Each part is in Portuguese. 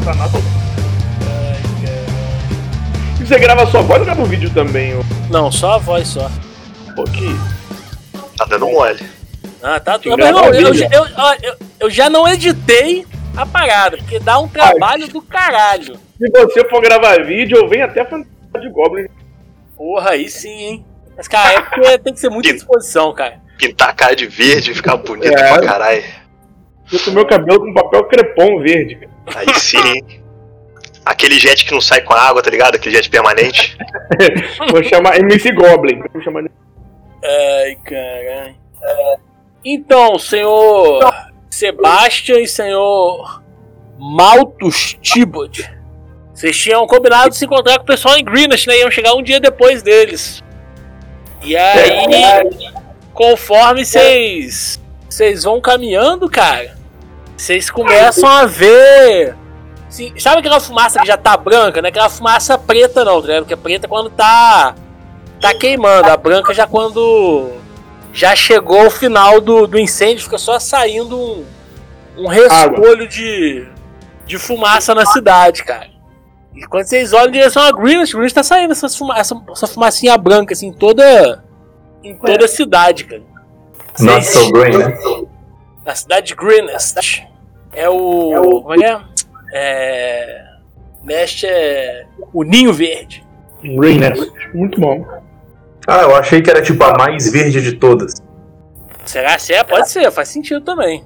tá nada. E você grava só a voz ou grava um vídeo também? Não, só a voz só. Pô, que... Tá dando mole. Ah, tá. Eu já não editei a parada, porque dá um trabalho do caralho. Se você for gravar vídeo, eu venho até a fantasia de Goblin. Porra, aí sim, hein? Mas, cara, é porque tem que ser muita disposição, cara. Pintar a cara de verde e ficar bonito pra caralho. Eu com meu cabelo com papel crepom verde, cara. Aí sim. Aquele jet que não sai com a água, tá ligado? Aquele jet permanente. Vou chamar MC Goblin. Vou chamar... Ai, caralho. Então, senhor Sebastian e senhor Malthus Tibod, vocês tinham combinado de se encontrar com o pessoal em Greenwich, né? Iam chegar um dia depois deles. E aí, conforme vocês vão caminhando, cara, vocês começam a ver... Assim, sabe aquela fumaça que já tá branca? Não é aquela fumaça preta não, tá ligado? Porque a preta é quando tá queimando. A branca já quando já chegou o final do incêndio, fica só saindo um rescolho de fumaça na cidade, cara. E quando vocês olham em direção a Greenwich tá saindo essa fumacinha branca, assim, em toda a cidade, cara. Not so green, né? Na cidade de Greenwich. Como é? Neste é o Ninho Verde. Greenwich. Muito bom. Ah, eu achei que era tipo a mais verde de todas. Será que é? Pode ser, faz sentido também.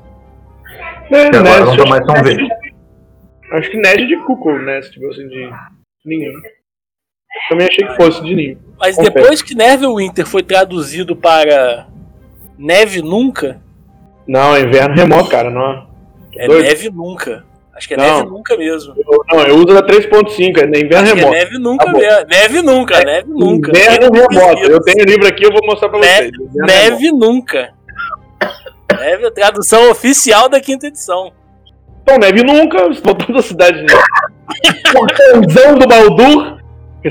Agora não tá mais tão verde. Acho que Nest de Cuckoo, né? Se tipo assim, de ninho. Também achei que fosse de ninho. Mas depois que Neverwinter foi traduzido para Neve Nunca... Não, é inverno remoto, cara, não é Neve Nunca. Acho que é Neve Nunca mesmo. Eu uso a 3.5, é inverno acho remoto. É Neve Nunca mesmo. Neve Nunca, Neve Nunca. Inverno remoto. Eu tenho o livro aqui, eu vou mostrar pra vocês. Neve Nunca. Neve é a tradução oficial da 5ª edição. Então, Neve Nunca, voltando à cidade de Portãozão do Baldur.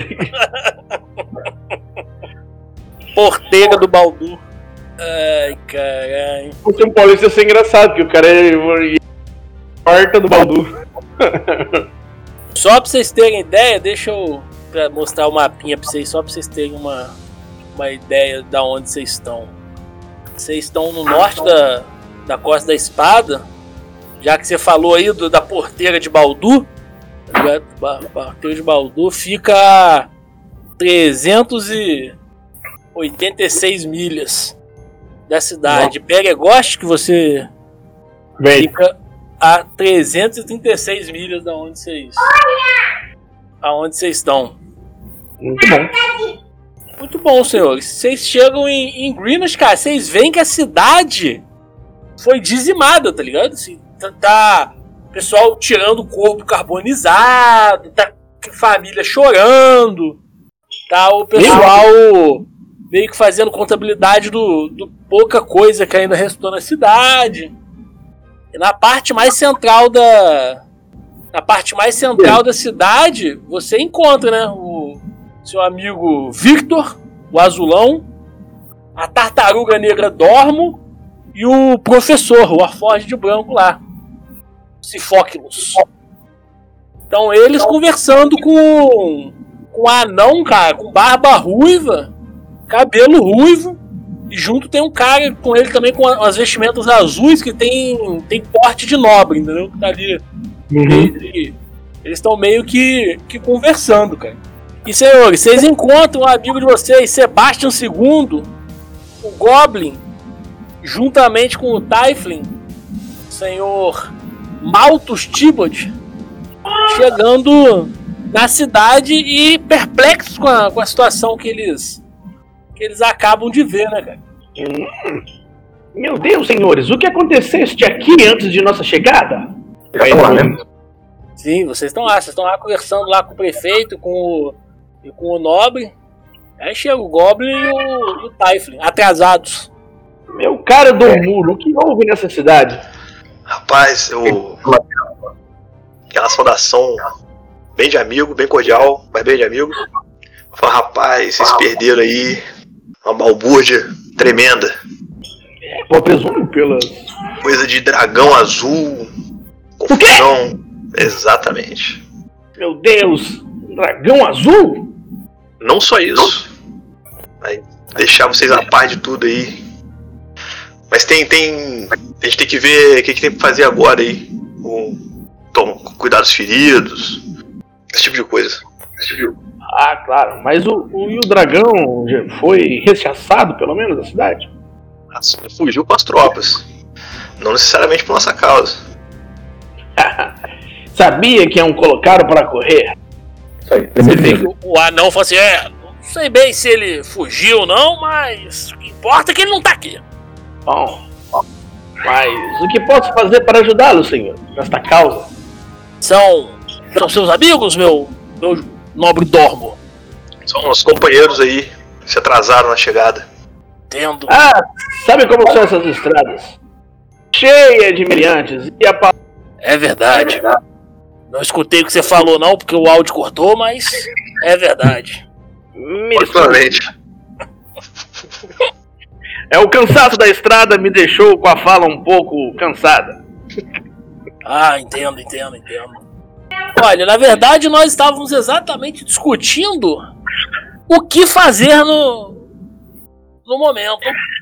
Porteira do Baldur. Ai, caralho. O São Paulo ia ser engraçado, porque o cara é porta do Baldur. Só pra vocês terem ideia, deixa eu mostrar o mapinha pra vocês, só pra vocês terem uma ideia de onde vocês estão. Vocês estão no norte da Costa da Espada, já que você falou aí da Porteira de Baldur. A Porteira de Baldur fica a 386 milhas da cidade. Peregoste, que você fica a 336 milhas da onde vocês estão. Muito bom. Muito bom, senhores. Vocês chegam em Greenwich, cara, vocês veem que a cidade foi dizimada, tá ligado? Assim, tá o pessoal tirando o corpo carbonizado, tá família chorando, tá o pessoal meio que fazendo contabilidade do pouca coisa que ainda restou na cidade. E na parte mais central da cidade, você encontra, né, o seu amigo Victor, o Azulão, a Tartaruga Negra Dormo e o professor, o Arforge de Branco lá, Sifóquilos. Então eles conversando com um anão, cara, com barba ruiva, cabelo ruivo, e junto tem um cara com ele também com as vestimentas azuis que tem porte de nobre, entendeu? Que tá ali. Eles estão meio que conversando, cara. E senhores, vocês encontram um amigo de vocês, Sebastian II, o Goblin, juntamente com o Typhling, o senhor Malthus Tibod, chegando na cidade e perplexos com a situação que eles acabam de ver, né, cara? Meu Deus, senhores, o que aconteceste aqui antes de nossa chegada? Sim, vocês estão lá conversando lá com o prefeito e com o nobre. Aí chega o Goblin e o Typhling, atrasados. Meu cara do muro, o que houve nessa cidade? Rapaz, aquela saudação bem de amigo, bem cordial, mas bem de amigo. Falei, rapaz, vocês perderam aí uma balbúrdia tremenda. Eu presumo pelas... Coisa de dragão azul, confusão. Exatamente. Meu Deus! Um dragão azul? Não só isso. Vai deixar vocês a par de tudo aí. Mas a gente tem que ver o que tem que fazer agora aí. Cuidar dos feridos. Esse tipo de coisa. Ah, claro. Mas e o dragão foi rechaçado, pelo menos, da cidade? Fugiu com as tropas. Não necessariamente por nossa causa. Sabia que iam colocá-lo para correr. Isso aí. Você vê que o anão falou assim, não sei bem se ele fugiu ou não, mas o que importa é que ele não tá aqui. Bom, mas o que posso fazer para ajudá-lo, senhor, nesta causa? São seus amigos, meu nobre Dormo? São nossos companheiros aí. Se atrasaram na chegada. Entendo. Ah, sabe como são essas estradas? Cheia de meliantes e a É verdade. Não escutei o que você falou não, porque o áudio cortou, mas é verdade. Possivelmente. O cansaço da estrada me deixou com a fala um pouco cansada. Ah, entendo. Olha, na verdade nós estávamos exatamente discutindo o que fazer no momento.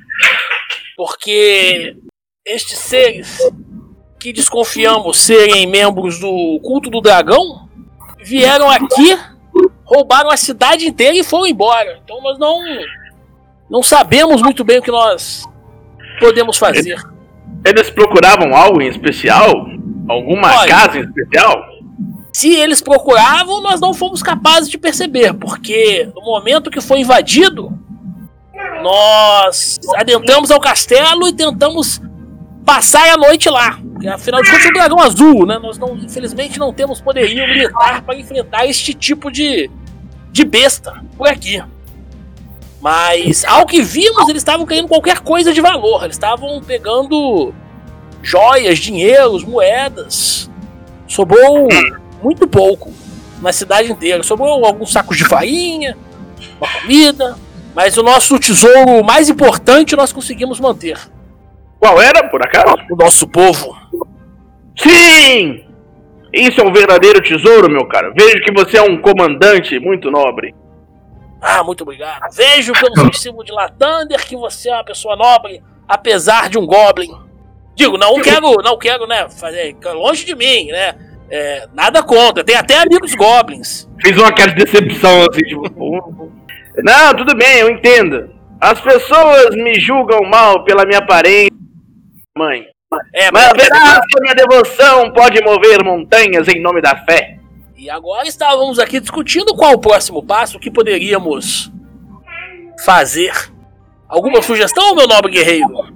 Porque estes seres que desconfiamos serem membros do culto do dragão vieram aqui, roubaram a cidade inteira e foram embora. Então nós não sabemos muito bem o que nós podemos fazer. Eles procuravam algo em especial? Alguma casa em especial? Se eles procuravam, nós não fomos capazes de perceber, porque no momento que foi invadido, nós adentramos ao castelo e tentamos passar a noite lá. Porque, afinal de contas, é um dragão azul, né? Nós infelizmente não temos poderio militar para enfrentar este tipo de besta por aqui. Mas, ao que vimos, eles estavam querendo qualquer coisa de valor. Eles estavam pegando joias, dinheiros, moedas. Sobrou muito pouco na cidade inteira. Sobrou alguns sacos de farinha, uma comida. Mas o nosso tesouro mais importante nós conseguimos manter. Qual era, por acaso? O nosso povo. Sim! Isso é um verdadeiro tesouro, meu caro. Vejo que você é um comandante muito nobre. Ah, muito obrigado. Vejo pelo seu símbolo de Lathander que você é uma pessoa nobre, apesar de um goblin. Digo, não quero, né, fazer longe de mim, né? Nada contra. Tem até amigos goblins. Fiz uma cara de decepção, assim, tipo... Não, tudo bem, eu entendo. As pessoas me julgam mal pela minha aparência, mãe. Mas verás que a minha devoção pode mover montanhas em nome da fé. E agora estávamos aqui discutindo qual o próximo passo, o que poderíamos fazer. Alguma sugestão, meu nobre guerreiro?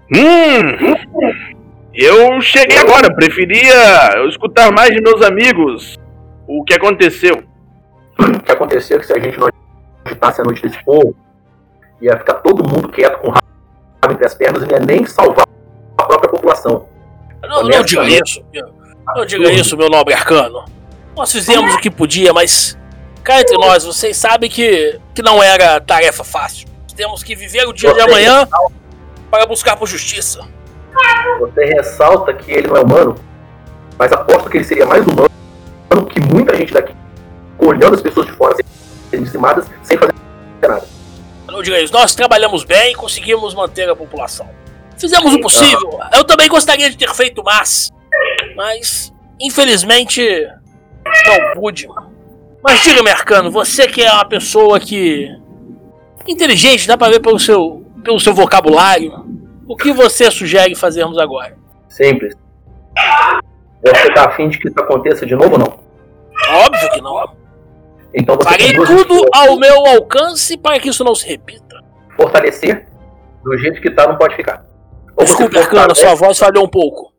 Eu cheguei agora, preferia escutar mais de meus amigos o que aconteceu. O que aconteceu é que se a gente não agitasse a noite desse povo, ia ficar todo mundo quieto com o rabo entre as pernas e não ia nem salvar a própria população. Não diga isso. Não diga isso, meu nobre arcano. Nós fizemos o que podia, mas cá entre nós, vocês sabem que não era tarefa fácil. Temos que viver o dia de amanhã para buscar por justiça. Você ressalta que ele não é humano, mas aposto que ele seria mais humano que muita gente daqui, olhando as pessoas de fora serem dizimadas sem fazer nada. Não diga isso. Nós trabalhamos bem e conseguimos manter a população. Fizemos o possível. Eu também gostaria de ter feito mais, mas infelizmente não pude. Mas diga-me, Arcano, você que é uma pessoa que inteligente, dá pra ver pelo seu vocabulário, o que você sugere fazermos agora? Simples. Você tá afim de que isso aconteça de novo ou não? Óbvio que não. Então você farei tudo ao meu alcance para que isso não se repita. Fortalecer do jeito que tá não pode ficar. Desculpe, Arcano, sua voz falhou um pouco.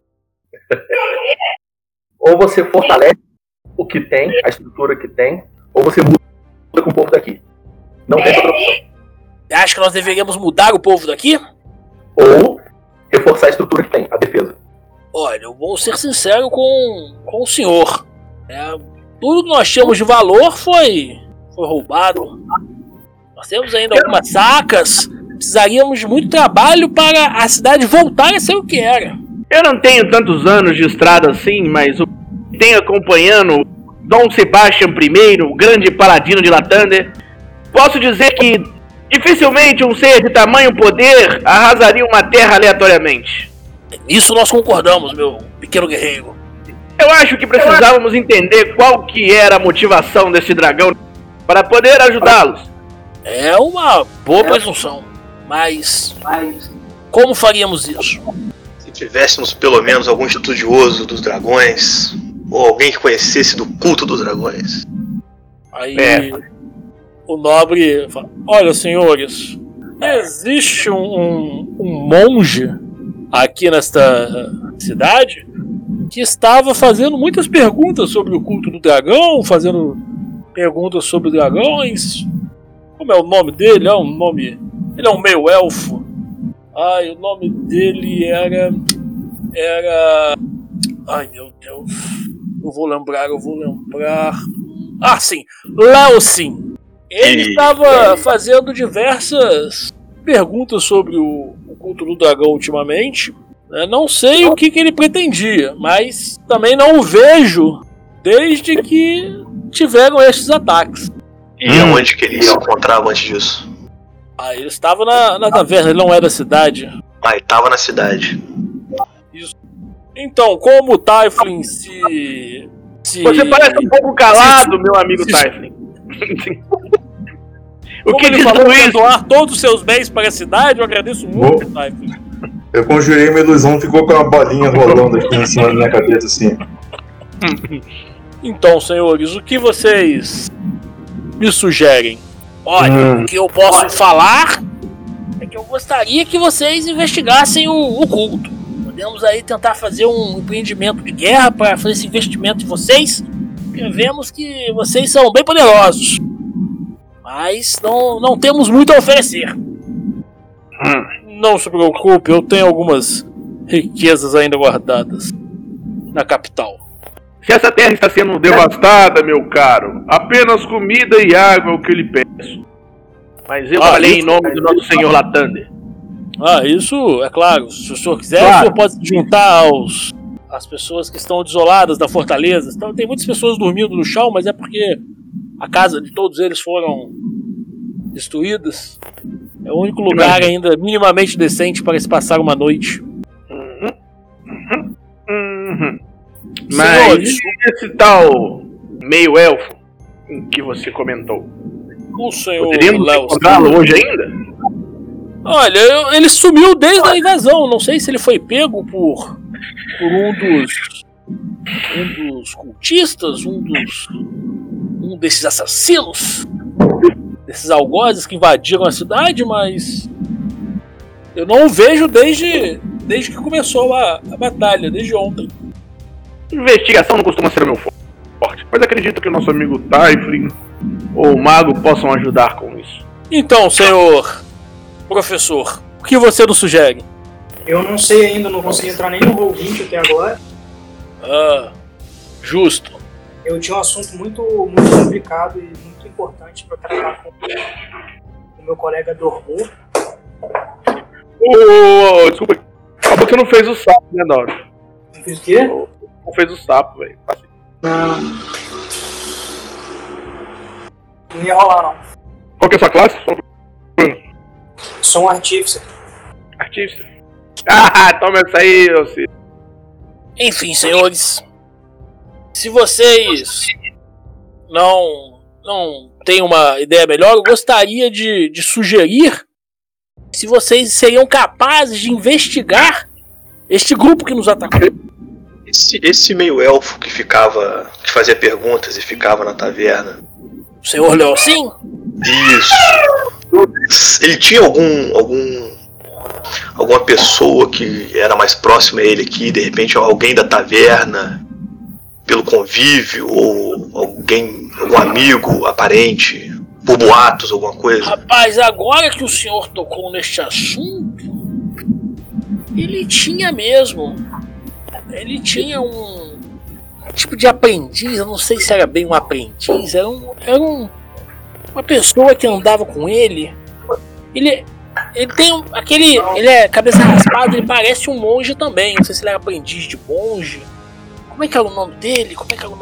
Ou você fortalece o que tem, a estrutura que tem, ou você muda com o povo daqui. Não tem outra opção. Você acha que nós deveríamos mudar o povo daqui? Ou reforçar a estrutura que tem, a defesa. Olha, eu vou ser sincero com o senhor. Tudo que nós tínhamos de valor foi roubado. Nós temos ainda algumas sacas. Precisaríamos de muito trabalho para a cidade voltar a ser o que era. Eu não tenho tantos anos de estrada assim, mas tem acompanhando Dom Sebastian I, o grande paladino de Lathander, posso dizer que dificilmente um ser de tamanho poder arrasaria uma terra aleatoriamente. Nisso nós concordamos, meu pequeno guerreiro. Eu acho que precisávamos entender qual que era a motivação desse dragão para poder ajudá-los. É uma boa presunção, mas como faríamos isso? Se tivéssemos pelo menos algum estudioso dos dragões, ou alguém que conhecesse do culto dos dragões. Aí o nobre fala, olha, senhores, existe um monge aqui nesta cidade que estava fazendo muitas perguntas sobre o culto do dragão, fazendo perguntas sobre dragões. Como é o nome dele? Ele é um meio-elfo. Ai, o nome dele era... Ai, meu Deus. Eu vou lembrar. Ah, sim. Leocin. Ele estava fazendo diversas perguntas sobre o culto do dragão ultimamente. Não sei o que ele pretendia, mas também não o vejo desde que tiveram estes ataques. E aonde que ele se encontrava antes disso? Ele estava na taverna, ele não é da cidade. Ele estava na cidade. Isso. Então, como o Typhling se... Você parece um pouco calado, meu amigo Typhling. O que ele falou em doar todos os seus bens para a cidade, eu agradeço muito, Typhling. Eu conjurei uma ilusão, ficou com uma bolinha rolando aqui em cima da minha cabeça, assim. Então, senhores, o que vocês me sugerem? Olha, o que eu posso falar é que eu gostaria que vocês investigassem o culto. Podemos aí tentar fazer um empreendimento de guerra para fazer esse investimento de vocês. Porque vemos que vocês são bem poderosos. Mas não temos muito a oferecer. Não se preocupe, eu tenho algumas riquezas ainda guardadas na capital. Se essa terra está sendo devastada, meu caro, apenas comida e água é o que eu lhe peço. Mas eu falei em nome do nosso senhor Lathander. Isso é claro. Se o senhor quiser, claro. O senhor pode se juntar às pessoas que estão desoladas da fortaleza. Então, tem muitas pessoas dormindo no chão, mas é porque a casa de todos eles foram destruídas. É o único lugar ainda minimamente decente para se passar uma noite. Mas Senhores, esse tal meio-elfo que você comentou, o senhor poderíamos Léo, encontrá-lo hoje ainda? olha, ele sumiu desde a invasão. Não sei se ele foi pego por um dos cultistas, um desses assassinos, desses algozes que invadiram a cidade, mas eu não o vejo desde que começou a batalha, desde ontem. Investigação não costuma ser o meu forte, mas acredito que o nosso amigo Typhling ou o mago possam ajudar com isso. Então, senhor professor, o que você nos sugere? Eu não sei ainda, não consegui entrar nem no Roll20 até agora. Justo. Eu tinha um assunto muito complicado e muito importante para tratar com o meu colega Dormur. Desculpa, acabou que você não fez o sapo, né, Doro? Não fiz o quê? Não fez o sapo, velho. Não ia rolar, não. Qual que é a sua classe? Sou um artífice. Artista. Toma essa aí, Ciro. Enfim, senhores, se vocês não têm uma ideia melhor, eu gostaria de sugerir se vocês seriam capazes de investigar este grupo que nos atacou. Esse meio-elfo que fazia perguntas e ficava na taverna. O senhor Leocin? Isso. Ele tinha alguma pessoa que era mais próxima a ele aqui, de repente alguém da taverna, pelo convívio, ou algum amigo aparente, por boatos, alguma coisa? Rapaz, agora que o senhor tocou neste assunto, ele tinha mesmo. Ele tinha um tipo de aprendiz, eu não sei se era bem um aprendiz, era uma pessoa que andava com ele. Ele tem ele é cabeça raspada, ele parece um monge também. Não sei se ele era aprendiz de monge. Como é que era o nome dele?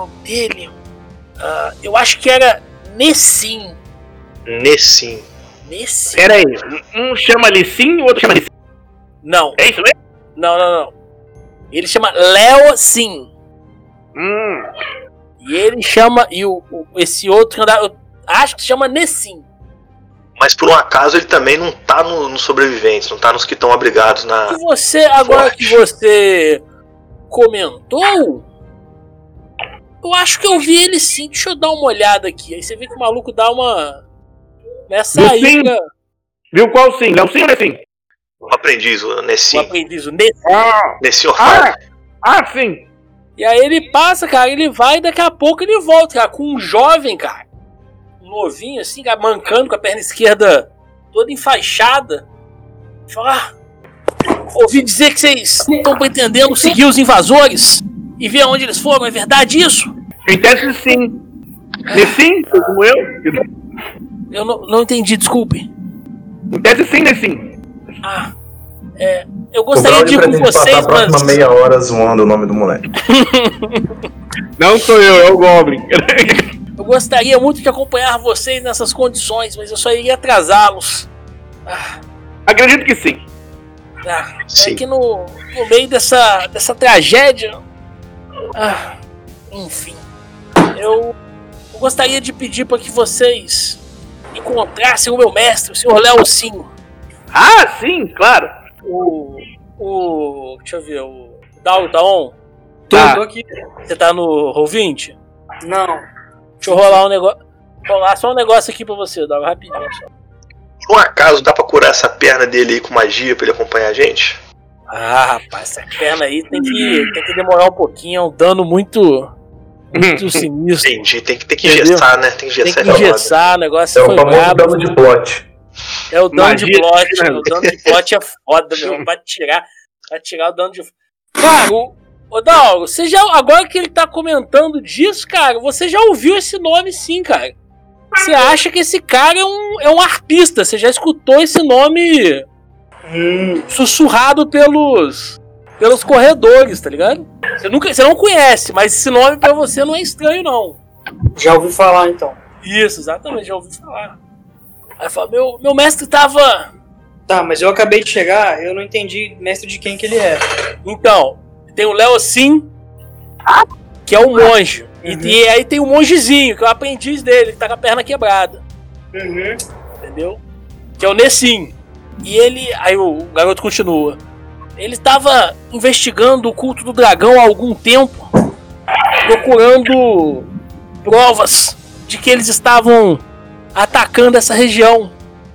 Eu acho que era Nessim. Nessim. Pera aí, um chama Lissim, o outro chama Lissim. Não. É isso mesmo? Não. Ele chama Léo Sim. E ele chama. Esse outro eu acho que se chama Nessim. Mas por um acaso ele também não tá nos sobreviventes, não tá nos que estão abrigados na. E você, agora que você comentou, eu acho que eu vi ele sim. Deixa eu dar uma olhada aqui. Aí você vê que o maluco dá uma. Nessa Viu aí. sim? Viu qual sim? Léo sim ou Nessim? O aprendiz, o Nessim. O aprendiz, o Nessim. Nessim orfado. Sim. E aí ele passa, cara, ele vai e daqui a pouco ele volta, cara, com um jovem, cara. Um novinho, assim, cara, mancando com a perna esquerda toda enfaixada. Fala, ouvi dizer que vocês estão pretendendo seguir os invasores e ver onde eles foram, é verdade isso? Em teste sim. Nessim, como eu? Eu não entendi, desculpe. Em teste sim, Nessim. Eu gostaria de ir com vocês, a próxima mas... meia hora zoando o nome do moleque. Não sou eu, é o Goblin. Eu gostaria muito de acompanhar vocês nessas condições, mas eu só iria atrasá-los. Acredito que sim. É que no meio dessa tragédia... enfim. Eu gostaria de pedir para que vocês encontrassem o meu mestre, o Sr. Léo Sim. Sim, claro. Deixa eu ver, o Dalton. Tô aqui. Você tá no Roll20? Não. Deixa eu rolar um negócio. Rolar só um negócio aqui pra você, Dalton, rapidinho só. Por um acaso dá pra curar essa perna dele aí com magia pra ele acompanhar a gente? Rapaz, essa perna aí tem que demorar um pouquinho, é um dano muito sinistro. Entendi, tem que engessar, né? Tem que engessar. Tem que engessar, o negócio foi o famoso brabo. dano de plot. É o dano de Magia, plot, né? o dano de plot é foda, meu. Vai tirar o dano de... Cara, ô Dalgo, agora que ele tá comentando disso, cara, você já ouviu esse nome sim, cara. Você acha que esse cara é um arpista, você já escutou esse nome sussurrado pelos corredores, tá ligado? Você não conhece, mas esse nome pra você não é estranho, não. Já ouvi falar, então. Isso, exatamente, já ouvi falar. Aí fala, meu mestre tava... Tá, mas eu acabei de chegar, eu não entendi mestre de quem que ele é. Então, tem o Léo Sim, que é o monge. E aí tem o mongezinho, que é o aprendiz dele, que tá com a perna quebrada. Entendeu? Que é o Nessim. E ele... Aí o garoto continua. Ele estava investigando o culto do dragão há algum tempo, procurando provas de que eles estavam atacando essa região,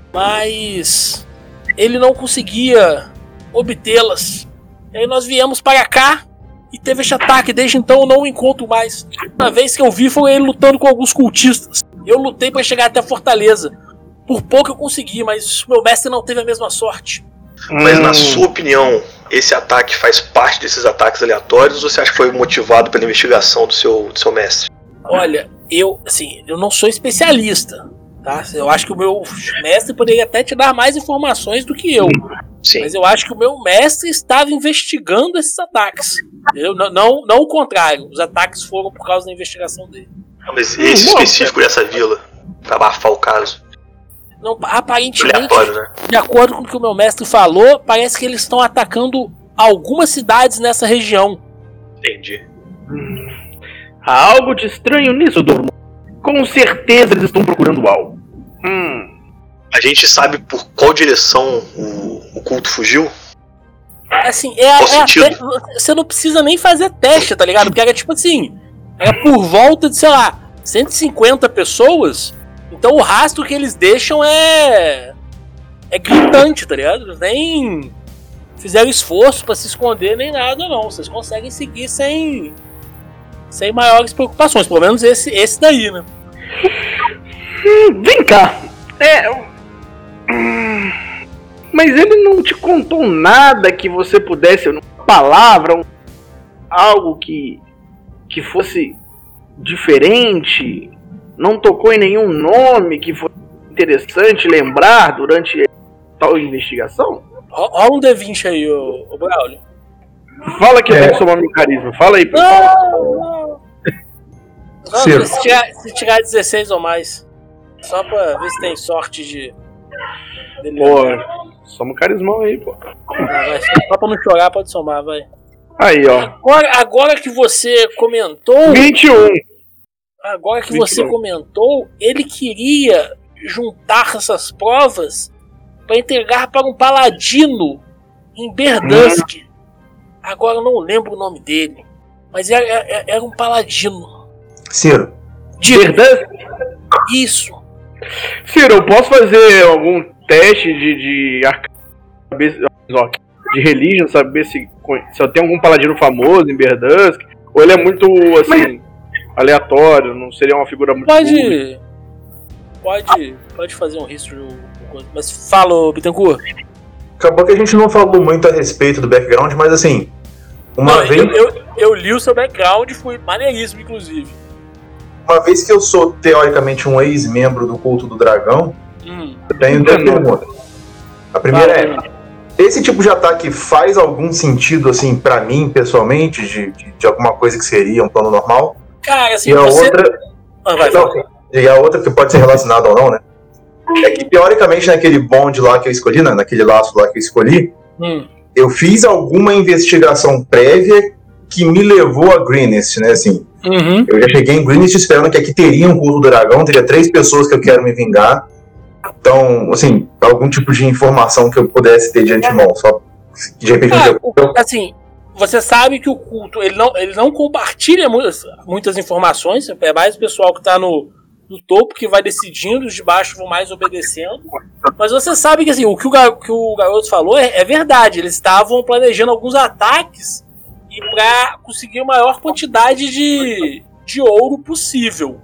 mas ele não conseguia obtê-las. E aí nós viemos para cá e teve esse ataque. Desde então eu não o encontro mais. Uma vez que eu vi foi ele lutando com alguns cultistas. Eu lutei para chegar até a fortaleza. Por pouco eu consegui, mas meu mestre não teve a mesma sorte. Mas na sua opinião, esse ataque faz parte desses ataques aleatórios ou você acha que foi motivado pela investigação do seu mestre? Olha, eu não sou especialista, tá? Eu acho que o meu mestre poderia até te dar mais informações do que eu. Sim. Mas eu acho que o meu mestre estava investigando esses ataques. Não o contrário. Os ataques foram por causa da investigação dele. Mas esse específico dessa vila, pra abafar o caso. Não, aparentemente, aleatório, né? De acordo com o que o meu mestre falou, parece que eles estão atacando algumas cidades nessa região. Entendi. Há algo de estranho nisso, Dormo. Com certeza eles estão procurando algo. A gente sabe por qual direção o culto fugiu? Assim, você não precisa nem fazer teste, tá ligado? Porque era tipo assim, era por volta de, sei lá, 150 pessoas. Então o rastro que eles deixam é gritante, tá ligado? Eles nem fizeram esforço pra se esconder nem nada, não. Vocês conseguem seguir sem maiores preocupações. Pelo menos esse daí, né? Vem cá. Mas ele não te contou nada que você pudesse, uma palavra, algo que fosse diferente? Não tocou em nenhum nome que fosse interessante lembrar durante tal investigação? Rola um D20 aí, ô Braulio. Fala que eu tenho que somar meu carisma. Fala aí, pessoal. Não. Ciro. Se tirar 16 ou mais. Só pra ver se tem sorte de. Pô, soma o carismão aí, pô. Vai, só pra não chorar, pode somar, vai. Aí, ó. Agora que você comentou. 21. Agora que 21. você comentou, ele queria juntar essas provas para entregar para um paladino em Verdansk. Agora eu não lembro o nome dele, mas era um paladino. Ciro. De Verdansk? Isso. Ciro, eu posso fazer algum teste de religion, saber se eu tenho algum paladino famoso em Verdansk? Ou ele é muito, assim, aleatório, não seria uma figura muito Pode fazer um history, mas fala, Bittencourt. Acabou que a gente não falou muito a respeito do background, mas assim, Eu li o seu background e fui maneiríssimo, inclusive. Uma vez que eu sou, teoricamente, um ex-membro do culto do dragão, eu tenho duas perguntas. A primeira é, esse tipo de ataque faz algum sentido, assim, pra mim, pessoalmente, de alguma coisa que seria um plano normal? Cara, assim, E a você... outra... vai. E a outra, que pode ser relacionada ou não, né? É que, teoricamente, naquele bonde lá que eu escolhi, né, naquele laço lá que eu escolhi, eu fiz alguma investigação prévia que me levou a Greenest, né, assim. Eu já cheguei em Greenest esperando que aqui teria um culto do dragão, teria 3 pessoas que eu quero me vingar. Então, assim, algum tipo de informação que eu pudesse ter de antemão, só de repente... Assim, você sabe que o culto, ele não compartilha muitas informações, é mais o pessoal que está no topo que vai decidindo, os de baixo vão mais obedecendo, mas você sabe que assim, o que o garoto falou é verdade, eles estavam planejando alguns ataques e para conseguir a maior quantidade de ouro possível.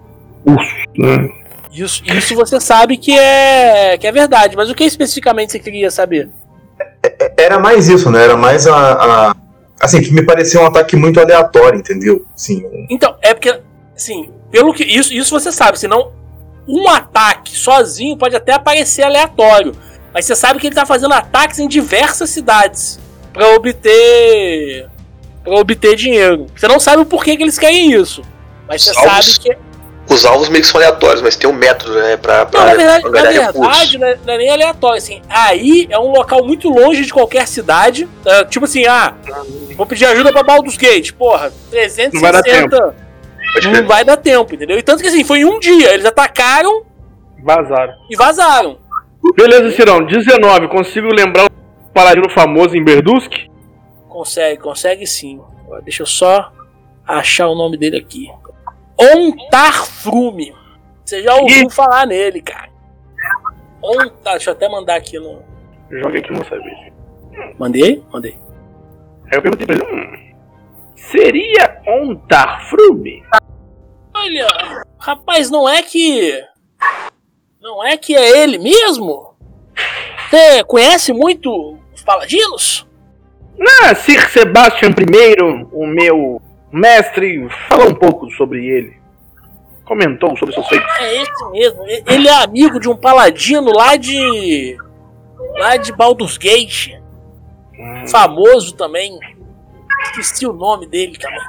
Isso você sabe que é verdade, mas o que especificamente você queria saber? Era mais isso, né? Era mais assim, que me parecia um ataque muito aleatório, entendeu? Sim. Então, é porque, assim, pelo que isso você sabe, senão um ataque sozinho pode até parecer aleatório, mas você sabe que ele está fazendo ataques em diversas cidades para obter dinheiro. Você não sabe o porquê que eles querem isso, mas você sabe que os alvos meio que são aleatórios, mas tem um método, né, na verdade, não é nem aleatório, assim. Aí é um local muito longe de qualquer cidade. Tipo assim, vou pedir ajuda pra Baldur's Gate. Porra, 360. Não vai dar tempo, entendeu? E tanto que assim, foi em um dia. Eles atacaram. Vazaram. Beleza, Cirão. 19. Consigo lembrar um paladino famoso em Verdansk? Consegue sim. Deixa eu só achar o nome dele aqui. Ontarfrume. Você já ouviu falar nele, cara. Deixa eu até mandar aqui no... Joga aqui no saber. Mandei? Aí eu perguntei pra ele, seria Ontarfrume? Olha, rapaz, não é que é ele mesmo? Você conhece muito os paladinos? Sir Sebastian I, o meu mestre, falou um pouco sobre ele. Comentou sobre seus feitos. É esse mesmo. Ele é amigo de um paladino lá de Baldur's Gate. Famoso também. Esqueci o nome dele, cara.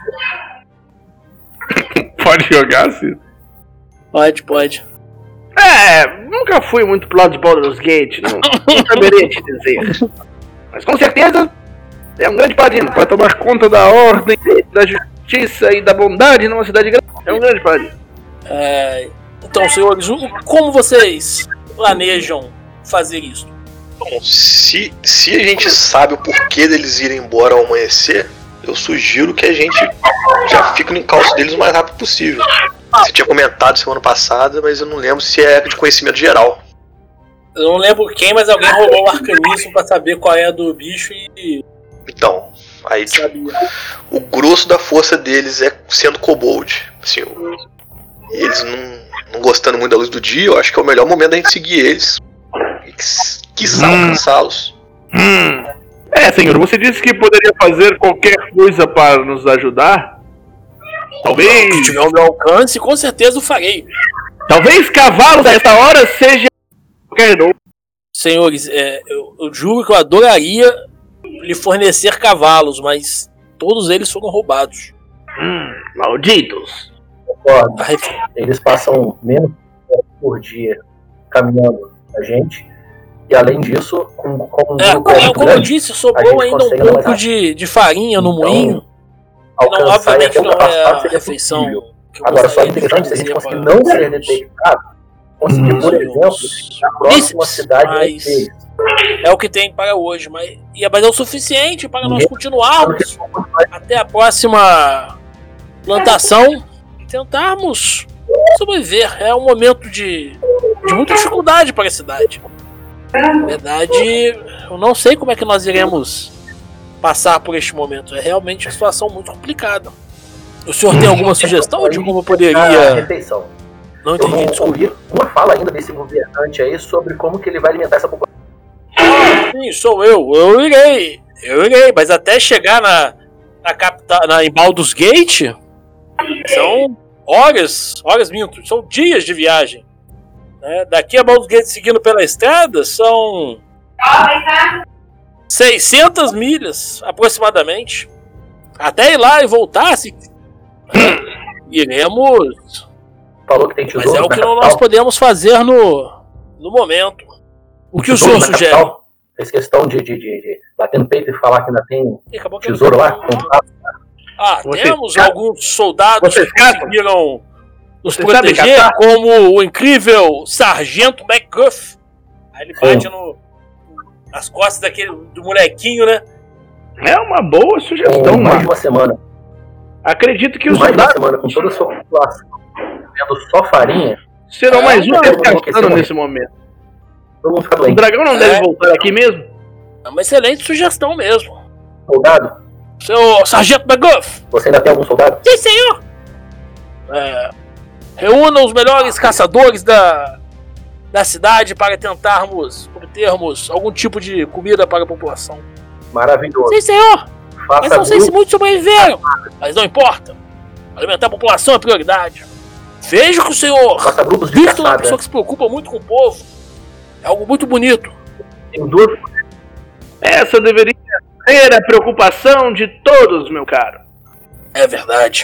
Pode jogar, Ciro? Pode. Nunca fui muito pro lado de Baldur's Gate, não saberia te dizer. Mas com certeza é um grande paladino, para tomar conta da ordem, da justiça e da bondade numa cidade grande. É um grande paladino. Então, senhores, como vocês planejam fazer isso? Bom, se a gente sabe o porquê deles irem embora ao amanhecer, eu sugiro que a gente já fique no encalço deles o mais rápido possível. Você tinha comentado semana passada, mas eu não lembro se é de conhecimento geral. Eu não lembro quem, mas alguém rolou o arcanismo pra saber qual é a do bicho e... Então, aí tipo, o grosso da força deles é sendo kobold. Assim, e eles não gostando muito da luz do dia, eu acho que é o melhor momento da gente seguir eles. Quiçá alcançá-los. Senhor, você disse que poderia fazer qualquer coisa para nos ajudar? Talvez... Se tiver ao meu alcance, com certeza o farei. Talvez cavalos a esta hora seja qualquer um. Senhores, eu juro que eu adoraria lhe fornecer cavalos, mas todos eles foram roubados. Malditos. Concordo. Eles passam menos por dia caminhando a gente. E além disso, como eu disse, sobrou ainda um pouco de farinha no moinho. Não, obviamente não é a refeição. Agora, só é interessante se a gente conseguir não ser detectado, conseguir, por exemplo, na próxima cidade deles. É o que tem para hoje, mas é o suficiente para nós continuarmos até a próxima plantação e tentarmos sobreviver. É um momento de muita dificuldade para a cidade. Na verdade, eu não sei como é que nós iremos passar por este momento. É realmente uma situação muito complicada. O senhor tem alguma sugestão de como eu poderia... refeição. Não entendi, desculpa. Uma fala ainda desse governante aí sobre como que ele vai alimentar essa população. Sim, sou eu. Eu irei, mas até chegar na capital, em Baldur's Gate, são são dias de viagem. Né? Daqui a Baldur's Gate, seguindo pela estrada, são 600 milhas, aproximadamente. Até ir lá e voltar, iremos... Falou que tem tesouro. Mas é o que nós podemos fazer no momento. O que o senhor sugere? Fez questão de bater no peito e falar que ainda tem tesouro lá? Temos alguns soldados que conseguiram nos proteger, como o incrível Sargento McGuff. Aí ele bate nas costas do molequinho, né? É uma boa sugestão, mais de uma semana. Acredito que os soldados, com toda a sua população, tendo só farinha, serão mais um desgastando nesse momento. O dragão não deve voltar aqui mesmo? É uma excelente sugestão mesmo. Soldado? Seu Sargento McGuff! Você ainda tem algum soldado? Sim, senhor! Reúna os melhores caçadores da cidade para tentarmos obtermos algum tipo de comida para a população. Maravilhoso. Sim, senhor! Mas não sei se muitos sobreviveram. Mas não importa. Alimentar a população é prioridade. Vejo que o senhor Victor é uma pessoa que se preocupa muito com o povo. É algo muito bonito. Tem duas. Essa deveria ser a preocupação de todos, meu caro. É verdade.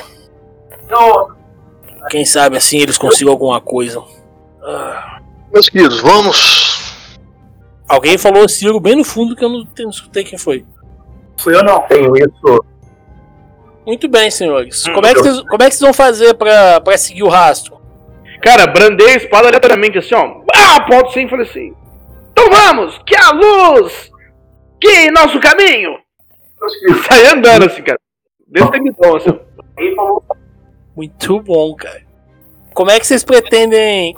Quem sabe assim eles consigam alguma coisa. Meus queridos, vamos. Alguém falou Ciro bem no fundo que eu não escutei quem foi. Fui eu não. Tenho isso. Muito bem, senhores. Como é que vocês vão fazer pra seguir o rastro? Cara, brandei a espada aleatoriamente assim, ó. Ponto sim, falei assim. Então vamos, que a luz guie nosso caminho. Sai andando assim, cara. Desse tempo assim. Muito bom, cara. Como é que vocês pretendem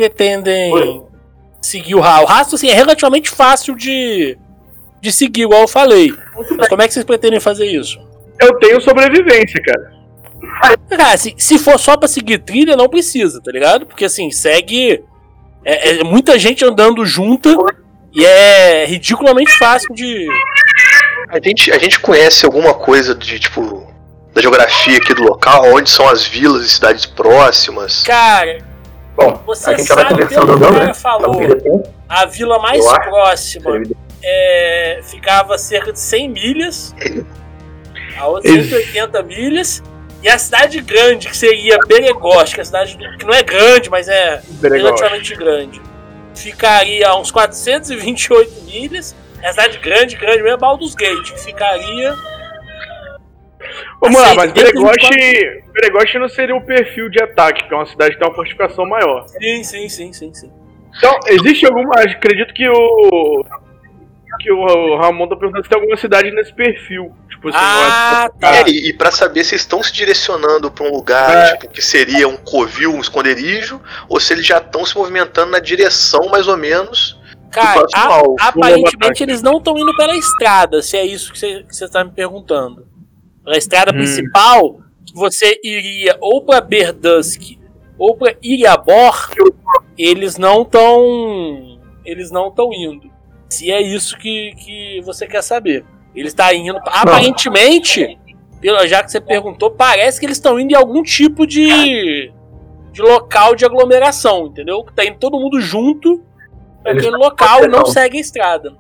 seguir o rastro? O rastro, assim, é relativamente fácil de seguir, igual eu falei. Mas como é que vocês pretendem fazer isso? Eu tenho sobrevivência, cara. Cara, se for só pra seguir trilha, não precisa, tá ligado? Porque, assim, segue... É muita gente andando junta e é ridiculamente fácil de... A gente conhece alguma coisa de, tipo, da geografia aqui do local, onde são as vilas e cidades próximas? Cara, bom, você sabe pelo que o cara falou, a vila mais próxima ficava a cerca de 100 milhas, a outra 180 milhas, e a cidade grande, que seria Beregost, que é a cidade que não é grande, mas é relativamente grande, ficaria a uns 428 milhas. A cidade grande mesmo é Baldur's Gate, que ficaria... Vamos lá, mas Beregost não seria um perfil de ataque, porque é uma cidade que tem uma fortificação maior. Sim. Então, existe alguma... Acredito que o Ramon tá perguntando se tem alguma cidade nesse perfil. Tipo assim, tá. E pra saber se estão se direcionando pra um lugar tipo, que seria um covil, um esconderijo, ou se eles já estão se movimentando na direção, mais ou menos... Cara, aparentemente eles não estão indo pela estrada, se é isso que você está me perguntando. Pela estrada principal, que você iria ou para Berdusk ou para Iriabor, eles não estão indo. Se é isso que você quer saber. Ele está indo... Aparentemente, já que você perguntou, parece que eles estão indo em algum tipo de local de aglomeração, entendeu? Que tá indo todo mundo junto naquele local e não segue a estrada.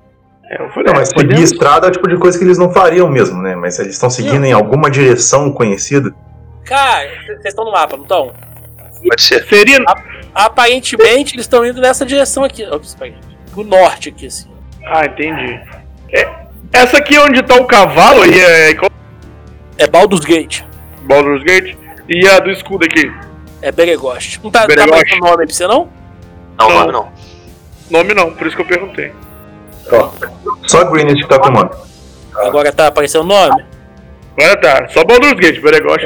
Eu falei, não, mas seguir estrada é o tipo de coisa que eles não fariam mesmo, né? Mas eles estão seguindo em alguma direção conhecida. Cara, vocês estão no mapa, não estão? Pode ser. Seria... Aparentemente eles estão indo nessa direção aqui. Ops, pro norte aqui, assim. Ah, entendi. Essa aqui é onde tá o cavalo e é Baldur's Gate. Baldur's Gate? E a do escudo aqui? É Beregost. Não tá Beregost. aparecendo nome aí pra você, não? Não. Nome não, por isso que eu perguntei. Só Greenwich que tá com nome. Agora tá aparecendo o nome? Agora tá, só Baldur's Gate, Beregost.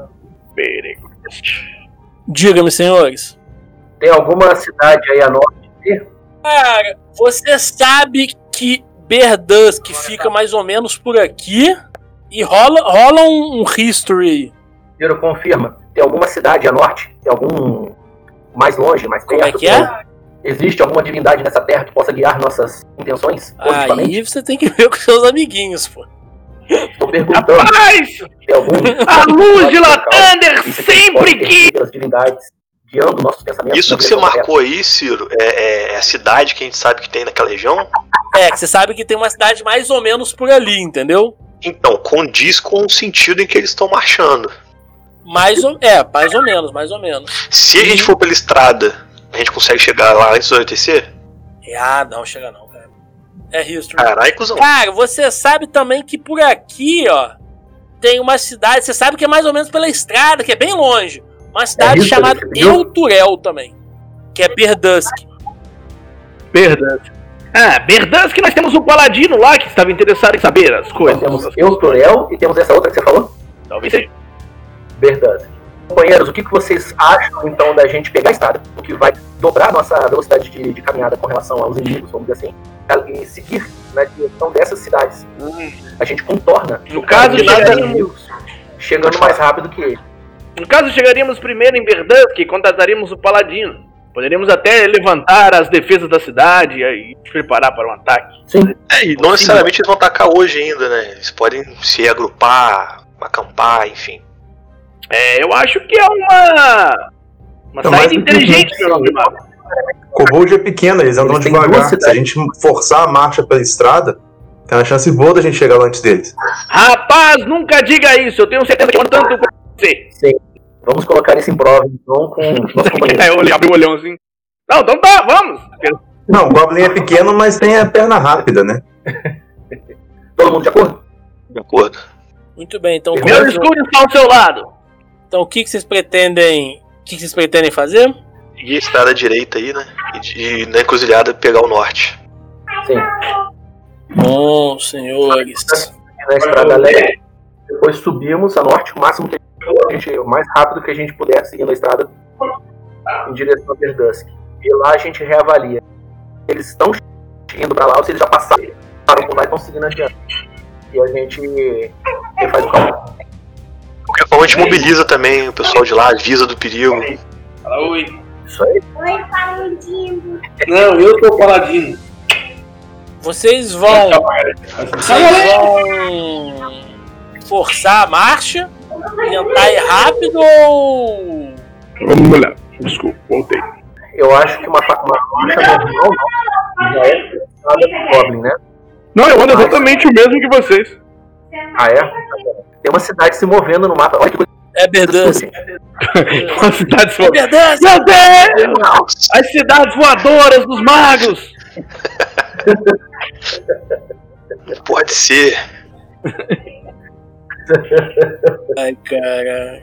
Beregost. Diga-me, senhores. Tem alguma cidade aí a norte? Cara, você sabe que Berdusk fica mais ou menos por aqui e rola um history. Ciro, confirma. Tem alguma cidade a norte? Tem algum mais longe, mais perto? Como é que é? Existe alguma divindade nessa terra que possa guiar nossas intenções? Aí você tem que ver com seus amiguinhos, pô. Estou perguntando. Rapaz! Tem algum... A luz de Lathander sempre que... As divindades guiando nossos pensamentos. Isso que você marcou aí, Ciro, é a cidade que a gente sabe que tem naquela região? É, que você sabe que tem uma cidade mais ou menos por ali, entendeu? Então, condiz com o sentido em que eles estão marchando. Mais ou menos. Se a gente for pela estrada, a gente consegue chegar lá antes do anoitecer? Não, chega não, cara. É history. Caralho, cuzão. Cara, você sabe também que por aqui, ó, tem uma cidade, você sabe que é mais ou menos pela estrada, que é bem longe. Uma cidade chamada Elturel também, que é Berdusk. Berdusk. Berdusk, nós temos um paladino lá que estava interessado em saber as coisas. Nós temos Elturel e temos essa outra que você falou? Talvez seja. Berdusk. Companheiros, o que vocês acham, então, da gente pegar a estrada, o que vai dobrar a nossa velocidade de caminhada com relação aos inimigos, vamos dizer assim, e seguir na direção dessas cidades? A gente contorna. No caso, chegando mais rápido que ele. No caso, chegaríamos primeiro em Berdusk e contrataríamos o paladino. Poderíamos até levantar as defesas da cidade e preparar para um ataque. Sim. E não necessariamente eles vão atacar hoje ainda, né? Eles podem se agrupar, acampar, enfim. Eu acho que é uma saída inteligente do nosso mapa. Kobold é pequeno, eles andam devagar. Se a gente forçar a marcha pela estrada, tem uma chance boa da gente chegar lá antes deles. Rapaz, nunca diga isso. Eu tenho certeza que eu tanto com você. Sim. Vamos colocar isso em prova, então, com nosso companheiro. Ele abriu o olhão assim. Não, então tá, vamos. Não, o Goblin é pequeno, mas tem a perna rápida, né? Todo mundo de acordo? De acordo. Muito bem, então... Meu escudo está ao seu lado. Então o que vocês pretendem... fazer? Seguir a estrada direita aí, né? E na encruzilhada pegar o norte. Sim. Bom, senhores. Na estrada leste, depois subimos a norte, o máximo que o mais rápido que a gente puder, seguindo a estrada em direção a Berdusk. E lá a gente reavalia. Eles estão indo pra lá, ou se eles já passaram por lá e estão seguindo adiante. E a gente faz o cálculo. Qualquer forma a gente mobiliza também o pessoal de lá, avisa do perigo. Fala oi. Isso aí. Oi, paladino. Não, eu sou o paladino. Vocês vão forçar a marcha, tentar ir rápido ou... Vamos lá. Desculpa, voltei. Eu acho que uma marcha normal já é estrada do Goblin, né? Não, eu ando exatamente o mesmo que vocês. Ah, é? Tem uma cidade se movendo no mapa. Olha que coisa. É Berdusk. Uma cidade se movendo. Berdusk! Meu Deus! As cidades voadoras dos magos! Não pode ser. Ai, cara.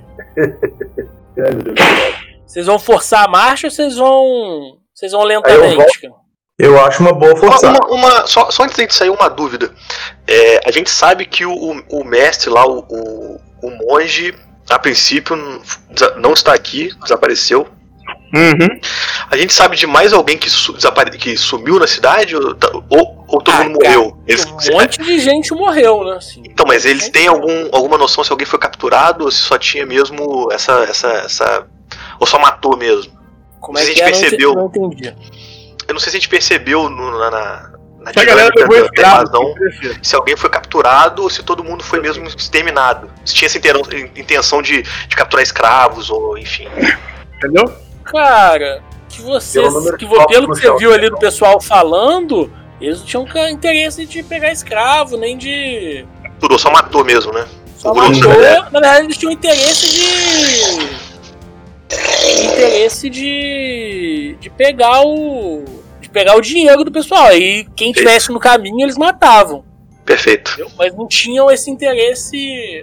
Vocês vão forçar a marcha ou vocês vão lentamente, cara? Eu acho uma boa forçar. Só antes de gente sair, uma dúvida. A gente sabe que o mestre lá, o monge, a princípio não está aqui, desapareceu. Uhum. A gente sabe de mais alguém que sumiu na cidade? Ou todo mundo morreu? Um monte de gente morreu, né? Assim, então, mas eles têm alguma noção se alguém foi capturado ou se só tinha mesmo essa ou só matou mesmo? Como é que a gente percebeu? Não entendi. Eu não sei se a gente percebeu na dinâmica da invasão se alguém foi capturado ou se todo mundo foi mesmo exterminado. Se tinha essa intenção de capturar escravos ou enfim. Entendeu? Cara, pelo que você viu ali do pessoal falando, Eles não tinham interesse de pegar escravo, nem de... Capturou, só matou mesmo, né? Só matou, na verdade eles tinham interesse de pegar o dinheiro do pessoal. Aí quem estivesse no caminho eles matavam. Perfeito. Entendeu? Mas não tinham esse interesse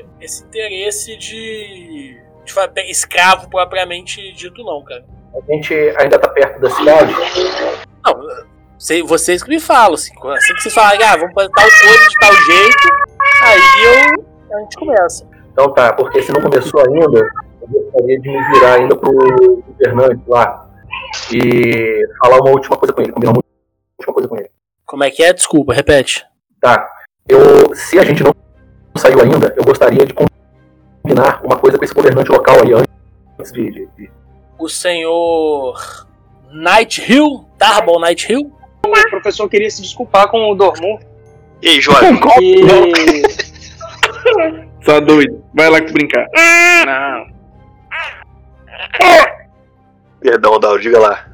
de escravo propriamente dito, não, cara. A gente ainda tá perto da cidade? Não, vocês que me falam, assim que vocês falarem, vamos fazer tal coisa de tal jeito, aí a gente começa. Então tá, porque se não começou ainda, eu gostaria de me virar ainda pro governante lá e falar uma última coisa com ele, combinar uma última coisa com ele. Como é que é? Desculpa, repete. Tá, se a gente não saiu ainda, eu gostaria de combinar uma coisa com esse governante local aí antes de... O senhor Nighthill, Tarbal Nighthill? O professor queria se desculpar com o Dormur. E aí, jovem? Só doido. Vai lá brincar. Não. Perdão, Dal, diga lá.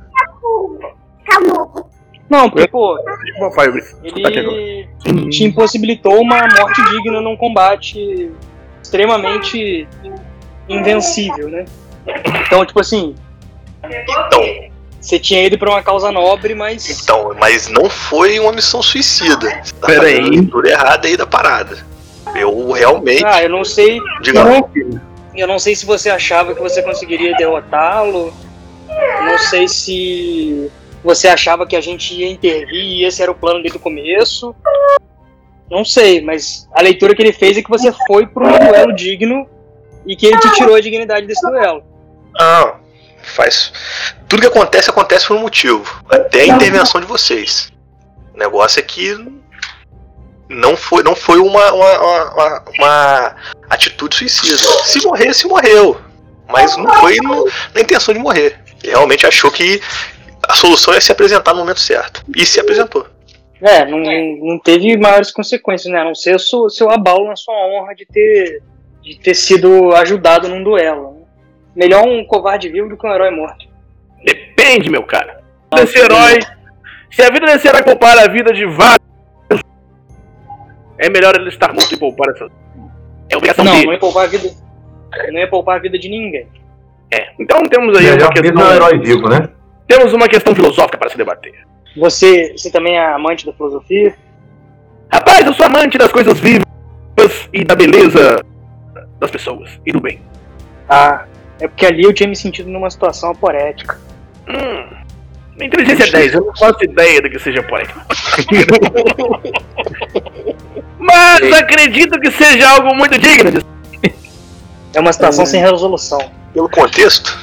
Não, porque, pô, ele te impossibilitou uma morte digna num combate extremamente invencível, né? Então, tipo assim... Então... Você tinha ido pra uma causa nobre, mas... Então, mas não foi uma missão suicida. Você tá Pera fazendo aí. a leitura errada aí da parada. Eu realmente... eu não sei... Diga lá. Eu não sei se você achava que você conseguiria derrotá-lo. Não sei se você achava que a gente ia intervir e esse era o plano desde o começo. Não sei, mas a leitura que ele fez é que você foi para um duelo digno e que ele te tirou a dignidade desse duelo. Tudo que acontece por um motivo. Até a intervenção de vocês. O negócio é que não foi uma atitude suicida. Se morresse, morreu. Mas não foi na intenção de morrer. Ele realmente achou que a solução ia se apresentar no momento certo. E se apresentou. Não teve maiores consequências, né? A não ser o seu abalo na sua honra de ter sido ajudado num duelo. Melhor um covarde vivo do que um herói morto. Depende, meu cara. Desse herói. Se a vida desse herói compara a vida de vários, é melhor ele estar morto e poupar essa. É obrigação dele. Não ia poupar a vida. Não ia poupar a vida de ninguém. Então temos aí Melhor uma questão. mesmo é um herói vivo, né? Temos uma questão filosófica para se debater. Você também é amante da filosofia? Rapaz, eu sou amante das coisas vivas e da beleza das pessoas e do bem. É porque ali eu tinha me sentido numa situação aporética. Minha inteligência é 10, eu não faço ideia do que seja poético. Mas acredito que seja algo muito digno disso. É uma situação sem resolução. Pelo contexto?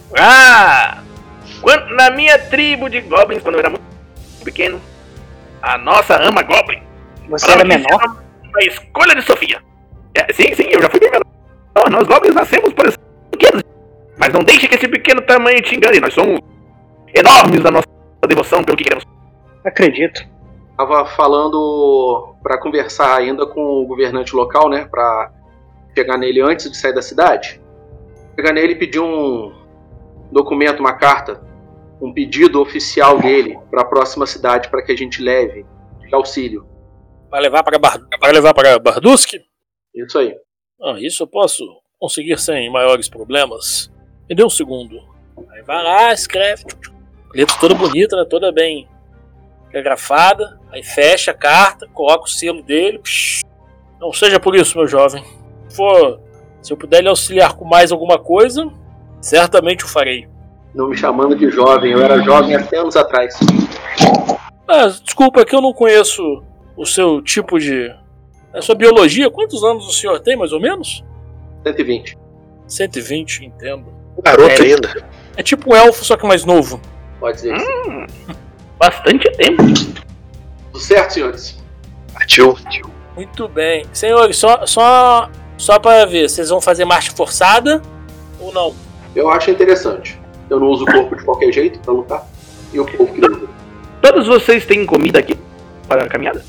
Na minha tribo de goblins, quando eu era muito pequeno, a nossa ama goblin. Você era menor? A escolha de Sofia. Sim, eu já fui bem menor. Nós goblins nascemos parecendo pequenos. Mas não deixe que esse pequeno tamanho te engane. Nós somos enormes na nossa devoção pelo que queremos. Acredito. Tava falando pra conversar ainda com o governante local, né? Pra chegar nele antes de sair da cidade. Chegar nele e pedir um documento, uma carta, um pedido oficial dele pra próxima cidade para que a gente leve de auxílio. Vai levar para Bardusk? Isso aí. Isso eu posso conseguir sem maiores problemas. Me dê um segundo. Aí vai lá, escreve. Letra toda bonita, né? Toda bem grafada. Aí fecha a carta, coloca o selo dele. Não seja por isso, meu jovem. Se eu puder lhe auxiliar com mais alguma coisa, certamente o farei. Não me chamando de jovem, eu era jovem até anos atrás. Desculpa, é que eu não conheço o seu tipo de... A sua biologia, quantos anos o senhor tem, mais ou menos? 120. 120, entendo. Garoto ainda. É tipo um elfo, só que mais novo. Pode dizer Bastante tempo. Tudo certo, senhores? Partiu. Muito bem. Senhores, só para ver, vocês vão fazer marcha forçada ou não? Eu acho interessante. Eu não uso o corpo de qualquer jeito pra lutar. E o povo que usa. Todos vocês têm comida aqui para a caminhada?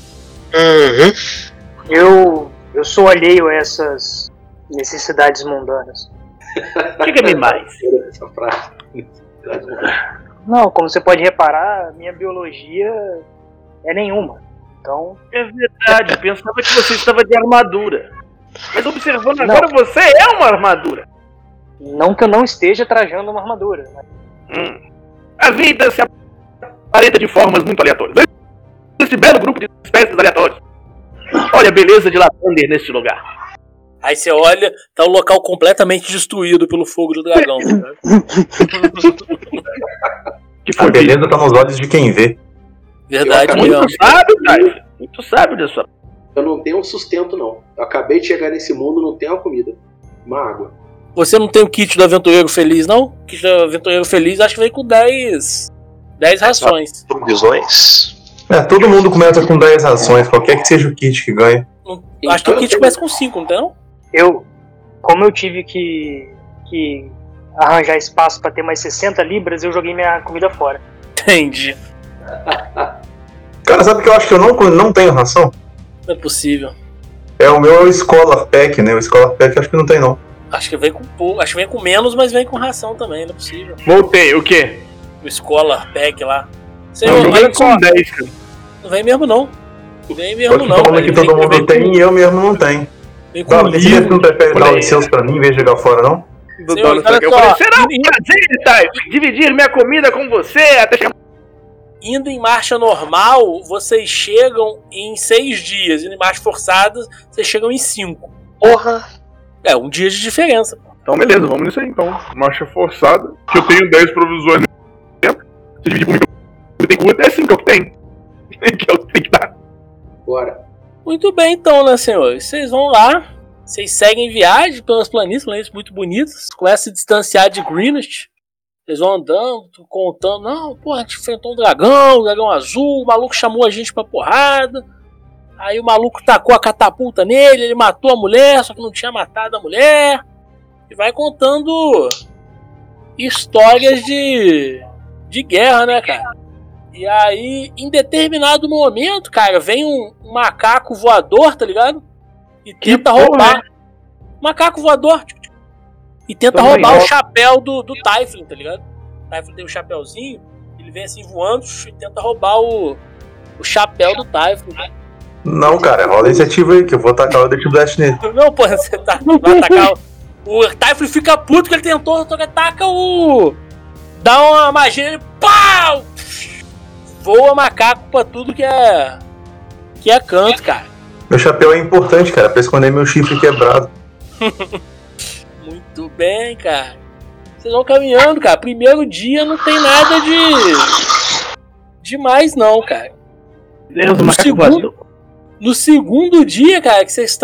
Eu sou alheio a essas necessidades mundanas. Diga-me mais. Essa frase. Não, como você pode reparar, minha biologia é nenhuma. Então... É verdade, eu pensava que você estava de armadura. Mas observando agora, você é uma armadura. Não que eu não esteja trajando uma armadura. Né? A vida se aparenta de formas muito aleatórias. Esse belo grupo de espécies aleatórias. Olha a beleza de Lavender neste lugar. Aí você olha, tá um local completamente destruído pelo fogo do dragão. Né? A beleza tá nos olhos de quem vê. Verdade mesmo. Muito sábio, Typhon. Muito sábio da sua. Eu não tenho um sustento, não. Eu acabei de chegar nesse mundo, não tenho uma comida. Uma água. Você não tem o kit do Aventureiro Feliz, não? O kit do Aventureiro Feliz acho que veio com 10 rações. Provisões. Todo mundo começa com 10 rações, qualquer que seja o kit que ganha. Eu acho que o kit começa com 5, não tem não? Como eu tive que arranjar espaço pra ter mais 60 libras, eu joguei minha comida fora. Entendi. Cara, sabe que eu acho que eu não tenho ração? Não é possível. É o meu Scholar Pack, né? O Scholar Pack acho que não tem, não. Acho que vem com pouco, acho que vem com menos, mas vem com ração também, não é possível. Voltei, o quê? O Scholar Pack lá. Não vem com 10, cara. Não vem mesmo não. Não vem mesmo Pode não. falando que todo mundo tem e eu mesmo não tenho. Vem com Você não prefere dar os seus pra mim em vez de jogar fora, não? Senhor, olha Eu falei, será um prazer, Typhon, dividir minha comida com você até chegar. Indo em marcha normal, vocês chegam em 6 dias. Indo em marcha forçada, vocês chegam em 5. Porra! É, um dia de diferença. Então beleza, vamos nisso aí então. Marcha forçada. Que eu tenho 10 provisões no tempo. Se dividir comigo, eu tenho 8, é 5 que eu tenho. Que é o que tem que dar. Bora. Muito bem então, né, senhores? Vocês vão lá. Vocês seguem viagem pelas planícies muito bonitas. Começam a se distanciar de Greenwich. Vocês vão andando, contando. Não, pô, a gente enfrentou um dragão azul. O maluco chamou a gente pra porrada. Aí o maluco tacou a catapulta nele. Ele matou a mulher, só que não tinha matado a mulher. E vai contando histórias de guerra, né, cara? E aí, em determinado momento, cara, vem um macaco voador, tá ligado? E tenta roubar. Macaco voador. E tenta roubar o chapéu do Typhon, tá ligado? O Typhon tem um chapéuzinho, ele vem assim voando e tenta roubar o chapéu do Typhon. Não, cara, rola a iniciativa aí que eu vou atacar o Detective Blast nele. Não, pô, você vai atacar o Typhon fica puto que ele tentou, ataca o... Dá uma magia nele, pau! Voa macaco pra tudo que é canto, cara. Meu chapéu é importante, cara, pra esconder meu chifre quebrado. Muito bem, cara. Vocês vão caminhando, cara. Primeiro dia não tem nada demais não, cara. No segundo dia, cara, que vocês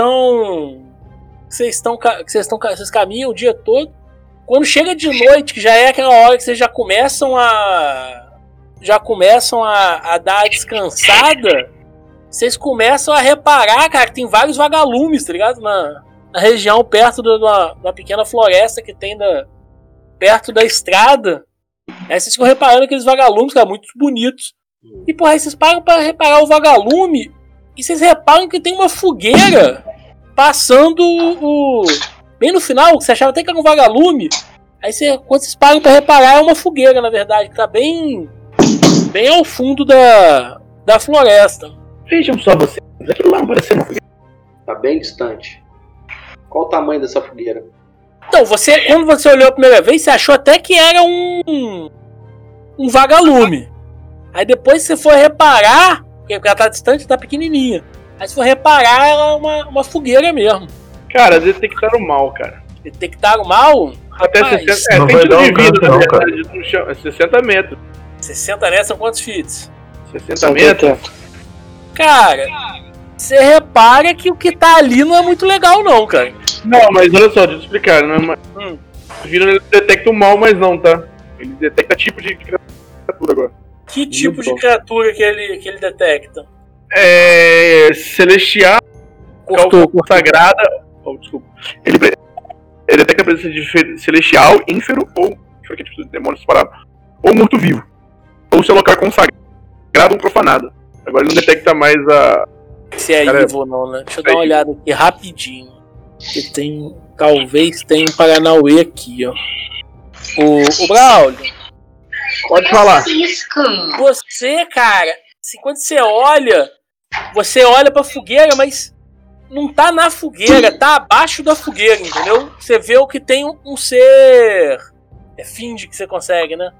caminham o dia todo. Quando chega de noite, que já é aquela hora que vocês já começam a dar a descansada, vocês começam a reparar, cara, que tem vários vagalumes, tá ligado? Na região perto de uma pequena floresta que tem perto da estrada. Aí vocês ficam reparando aqueles vagalumes, cara, muito bonitos. E porra, aí vocês param pra reparar o vagalume e vocês reparam que tem uma fogueira passando bem no final, que você achava até que era um vagalume. Aí quando vocês param pra reparar, é uma fogueira, na verdade, que tá bem ao fundo da floresta. Vejam só vocês, aquilo lá não parece uma fogueira. Tá bem distante. Qual o tamanho dessa fogueira? Então, quando você olhou a primeira vez, você achou até que era um vagalume. Aí depois você for reparar, porque ela tá distante, tá pequenininha. Aí se for reparar, ela é uma fogueira mesmo. Cara, detectaram mal, cara. Detectaram mal? Até rapaz, 60, não tem vai tudo dar de um vida, canto, na não, verdade, no chão, 60 metros. 60 metros são quantos feet? 60 metros? Cara, você repara que o que tá ali não é muito legal não, cara. Não, mas olha só, deixa eu te explicar. Não é uma... O Vino ele detecta o mal, mas não, tá? Ele detecta tipo de criatura agora. Que tipo de criatura que ele detecta? É... Celestial, consagrada... Oh, desculpa. Ele detecta a presença de celestial, ínfero ou... Que tipo de demônio separado. Ou morto-vivo. Ou seu local consagrado ou profanado. Agora ele não detecta mais a... Se é evil não, né? Deixa eu dar uma olhada aqui rapidinho. Que talvez tenha um Paranauê aqui, ó. O Braulio. Pode falar. Você, cara, assim, quando você olha pra fogueira, mas não tá na fogueira, tá abaixo da fogueira, entendeu? Você vê o que tem um ser... finge que você consegue, né?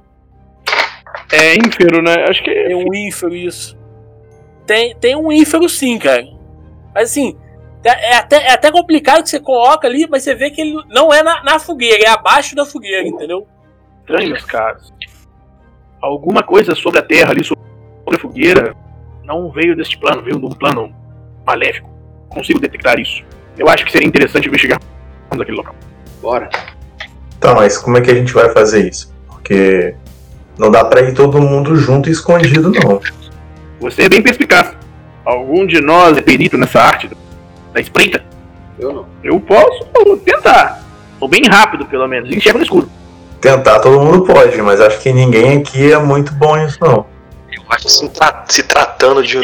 É ínfero, né? Acho que Tem um ínfero, isso. Tem um ínfero sim, cara. Mas assim, é até complicado que você coloca ali, mas você vê que ele não é na fogueira, é abaixo da fogueira, entendeu? estranhos, cara. Alguma coisa sobre a Terra ali, sobre a fogueira, não veio deste plano, veio de um plano maléfico. Consigo detectar isso. Eu acho que seria interessante investigar aquele local. Bora. Tá, mas como é que a gente vai fazer isso? Porque não dá pra ir todo mundo junto e escondido, não. Você é bem perspicaz. Algum de nós é perito nessa arte da espreita? Eu não. Eu posso tentar. Ou bem rápido, pelo menos. Enxergo no escuro. Tentar todo mundo pode, mas acho que ninguém aqui é muito bom nisso, não. Eu acho que se tratando de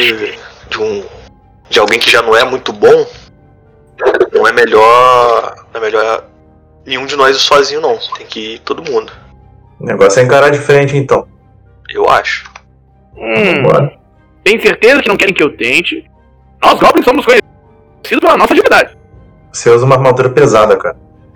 alguém que já não é muito bom, não é melhor nenhum de nós ir sozinho, não. Tem que ir todo mundo. O negócio é encarar de frente, então. Eu acho. Bora. Tem certeza que não querem que eu tente? Nós, Goblins, somos conhecidos pela nossa agilidade. Você usa uma armadura pesada, cara.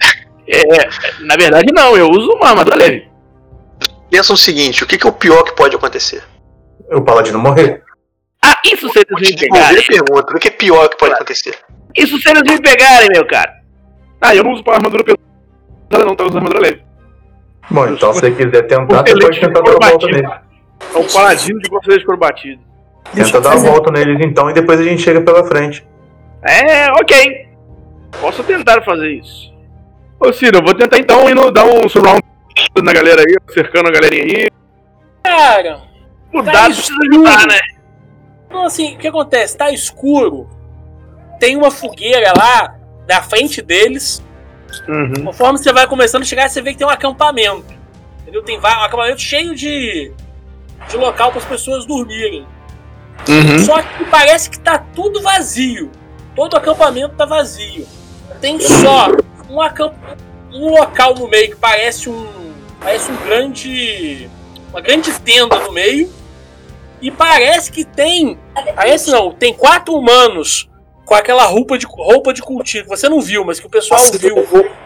Na verdade não, eu uso uma armadura leve. Pensa o seguinte, o que é o pior que pode acontecer? O paladino morrer. Ah, isso se eles me pegarem. Pergunta, o que é pior que pode acontecer? Isso se eles me pegarem, meu cara. Ah, eu não uso para armadura pesada não, tá usando armadura leve. Bom, então se você quiser tentar, você pode tentar dar a volta nele. É um paladino de conselho de cor batido. Tenta dar a volta neles então e depois a gente chega pela frente. Ok. Posso tentar fazer isso. Ô Ciro, eu vou tentar então ir dar um surround na galera aí, cercando a galerinha aí. Cara, O dado precisa ajudar, né? então assim, o que acontece? Tá escuro, tem uma fogueira lá na frente deles. Conforme você vai começando a chegar, você vê que tem um acampamento. Entendeu? Tem um acampamento cheio de local para as pessoas dormirem. Só que parece que tá tudo vazio. Todo o acampamento tá vazio. Tem só um local no meio que parece uma grande tenda no meio. E parece que tem 4 humanos com aquela roupa de cultivo. Você não viu, mas que o pessoal viu.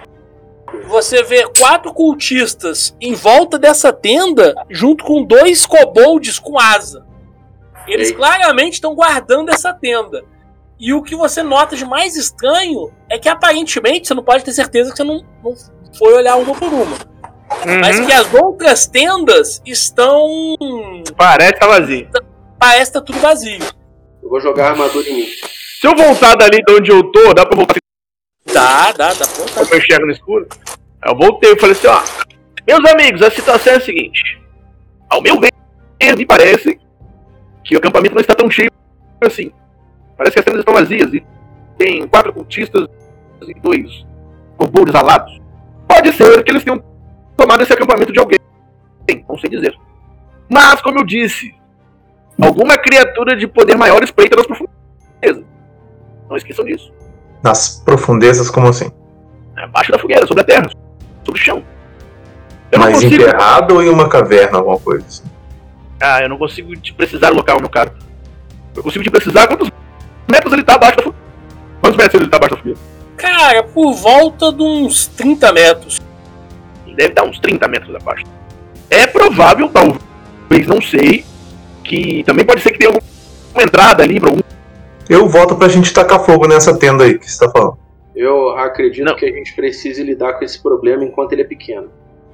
Você vê 4 cultistas em volta dessa tenda, junto com 2 kobolds com asa. Eles claramente estão guardando essa tenda. E o que você nota de mais estranho é que aparentemente você não pode ter certeza que você não foi olhar uma por uma. Mas que as outras tendas estão... Parece que tá vazio. Parece que tá tudo vazio. Eu vou jogar a armadura em mim. Se eu voltar dali de onde eu tô, dá pra voltar? Dá pra voltar. Como eu enxergo no escuro? Eu voltei e falei assim, ó. Meus amigos, a situação é a seguinte. Ao meu ver, me parece que o acampamento não está tão cheio assim. Parece que as tendas estão vazias e tem 4 cultistas e 2 kobolds alados. Pode ser que eles tenham tomado esse acampamento de alguém. Não sei dizer. Mas, como eu disse, alguma criatura de poder maior espreita nas profundezas. Não esqueçam disso. Nas profundezas, como assim? Abaixo da fogueira, sobre a terra, sobre o chão. Mas enterrado ou em uma caverna, alguma coisa assim? Ah, eu não consigo te precisar local, meu caro. Eu consigo te precisar quantos metros ele tá abaixo da fogueira. Quantos metros ele tá abaixo da fogueira? Cara, por volta de uns 30 metros. Deve estar uns 30 metros abaixo. É provável, talvez, não sei, que também pode ser que tenha alguma entrada ali pra algum... Eu voto pra gente tacar fogo nessa tenda aí que você tá falando. Eu acredito que a gente precise lidar com esse problema enquanto ele é pequeno.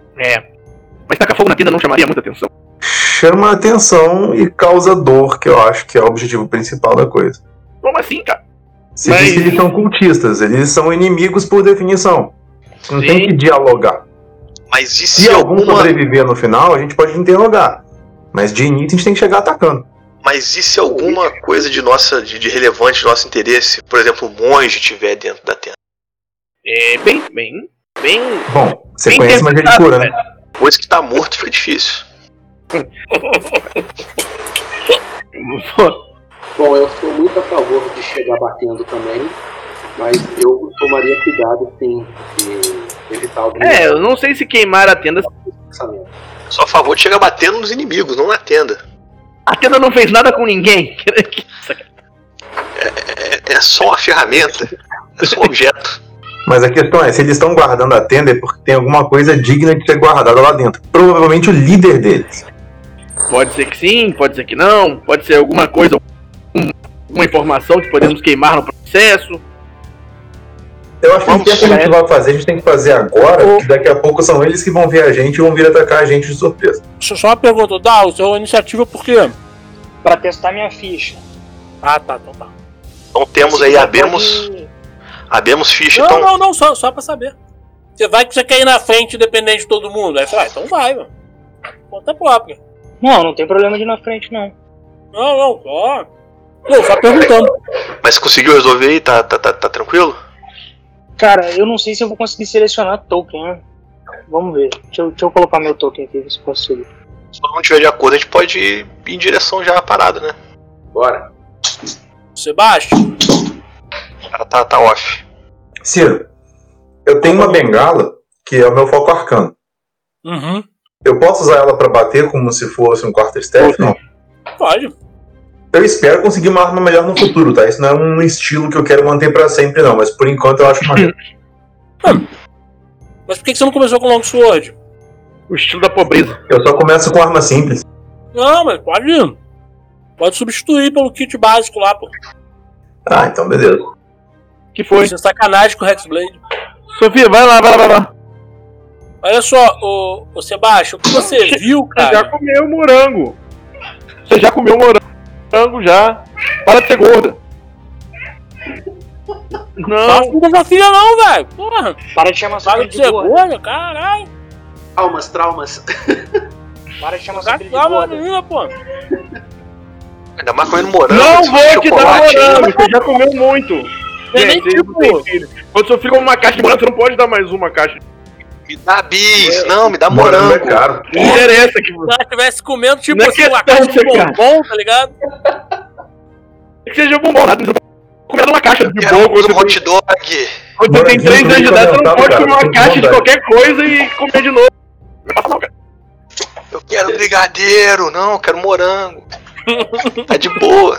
Mas tacar fogo na tenda não chamaria muita atenção? Chama atenção e causa dor, que eu acho que é o objetivo principal da coisa. Como assim, cara? Você diz que eles são cultistas, eles são inimigos por definição. Não tem que dialogar. Mas e se algum sobreviver no final, a gente pode interrogar. Mas de início a gente tem que chegar atacando. Mas e se alguma coisa de relevante de nosso interesse, por exemplo, o monge estiver dentro da tenda? Bem. Bom, você conhece magia de cura, né? Pois que tá morto fica difícil. Bom, eu sou muito a favor de chegar batendo também, mas eu tomaria cuidado em evitar algum... eu não sei se queimar a tenda... Só a favor de chegar batendo nos inimigos, não na tenda. A tenda não fez nada com ninguém. É só uma ferramenta. É só um objeto. Mas a questão é, se eles estão guardando a tenda é porque tem alguma coisa digna de ser guardada lá dentro. Provavelmente o líder deles. Pode ser que sim, pode ser que não. Pode ser alguma coisa, uma informação que podemos queimar no processo. Eu acho que o que a gente vai fazer, a gente tem que fazer agora, porque daqui a pouco são eles que vão ver a gente e vão vir atacar a gente de surpresa. Só uma pergunta, Dal, sua iniciativa por quê? Pra testar minha ficha. Ah, tá, então tá. Então temos aí, abemos ficha. Não, só pra saber. Você vai que você quer ir na frente independente de todo mundo. Aí você fala, então vai, mano. Conta própria. Não tem problema de ir na frente, não. Não, só perguntando. Mas conseguiu resolver aí? Tá tranquilo? Cara, eu não sei se eu vou conseguir selecionar token, né? Vamos ver. Deixa eu colocar meu token aqui, ver se consigo. Se todo mundo estiver de acordo, a gente pode ir em direção já à parada, né? Bora. Sebastião. Tá off. Ciro, eu tenho uma bengala que é o meu foco arcano. Uhum. Eu posso usar ela pra bater como se fosse um quarterstaff? Não. Pode. Eu espero conseguir uma arma melhor no futuro, tá? Isso não é um estilo que eu quero manter pra sempre, não. Mas por enquanto eu acho maneiro. Mas por que você não começou com Longsword? O estilo da pobreza. Eu só começo com arma simples. Não, mas pode ir. Pode substituir pelo kit básico lá, pô. Ah, então beleza. Que foi? Isso é sacanagem com o Hexblade. Sofia, vai lá. Olha só, ô Sebastião, o que você viu, cara? Você já comeu morango. Você já comeu morango, já. Para de ser gorda. Não. Não da filha não, velho. Porra. Para de chamar sua Para filha de de ser gorda. gorda, caralho. Traumas. Para de chamar sua filha de Calma, gorda. menina, pô. Ainda mais comendo morango. Não vou te dar chocolate, morango, você já comeu muito. Você nem Gente, tipo... não tem filho. Quando seu filho come uma caixa de morango, você não pode dar mais uma caixa. Me dá bis, não, me dá Morango morango. é caro. Não interessa que Se você. ela estivesse comendo, tipo Não é assim, uma questão caixa de de ser bombom, tá ligado? Que seja bombom, nada. Você tá comendo uma caixa de Quero bombom. um hot dog. Quando você tem 3 anos de idade, você não pode comer uma caixa de qualquer coisa e comer de novo. Não passa não, cara. Eu quero brigadeiro, não, eu quero morango. Tá de boa.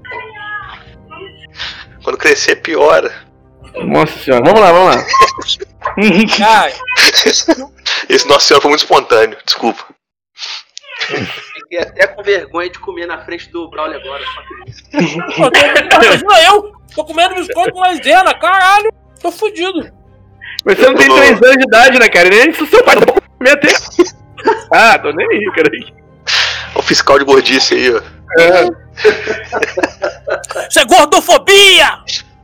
Quando crescer, piora. Nossa senhora, vamos lá. Cara, Esse Nossa Senhora foi muito espontâneo, desculpa. Fiquei até com vergonha de comer na frente do Braulio agora. Só que isso. pô, imagina eu. Tô comendo biscoito com maisena, caralho. Tô fudido. Mas você não tem 3 anos de idade, né, cara? Nem se o seu pai não pode comer até. Ah, tô nem aí, cara. O fiscal de gordice aí, ó. Isso é gordofobia!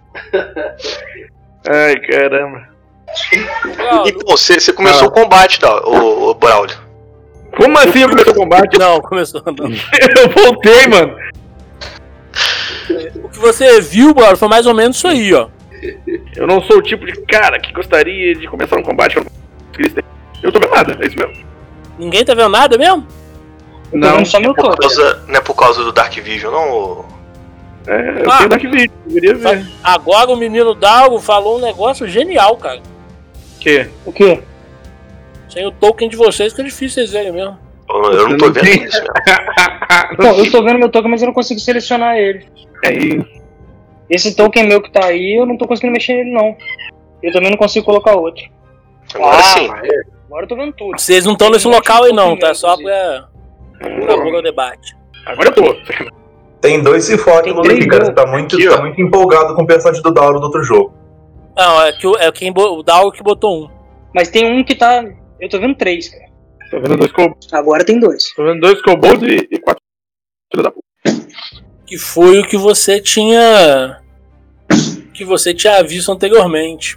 Ai, caramba. Então, você começou o combate, tá, o Braulio. Como assim eu comecei o combate? Não, começou não. Eu voltei, mano. O que você viu, Braulio, foi mais ou menos isso aí, ó. Eu não sou o tipo de cara que gostaria de começar um combate. Eu tô vendo nada, é isso mesmo. Ninguém tá vendo nada mesmo? Não, Só meu token. Não é por causa do Dark Vision, não? eu tenho Dark Vision, deveria ver. Agora o menino Dalgo falou um negócio genial, cara. Que? O quê? Sem o token de vocês fica difícil vocês verem mesmo. Eu não tô vendo isso mesmo. Não, eu tô vendo meu token, mas eu não consigo selecionar ele. Aí, Esse token meu que tá aí, eu não tô conseguindo mexer nele, não. Eu também não consigo colocar outro. Agora sim. Agora eu tô vendo tudo. Vocês não estão nesse local aí não, tá? Só pra boca o debate. agora eu tô. Tem 2 cifotes Tem no três, cara. né? Você tá muito Aqui, ó. empolgado com o personagem do Dauro do outro jogo. Não, o Dalgo que botou um. Mas tem um que tá... Eu tô vendo 3, cara. Tô vendo 2 kobolds. Agora tem 2. Tô vendo 2 kobolds e 4 filho da puta. Que foi o que você tinha... Que você tinha visto anteriormente.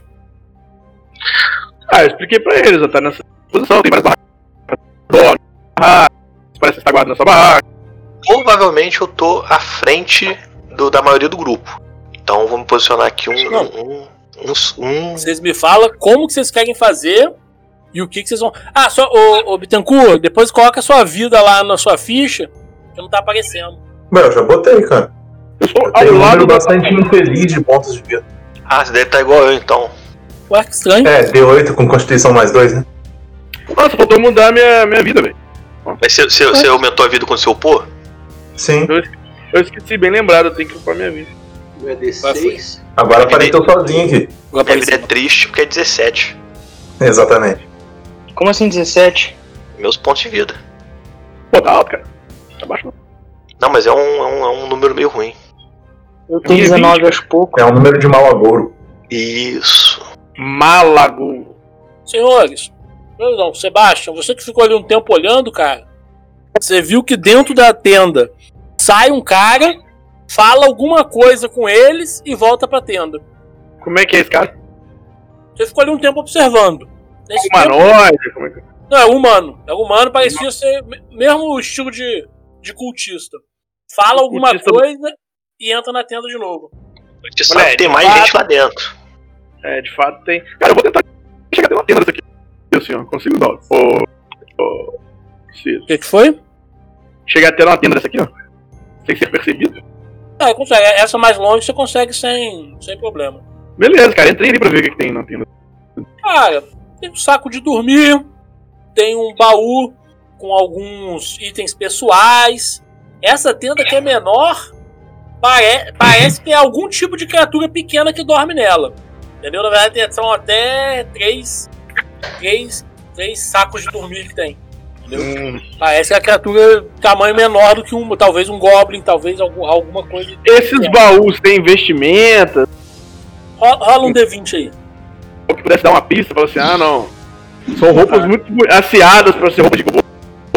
Eu expliquei pra eles, ó, tá nessa posição, tem várias barracas. Parece que você tá guardando essa barraca. Provavelmente eu tô à frente da maioria do grupo. Então vamos posicionar aqui um. Vocês me falam como que vocês querem fazer e o que vocês vão... Ah, só, ô Bittencourt, depois coloca a sua vida lá na sua ficha, que não tá aparecendo. Eu já botei, cara. Eu sou Tem ao um lado número da... bastante infeliz de pontos de vida. Você deve estar igual eu então. Ué, que estranho. D8 com Constituição mais 2, né? Nossa, faltou mudar minha vida, velho. Mas você aumentou a vida quando você upou? Sim. Eu esqueci, bem lembrado, eu tenho que ocupar minha vida. Não é D6? Agora apareceu sozinho aqui. Minha vida é triste porque é 17. Exatamente. Como assim 17? Meus pontos de vida. Pô, tá alto, cara. Tá baixo não. Não, mas é um número meio ruim. Eu tenho 19 aos poucos. É um número de mau agouro. Isso. Malago. Senhores, não, Sebastião, você que ficou ali um tempo olhando, cara, você viu que dentro da tenda sai um cara, fala alguma coisa com eles e volta pra tenda. Como é que é esse cara? Você ficou ali um tempo observando. Nesse Humanoide? tempo, Como é que é? não, é humano. É humano, parecia ser mesmo o estilo de cultista. Fala alguma Cultista coisa e entra na tenda de novo. A gente sabe que tem mais gente lá dentro. É, de fato tem. Cara, eu vou tentar chegar até uma tenda dessa aqui. Assim, ó, consigo dar. O que foi? Chegar até uma tenda dessa aqui, ó. Sem ser percebido. Consegue. Essa mais longe você consegue sem problema. Beleza, cara, entrei ali pra ver o que tem na tenda. Cara, tem um saco de dormir, tem um baú com alguns itens pessoais. Essa tenda que é menor, parece que é algum tipo de criatura pequena que dorme nela. Entendeu? Na verdade, são até três sacos de dormir que tem. Entendeu? Parece que a criatura de tamanho menor do que talvez um goblin, talvez alguma coisa. Esses baús têm vestimenta? Rola um D20 aí. Ou que pudesse dar uma pista, falar assim, não. São roupas muito asseadas pra ser roupa de goblin.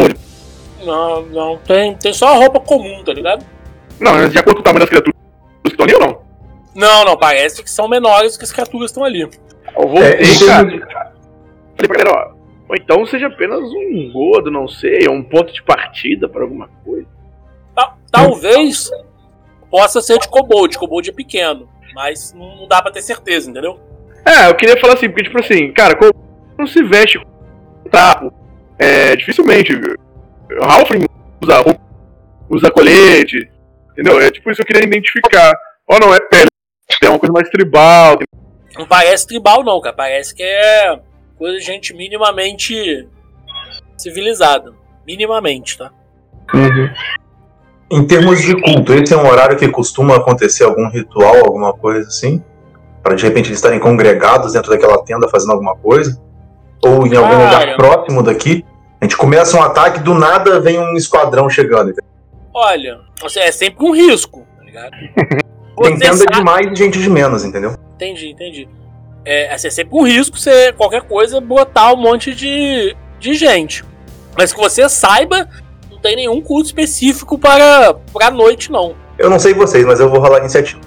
Não. Tem só a roupa comum, tá ligado? Não, de acordo com o tamanho das criaturas que estão ali ou não? Não, parece que são menores do que as criaturas estão ali. Eu voltei, cara. Falei pra galera, ou então seja apenas um godo, não sei, um ponto de partida para alguma coisa. Talvez possa ser de kobold. Kobold é pequeno, mas não dá pra ter certeza, entendeu? Eu queria falar assim, porque tipo assim, cara, como não se veste com tapo, dificilmente. Halfling usa colete, entendeu? É tipo isso que eu queria identificar. Ou não é pele, é uma coisa mais tribal. Não parece tribal não, cara, parece que é coisa de gente minimamente civilizada. Minimamente, tá? Uhum. Em termos de culto, esse é um horário que costuma acontecer algum ritual, alguma coisa assim? Para de repente eles estarem congregados dentro daquela tenda fazendo alguma coisa? Ou em algum lugar próximo daqui? A gente começa um ataque, do nada vem um esquadrão chegando. Olha, é sempre um risco, tá ligado? Tem tenda de mais e gente de menos, entendeu? Entendi. É sempre um risco você, qualquer coisa, botar um monte de gente. Mas que você saiba, não tem nenhum culto específico pra noite, não. Eu não sei vocês, mas eu vou rolar iniciativa.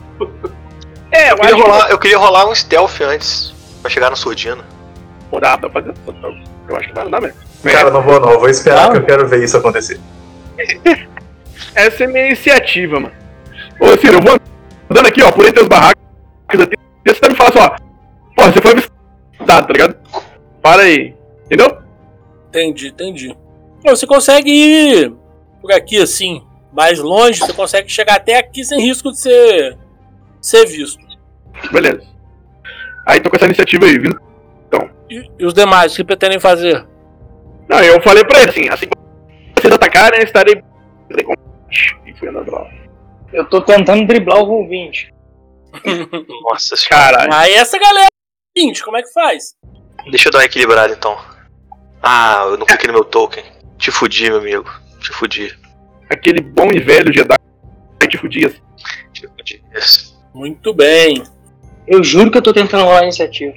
Eu queria rolar um stealth antes, pra chegar no Surdina. Dá pra fazer. Eu acho que vai dar mesmo. Cara, não vou esperar que eu quero ver isso acontecer. Essa é minha iniciativa, mano. Ô, Ciro, eu vou andando aqui, ó, por entre as barracas. Você me fala assim, ó, você foi avistado, tá ligado? Para aí, entendeu? Entendi. Você consegue ir por aqui, assim, mais longe, você consegue chegar até aqui sem risco de ser visto. Beleza. Aí tô com essa iniciativa aí, vindo. Então. E os demais, o que pretendem fazer? Não, eu falei pra ele assim que vocês atacarem, eu estarei... E fui andando lá. Eu tô tentando driblar o Roll20. Nossa, caralho. Aí essa galera, como é que faz? Deixa eu dar uma equilibrada então. Eu não cliquei no meu token. Te fudi, meu amigo. Te fudi. Aquele bom e velho Jedi te fudia. Te fudi. Muito bem. Eu juro que eu tô tentando rolar a iniciativa.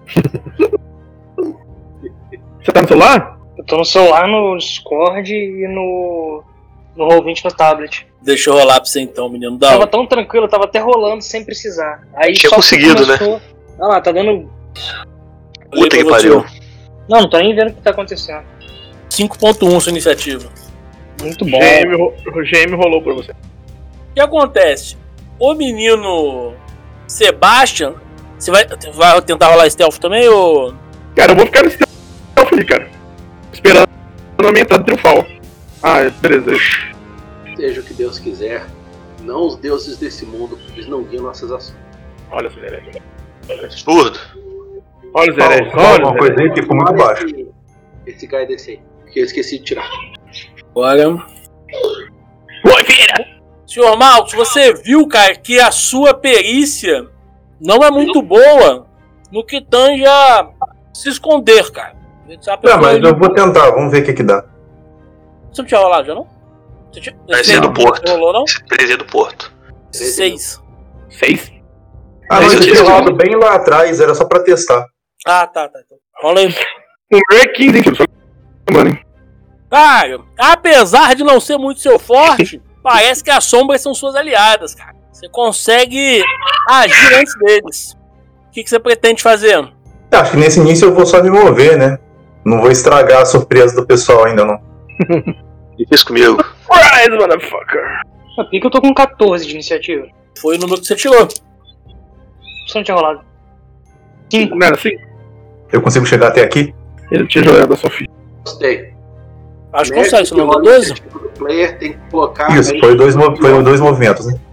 Você tá no celular? Eu tô no celular, no Discord e no Roll20 no tablet. Deixa eu rolar pra você então, menino. Tava tão tranquilo, eu tava até rolando sem precisar. Aí tinha só conseguido, começou... né? Olha lá, tá dando... Puta que pariu. Não tô nem vendo o que tá acontecendo. 5.1 sua iniciativa. Muito bom. O GM rolou pra você. O que acontece? O menino Sebastian, você vai tentar rolar stealth também, ou... Cara, eu vou ficar no stealth ali, cara. Esperando a minha entrada triunfal. Beleza. Seja o que Deus quiser, não os deuses desse mundo, eles não guiam nossas ações. Olha esse herege. Absurdo. Olha os hereges. Olha uma coisa aí que ficou muito baixo. Esse guy desse aí, que eu esqueci de tirar. Agora... Oi, filha! Senhor Malcos, você viu, cara, que a sua perícia não é muito boa no que tange a se esconder, cara. Mas eu vou tentar, vamos ver o que dá. Você não tinha rolado já, não? Esse é do Porto. Rolou, não? Esse 13 é do Porto. 6. 6? Mas eu tinha rolado bem lá atrás, era só pra testar. Ah, tá. Rola aí. O meu é 15, mano. Cara, apesar de não ser muito seu forte, parece que as sombras são suas aliadas, cara. Você consegue agir antes deles. O que você pretende fazer? Acho que nesse início eu vou só me mover, né? Não vou estragar a surpresa do pessoal ainda, não. E fez comigo. Surprise, motherfucker. Por que eu tô com 14 de iniciativa? Foi o número que você tirou. Você não tinha rolado? 5. Não era assim? Eu consigo chegar até aqui? Ele tinha jogado a sua filha. Gostei. Acho que consegue, se não dá 12. O player tem que colocar. Isso, foi dois movimentos, né?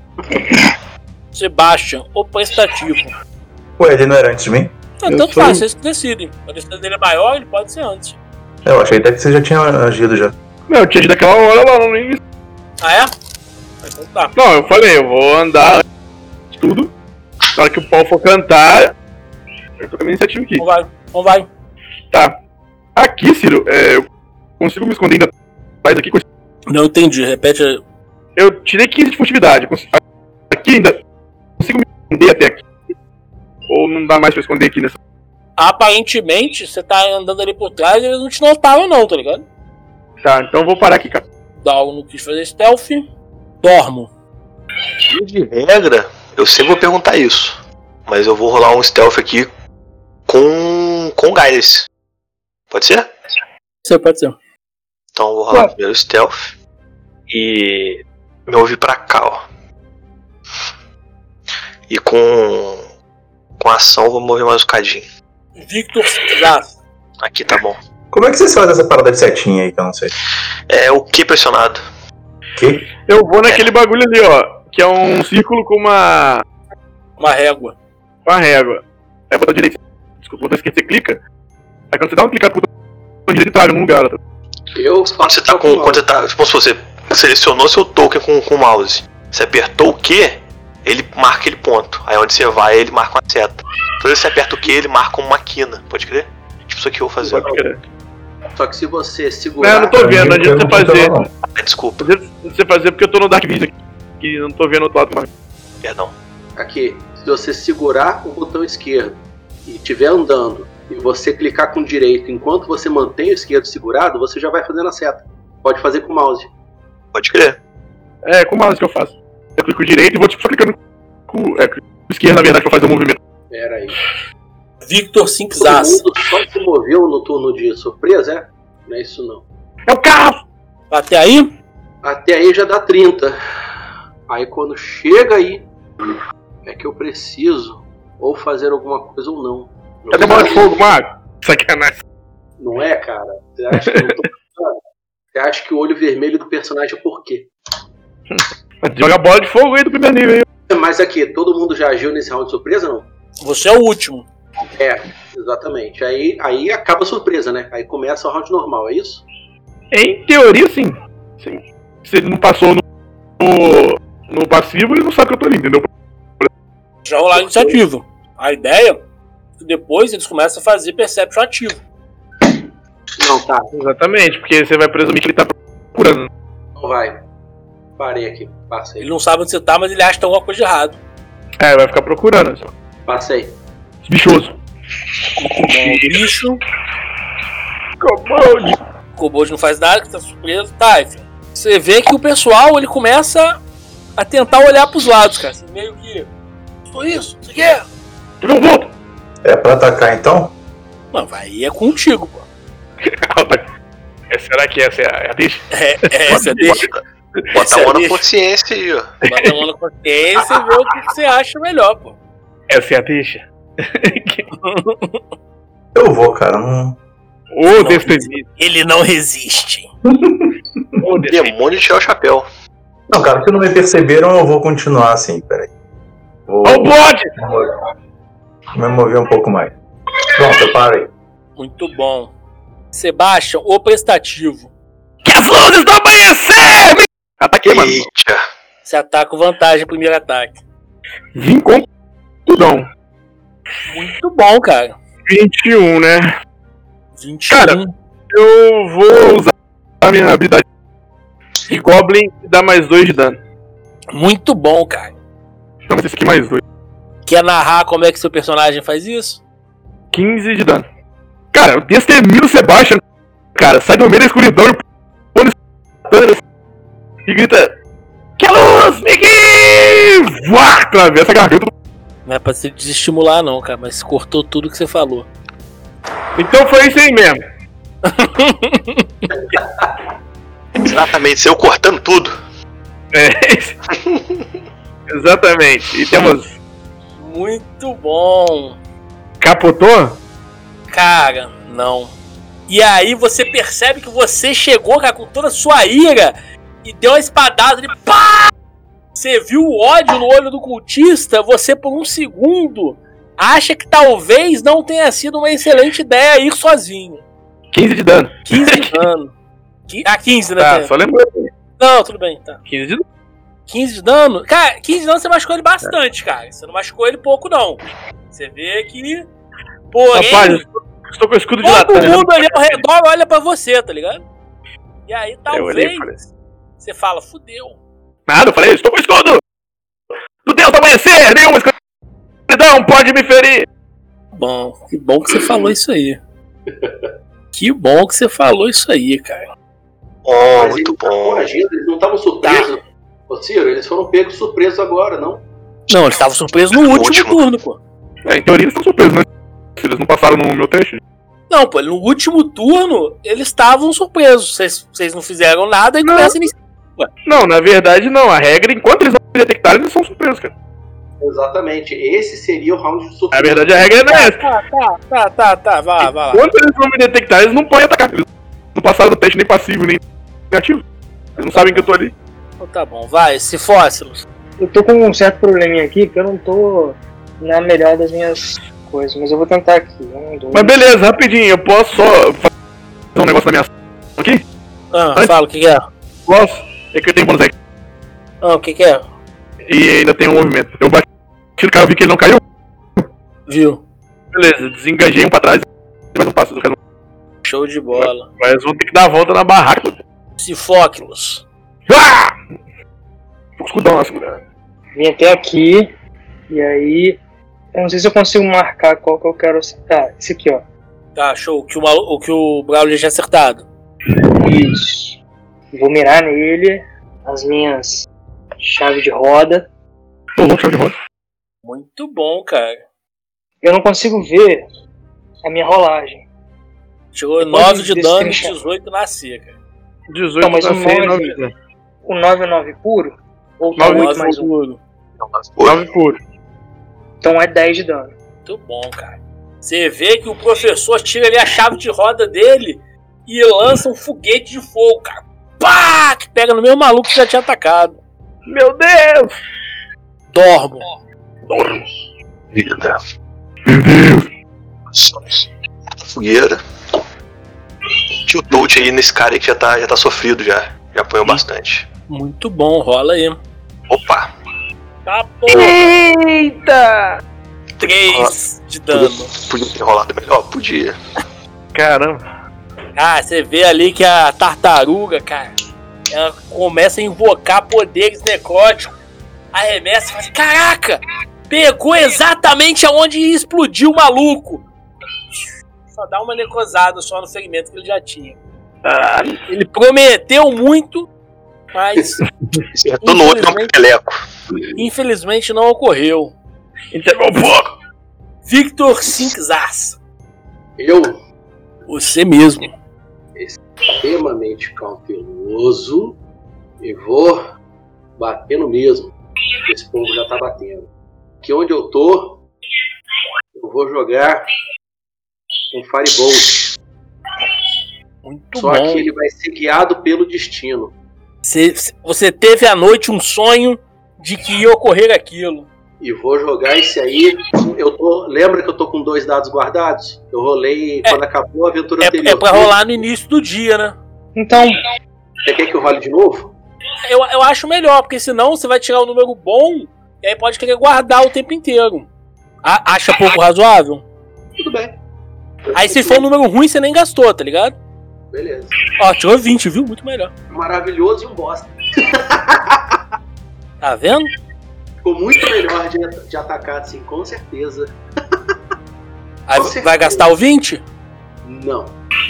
Sebastian, o prestativo. Ué, ele não era antes de mim? Tanto faz, vocês que decidem. A distância dele é maior, ele pode ser antes. Eu achei até que você já tinha agido já. Não, eu tinha agido daquela hora lá no início. Ah, é? Então tá. Não, eu falei, eu vou andar tudo. Na hora que o Paul for cantar, eu tô com a minha iniciativa aqui. Então vai. Tá. Aqui, Ciro, eu consigo me esconder ainda atrás aqui com esse... Não entendi, repete. Eu tirei 15 de furtividade. Aqui ainda consigo me esconder até aqui. Ou não dá mais pra esconder aqui nessa... Aparentemente, você tá andando ali por trás e eles não te notaram não, tá ligado? Tá, então eu vou parar aqui, cara. Dalgo não quis fazer stealth. Dormo. De regra, eu sempre vou perguntar isso. Mas eu vou rolar um stealth aqui com guidance. Pode ser? Pode ser. Então eu vou rolar primeiro o stealth. E me ouvir pra cá, ó. E com ação eu vou mover mais um cadinho. Victor Zaz. Aqui tá bom. Como é que vocês fazem essa parada de setinha aí que eu não sei? É o Q pressionado. Que? Eu vou naquele bagulho ali, ó. Que é um círculo com uma régua. Uma régua. Aí botão direito. Desculpa, botão esquerdo você clica. Aí quando você dá uma clicada pro botão direito, traga num lugar. Tá? Quando você tá tipo, se você selecionou seu token com o mouse, você apertou o Q, ele marca aquele ponto. Aí onde você vai, ele marca uma seta. Toda vez que você aperta o Q, ele marca uma quina. Pode crer? Tipo isso aqui eu vou fazer. Pode crer. Só que se você segurar... Não, eu não tô vendo, não adianta você fazer. Desculpa. Não adianta você fazer porque eu tô no Dark Vision aqui. Que eu não tô vendo o outro lado mais. Perdão. Aqui, se você segurar o botão esquerdo e estiver andando e você clicar com o direito enquanto você mantém o esquerdo segurado, você já vai fazendo a seta. Pode fazer com o mouse. Pode crer. É, com o mouse que eu faço. Eu clico direito e vou tipo, só clicando com o esquerdo, na verdade, pra fazer o movimento. Pera aí. Victor Sinkzaz. Todo mundo só se moveu no turno de surpresa, é? Não é isso não. É o carro! Até aí? Até aí já dá 30. Aí quando chega aí, é que eu preciso ou fazer alguma coisa ou não. Cadê a bola de fogo, Mago? Sacanagem. Não é, cara? Você acha que eu não tô pensando? Você acha que o olho vermelho do personagem é por quê? Joga a bola de fogo aí do primeiro nível aí. Mas aqui, todo mundo já agiu nesse round de surpresa, não? Você é o último. É, exatamente. Aí acaba a surpresa, né? Aí começa o round normal, é isso? Em teoria, sim. Se ele não passou no passivo, ele não sabe que eu tô ali, entendeu? Já rolar a iniciativa. A ideia é que depois eles começam a fazer perception ativo. Não, tá. Exatamente, porque você vai presumir que ele tá procurando. Não vai. Parei aqui, passei. Ele não sabe onde você tá, mas ele acha que tem alguma coisa de errado. É, vai ficar procurando. Só. Passei. Bichoso. Bicho. Kobold. Kobold não faz nada, que tá surpreso. Tá, enfim. Você vê que o pessoal, ele começa a tentar olhar pros lados, cara. Assim, meio que... Foi isso? Você quer? Não volta. É pra atacar então? Não, vai, é contigo, pô. Será que essa é a deixa? Essa é a deixa. Bota a mão na consciência aí, ó. Bota a mão na consciência e vê o que você acha melhor, pô. Essa é a deixa? Eu vou, cara. Não... Ô, destemido. Ele não resiste. O demônio tirar o chapéu. Não, cara, se não me perceberam, eu vou continuar assim, peraí. Vou Ó o bode! me mover um pouco mais. Pronto, eu parei. Muito bom. Sebastian, o prestativo. Que as luzes do amanhecer! Ataquei, mano. Eita. Você ataca com vantagem, primeiro ataque. Vim com tudão. Muito bom, cara. 21, né? 21. Cara, eu vou usar a minha habilidade de Goblin e dar mais 2 de dano. Muito bom, cara. Então esse aqui mais 2. Quer narrar como é que seu personagem faz isso? 15 de dano. Cara, eu destemilo o Sebastian, cara, sai do meio da escuridão e põe e grita: que luz, Mickey! Voar! Atravessa a garganta. Não é pra se desestimular não, cara, mas cortou tudo que você falou. Então foi isso aí mesmo. Exatamente, saiu cortando tudo. É. Exatamente. E temos. Muito bom. Capotou? Cara, não. E aí você percebe que você chegou, cara, com toda a sua ira e deu uma espadada ali, pá! Você viu o ódio no olho do cultista, você por um segundo acha que talvez não tenha sido uma excelente ideia ir sozinho. 15 de dano. 15 de dano. 15, né? Tá, só lembrando. Não, tudo bem, tá. 15 de dano. 15 de dano? Cara, 15 de dano você machucou ele bastante, cara. Você não machucou ele pouco, não. Você vê que... Porém, rapaz, estou com o escudo de todo latão. mundo ali ao redor olha pra você, tá ligado? E aí talvez você fala, fudeu. Nada, eu falei, estou com o escudo! Do Deus do amanhecer, nenhuma escuridão pode me ferir! Bom, que bom que você falou isso aí. Que bom que você falou isso aí, cara. Oh, muito bom. Eles não estavam surpresos. Ô Ciro, eles foram pegos surpresos agora, não? Não, eles estavam surpresos no último turno, pô. É, em teoria eles estão surpresos, né? Se eles não passaram no meu teste. Não, pô, no último turno eles estavam surpresos. Vocês não fizeram nada e começam a iniciar. Não, na verdade não. A regra, enquanto eles não me detectarem, eles são surpresos, cara. Exatamente. Esse seria o round de surpresa. Na verdade, a regra não é essa. Tá, vai lá. Enquanto eles não me detectarem, eles não podem atacar. Eles não passaram no teste nem passivo, nem negativo. Eles não sabem que eu tô ali. Então tá bom, vai, se fósseis. Eu tô com um certo probleminha aqui, porque eu não tô na melhor das minhas coisas, mas eu vou tentar aqui. Mas beleza, rapidinho, eu posso só fazer um negócio na minha ação aqui? Fala, o que é? Posso? É que eu tenho bônus aqui. O que é? E ainda tem um movimento. Eu bati no cara, eu vi que ele não caiu. Viu? Beleza, desengajei um pra trás. Mais um passo do cara. Show de bola. Mas vou ter que dar a volta na barraca. Sifóquilos. Ah! Tô com escudão na segunda. Vim até aqui, e aí... Eu não sei se eu consigo marcar qual que eu quero... Ah, esse aqui, ó. Tá, show. O que o Braulio já tinha acertado. Isso. Vou mirar nele as minhas chaves de roda. Chave de roda. Muito bom, cara. Eu não consigo ver a minha rolagem. Tirou 9 de dano e 18 na seca. 18 não, mas na o feia, 9, 9. o 9 é 9 puro? Ou tá 8 mais 1? puro. 9 puro. Então é 10 de dano. Muito bom, cara. Você vê que o professor tira ali a chave de roda dele e lança um foguete de fogo, cara. Pá! Que pega no mesmo maluco que já tinha atacado. Meu Deus! Dormo. Vida. Fogueira. Tio Touch aí nesse cara aí que já tá sofrido já. Já apanhou bastante. Muito bom, rola aí. Opa! Tá bom. Eita! 3 de dano. Podia ter rolado melhor? Podia. Caramba. Ah, você vê ali que a tartaruga, cara, ela começa a invocar poderes necróticos. Arremessa e fala assim, caraca! Pegou exatamente aonde explodiu o maluco. Só dá uma necrosada só no ferimento que ele já tinha. Ele prometeu muito, mas Acertou no outro, não peleco. infelizmente não ocorreu. Entregou um pouco. Victor Cinzas. Eu, Você mesmo. extremamente cauteloso, e vou bater no mesmo. Esse povo já tá batendo. Aqui onde eu tô, eu vou jogar um Firebolt. Muito Só bom. que ele vai ser guiado pelo destino. Você teve à noite um sonho de que ia ocorrer aquilo. E vou jogar esse aí. Lembra que eu tô com 2 dados guardados? Eu rolei quando acabou a aventura anterior. É pra rolar no início do dia, né? Então, Você quer que eu role de novo? Eu acho melhor, porque senão você vai tirar um número bom e aí pode querer guardar o tempo inteiro. Acha pouco razoável? Tudo bem. Aí se for um número ruim, você nem gastou, tá ligado? Beleza. Ó, tirou 20, viu? Muito melhor. Maravilhoso e um bosta. Tá vendo? Ficou muito melhor de atacar assim, com certeza. Aí Com certeza. vai gastar o 20? Não.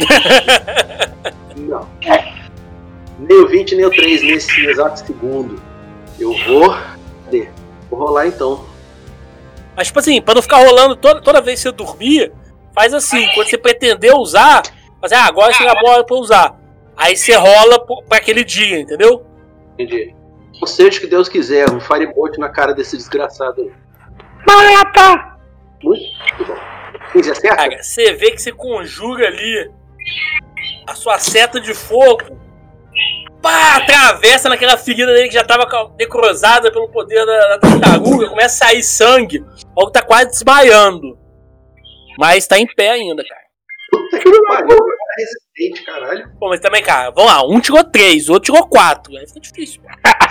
Não. Nem o 20, nem o 3 nesse exato segundo. Eu vou rolar então. Mas tipo assim, pra não ficar rolando toda vez que você dormir, faz assim, quando você pretender usar, faz agora chega a bola pra usar. Aí você rola pra aquele dia, entendeu? Entendi. Ou seja, que Deus quiser, um firebolt na cara desse desgraçado aí. Mata! Muito bom. 15 acerta? Cara, você vê que você conjura ali a sua seta de fogo, pá, atravessa naquela ferida dele que já tava necrosada pelo poder da tartaruga, começa a sair sangue, o que tá quase desmaiando. Mas tá em pé ainda, cara. Puta que pariu, é resistente, caralho. Pô, mas também, cara, vamos lá, um tirou 3, o outro tirou 4. Aí fica difícil.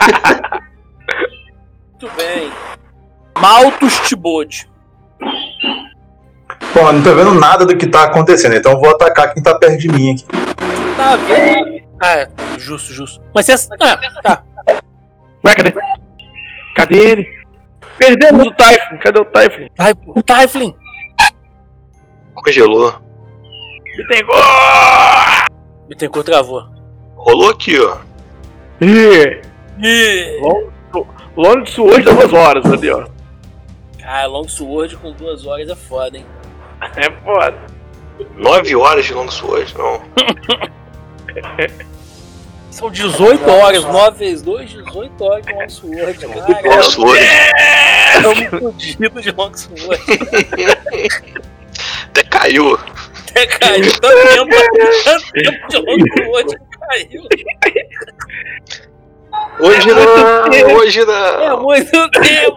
Muito bem. Malthus Tibode. Bom, não tô vendo nada do que tá acontecendo, então eu vou atacar quem tá perto de mim aqui. Tá vendo? Justo. Mas você... tá. Ué, cadê ele? Perdemos o Typhon. Cadê o Typhon? O Typhon. Congelou. Bittencourt travou. Rolou aqui, ó. Long Sword dá 2 horas ali, ó. Cara, Long Sword com 2 horas é foda, hein? É foda. 9 horas de Long Sword, não. São 18 horas, 9 vezes 2, 18 horas de Long Sword. Long Sword. Estamos fodidos de Long Sword. Até caiu. Tanto tempo de Long Sword que caiu. Hoje não. É muito tempo.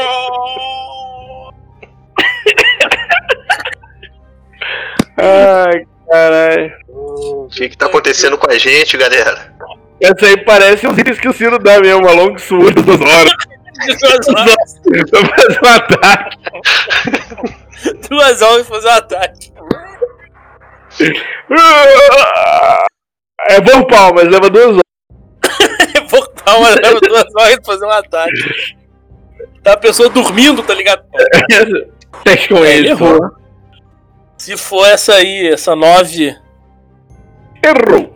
Ai, caralho. O que tá acontecendo com a gente, galera? Essa aí parece os itens que o Ciro dá mesmo, uma Long Sword de 2 horas. Pra fazer um ataque. 2 horas pra fazer um ataque. É Vorpal, mas leva 2 horas. Vorpal, mas leva 2 horas pra fazer um ataque. Tá a pessoa dormindo, tá ligado? Teste com ele. Errou. Se for essa aí, essa 9... Errou.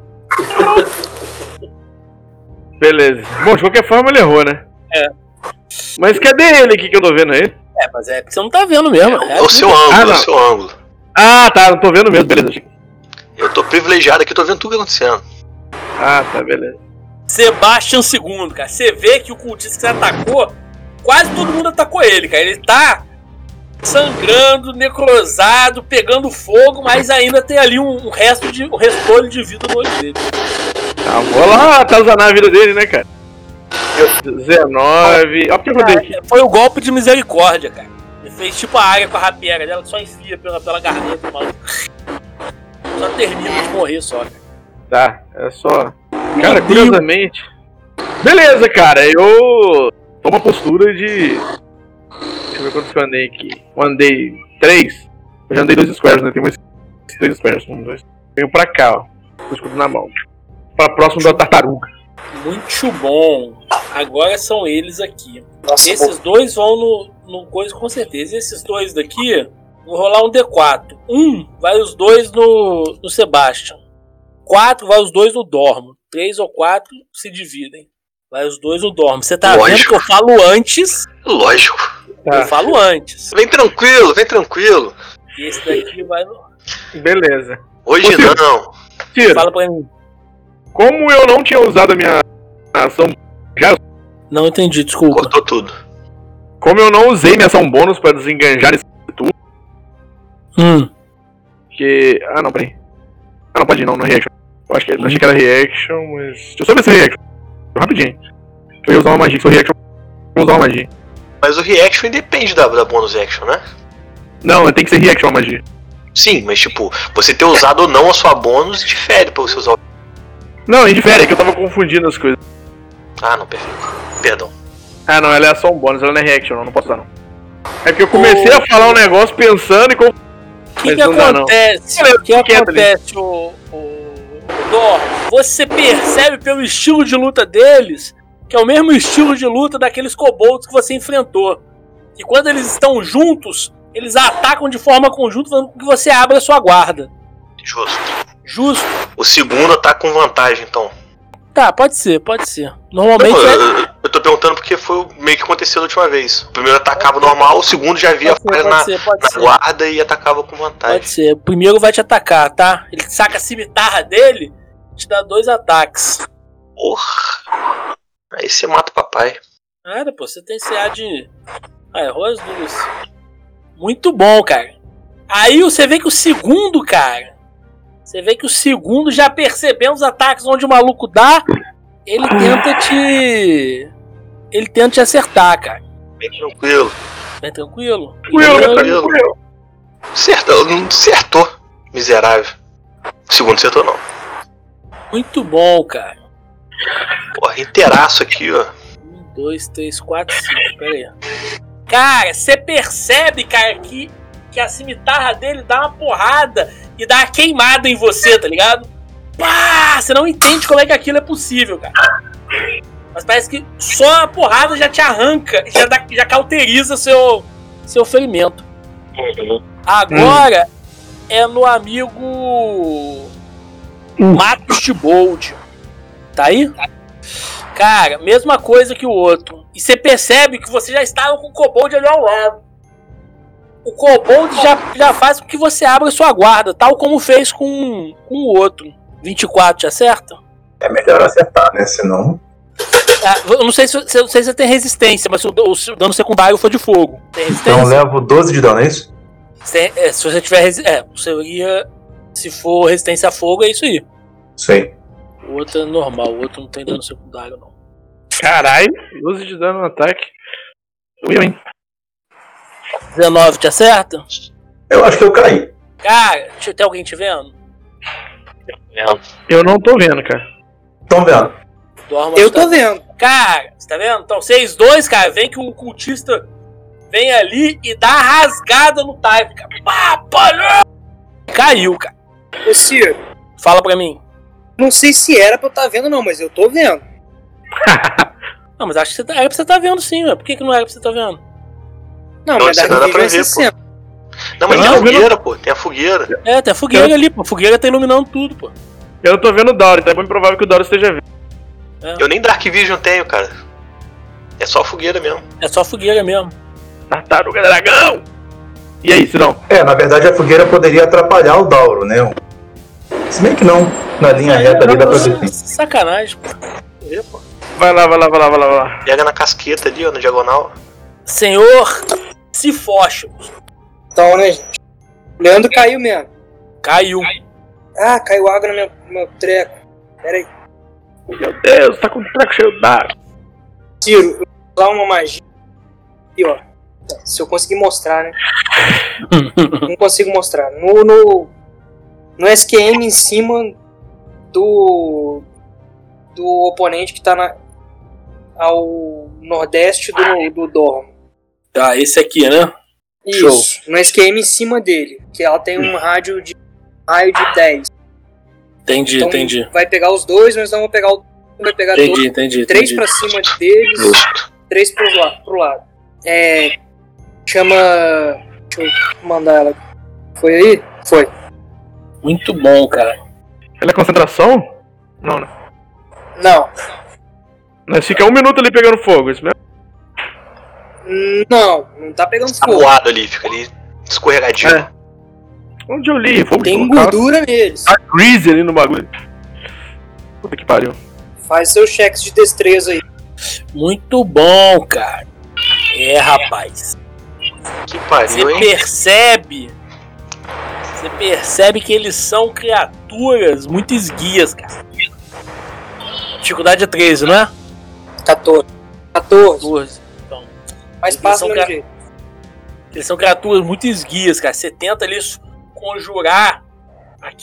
Beleza. Bom, de qualquer forma ele errou, né? É. Mas cadê ele aqui que eu tô vendo aí? Mas é que você não tá vendo mesmo. É o seu ângulo, é o seu ângulo. Ah, tá, não tô vendo mesmo, beleza. Eu tô privilegiado aqui, tô vendo tudo que tá acontecendo. Ah, tá, beleza. Sebastian II, cara. Você vê que o cultista que você atacou, quase todo mundo atacou ele, cara. Ele tá sangrando, necrosado, pegando fogo, mas ainda tem ali um restolho de vida no olho dele. Ah, vou lá atazanar a vida dele, né, cara? 19... Olha o que eu rodei aqui. Foi o golpe de misericórdia, cara. Ele fez tipo a área com a rapiera dela, que só enfia pela garganta do maluco. Só termina de morrer só, cara. Tá, é só... Cara, curiosamente... Beleza, cara, eu... Tô uma postura de... Deixa eu ver quantos que eu andei aqui. Eu andei 3. Eu já andei 2 squares, né? Tem mais 3 squares. 1, 2. Venho pra cá, ó. Com o escudo na mão. Pra próximo da tartaruga. Muito bom. Agora são eles aqui. Nossa, esses dois vão no coisa com certeza. Esses dois daqui, vou rolar um D4. 1 vai os dois no Sebastian. 4 vai os dois no Dormo. 3 ou 4 se dividem. Vai os dois no Dormo. Você tá vendo que eu falo antes? Lógico. Eu falo antes. Vem tranquilo, vem tranquilo. E esse daqui vai no... Beleza. Hoje não. Tira. Fala pra mim. Como eu não tinha usado a minha ação... Já... Não entendi, desculpa. Cortou tudo. Como eu não usei minha ação bônus pra desenganjar esse tudo... Que... Ah, não, peraí. Ah, não pode ir, não, reaction. Eu achei que era reaction, mas... Deixa eu só ver se é reaction. Rapidinho. Eu ia usar uma magia, se for reaction, eu vou usar uma magia. Mas o reaction independe da bonus action, né? Não, tem que ser reaction a magia. Sim, mas tipo, você ter usado ou não a sua bônus difere pra você usar o... Não, indifere, é que eu tava confundindo as coisas. Ah, não, perfeito. Perdão. Ah, não, ela é só um bônus, ela não é reaction, não posso usar, não. É que eu comecei a falar um negócio pensando e... O que acontece? O que acontece, o Dor? Você percebe pelo estilo de luta deles que é o mesmo estilo de luta daqueles kobolds que você enfrentou. E quando eles estão juntos, eles atacam de forma conjunta, fazendo com que você abra a sua guarda. Justo. O segundo tá com vantagem, então. Tá, pode ser. Normalmente eu tô perguntando porque foi meio que aconteceu da última vez. O primeiro atacava normal, o segundo já via falha na guarda e atacava com vantagem. Pode ser. O primeiro vai te atacar, tá? Ele saca a cimitarra dele e te dá 2 ataques. Porra. Aí você mata o papai. Nada, pô. Você tem CA de... Ah, errou as duas. Muito bom, cara. Aí você vê que o segundo, cara... Você vê que o segundo, já percebendo os ataques onde o maluco dá, ele tenta te acertar, cara. Bem tranquilo. Tranquilo. Acertou. Miserável. O segundo acertou, não. Muito bom, cara. Porra, inteiraço aqui, ó. 1, 2, 3, 4, 5. Pera aí. Cara, você percebe, cara, que a cimitarra dele dá uma porrada e dá uma queimada em você, tá ligado? Pá! Você não entende como é que aquilo é possível, cara. Mas parece que só a porrada já te arranca, já cauteriza seu ferimento. Agora é no amigo Matos Tibold. Tá aí? Cara, mesma coisa que o outro. E você percebe que você já estava com o kobold ali ao lado. O kobold já faz com que você abra sua guarda, tal como fez com o outro. 24, te acerta? É melhor acertar, né? Senão... Eu não sei se você tem resistência, mas o dano secundário foi de fogo. Tem resistência? Então eu levo 12 de dano, é isso? Se você tiver resistência... Se for resistência a fogo, é isso aí. Sei. O outro é normal, o outro não tem dano secundário, não. Caralho, 12 de dano no ataque. Eu, hein? 19, te acerta? Eu acho que eu caí. Cara, tem alguém te vendo? Eu não tô vendo, cara. Tão vendo? Eu tô vendo. Cara, você tá vendo? Então, vocês dois, cara, vem que o cultista vem ali e dá a rasgada no Type, cara. Pá, caiu, cara. Ô, Ciro. Fala pra mim. Não sei se era pra eu estar vendo, não, mas eu tô vendo. Não, mas acho que era pra você estar vendo sim, ué. Por que não era pra você estar vendo? Não, mas dá pra ver, pô. Não, mas tem a fogueira, pô. Tem a fogueira. É, tem a fogueira ali, pô. A fogueira tá iluminando tudo, pô. Eu não tô vendo o Dauro, então é bem provável que o Dauro esteja vendo. Eu nem Dark Vision tenho, cara. É só a fogueira mesmo. É só a fogueira mesmo. Tartaruga dragão! E aí, Cirão? Na verdade a fogueira poderia atrapalhar o Dauro, né? Se bem que não, na linha reta ali dá pra ver. Sacanagem, pô. Vai lá. Pega na casqueta ali, ó, na diagonal. Senhor Cifóximos. Então, né, gente? O Leandro caiu mesmo. Caiu. Ah, caiu água no meu treco. Pera aí. Meu Deus, tá com o treco cheio d'água. Ciro, eu vou usar uma magia. Aqui, ó. Se eu conseguir mostrar, né? Não consigo mostrar. No SQM em cima do oponente que tá ao nordeste do Dormo. Tá, esse aqui, né? Isso. Show. No SQM em cima dele, que ela tem um raio de 10. Entendi, então, entendi. Vai pegar os dois, mas não vai pegar o... Vai pegar entendi. 3 pra cima deles, 3 pro lado. Chama... Deixa eu mandar ela. Foi aí? Foi. Muito bom, cara. Ela é concentração? Não, né? Não. Mas fica 1 minuto ali pegando fogo, isso mesmo? Não tá pegando fogo. Tá voado ali, fica ali escorregadinho. Onde eu li? Fogo tem gordura neles. Tá greasy ali no bagulho. Puta que pariu. Faz seus cheques de destreza aí. Muito bom, cara. Rapaz. Que pariu, hein? Você percebe que eles são criaturas muito esguias, cara. Dificuldade é 13, não é? 14. Então, mas passa do jeito. Eles são criaturas muito esguias, cara. Você tenta ali conjurar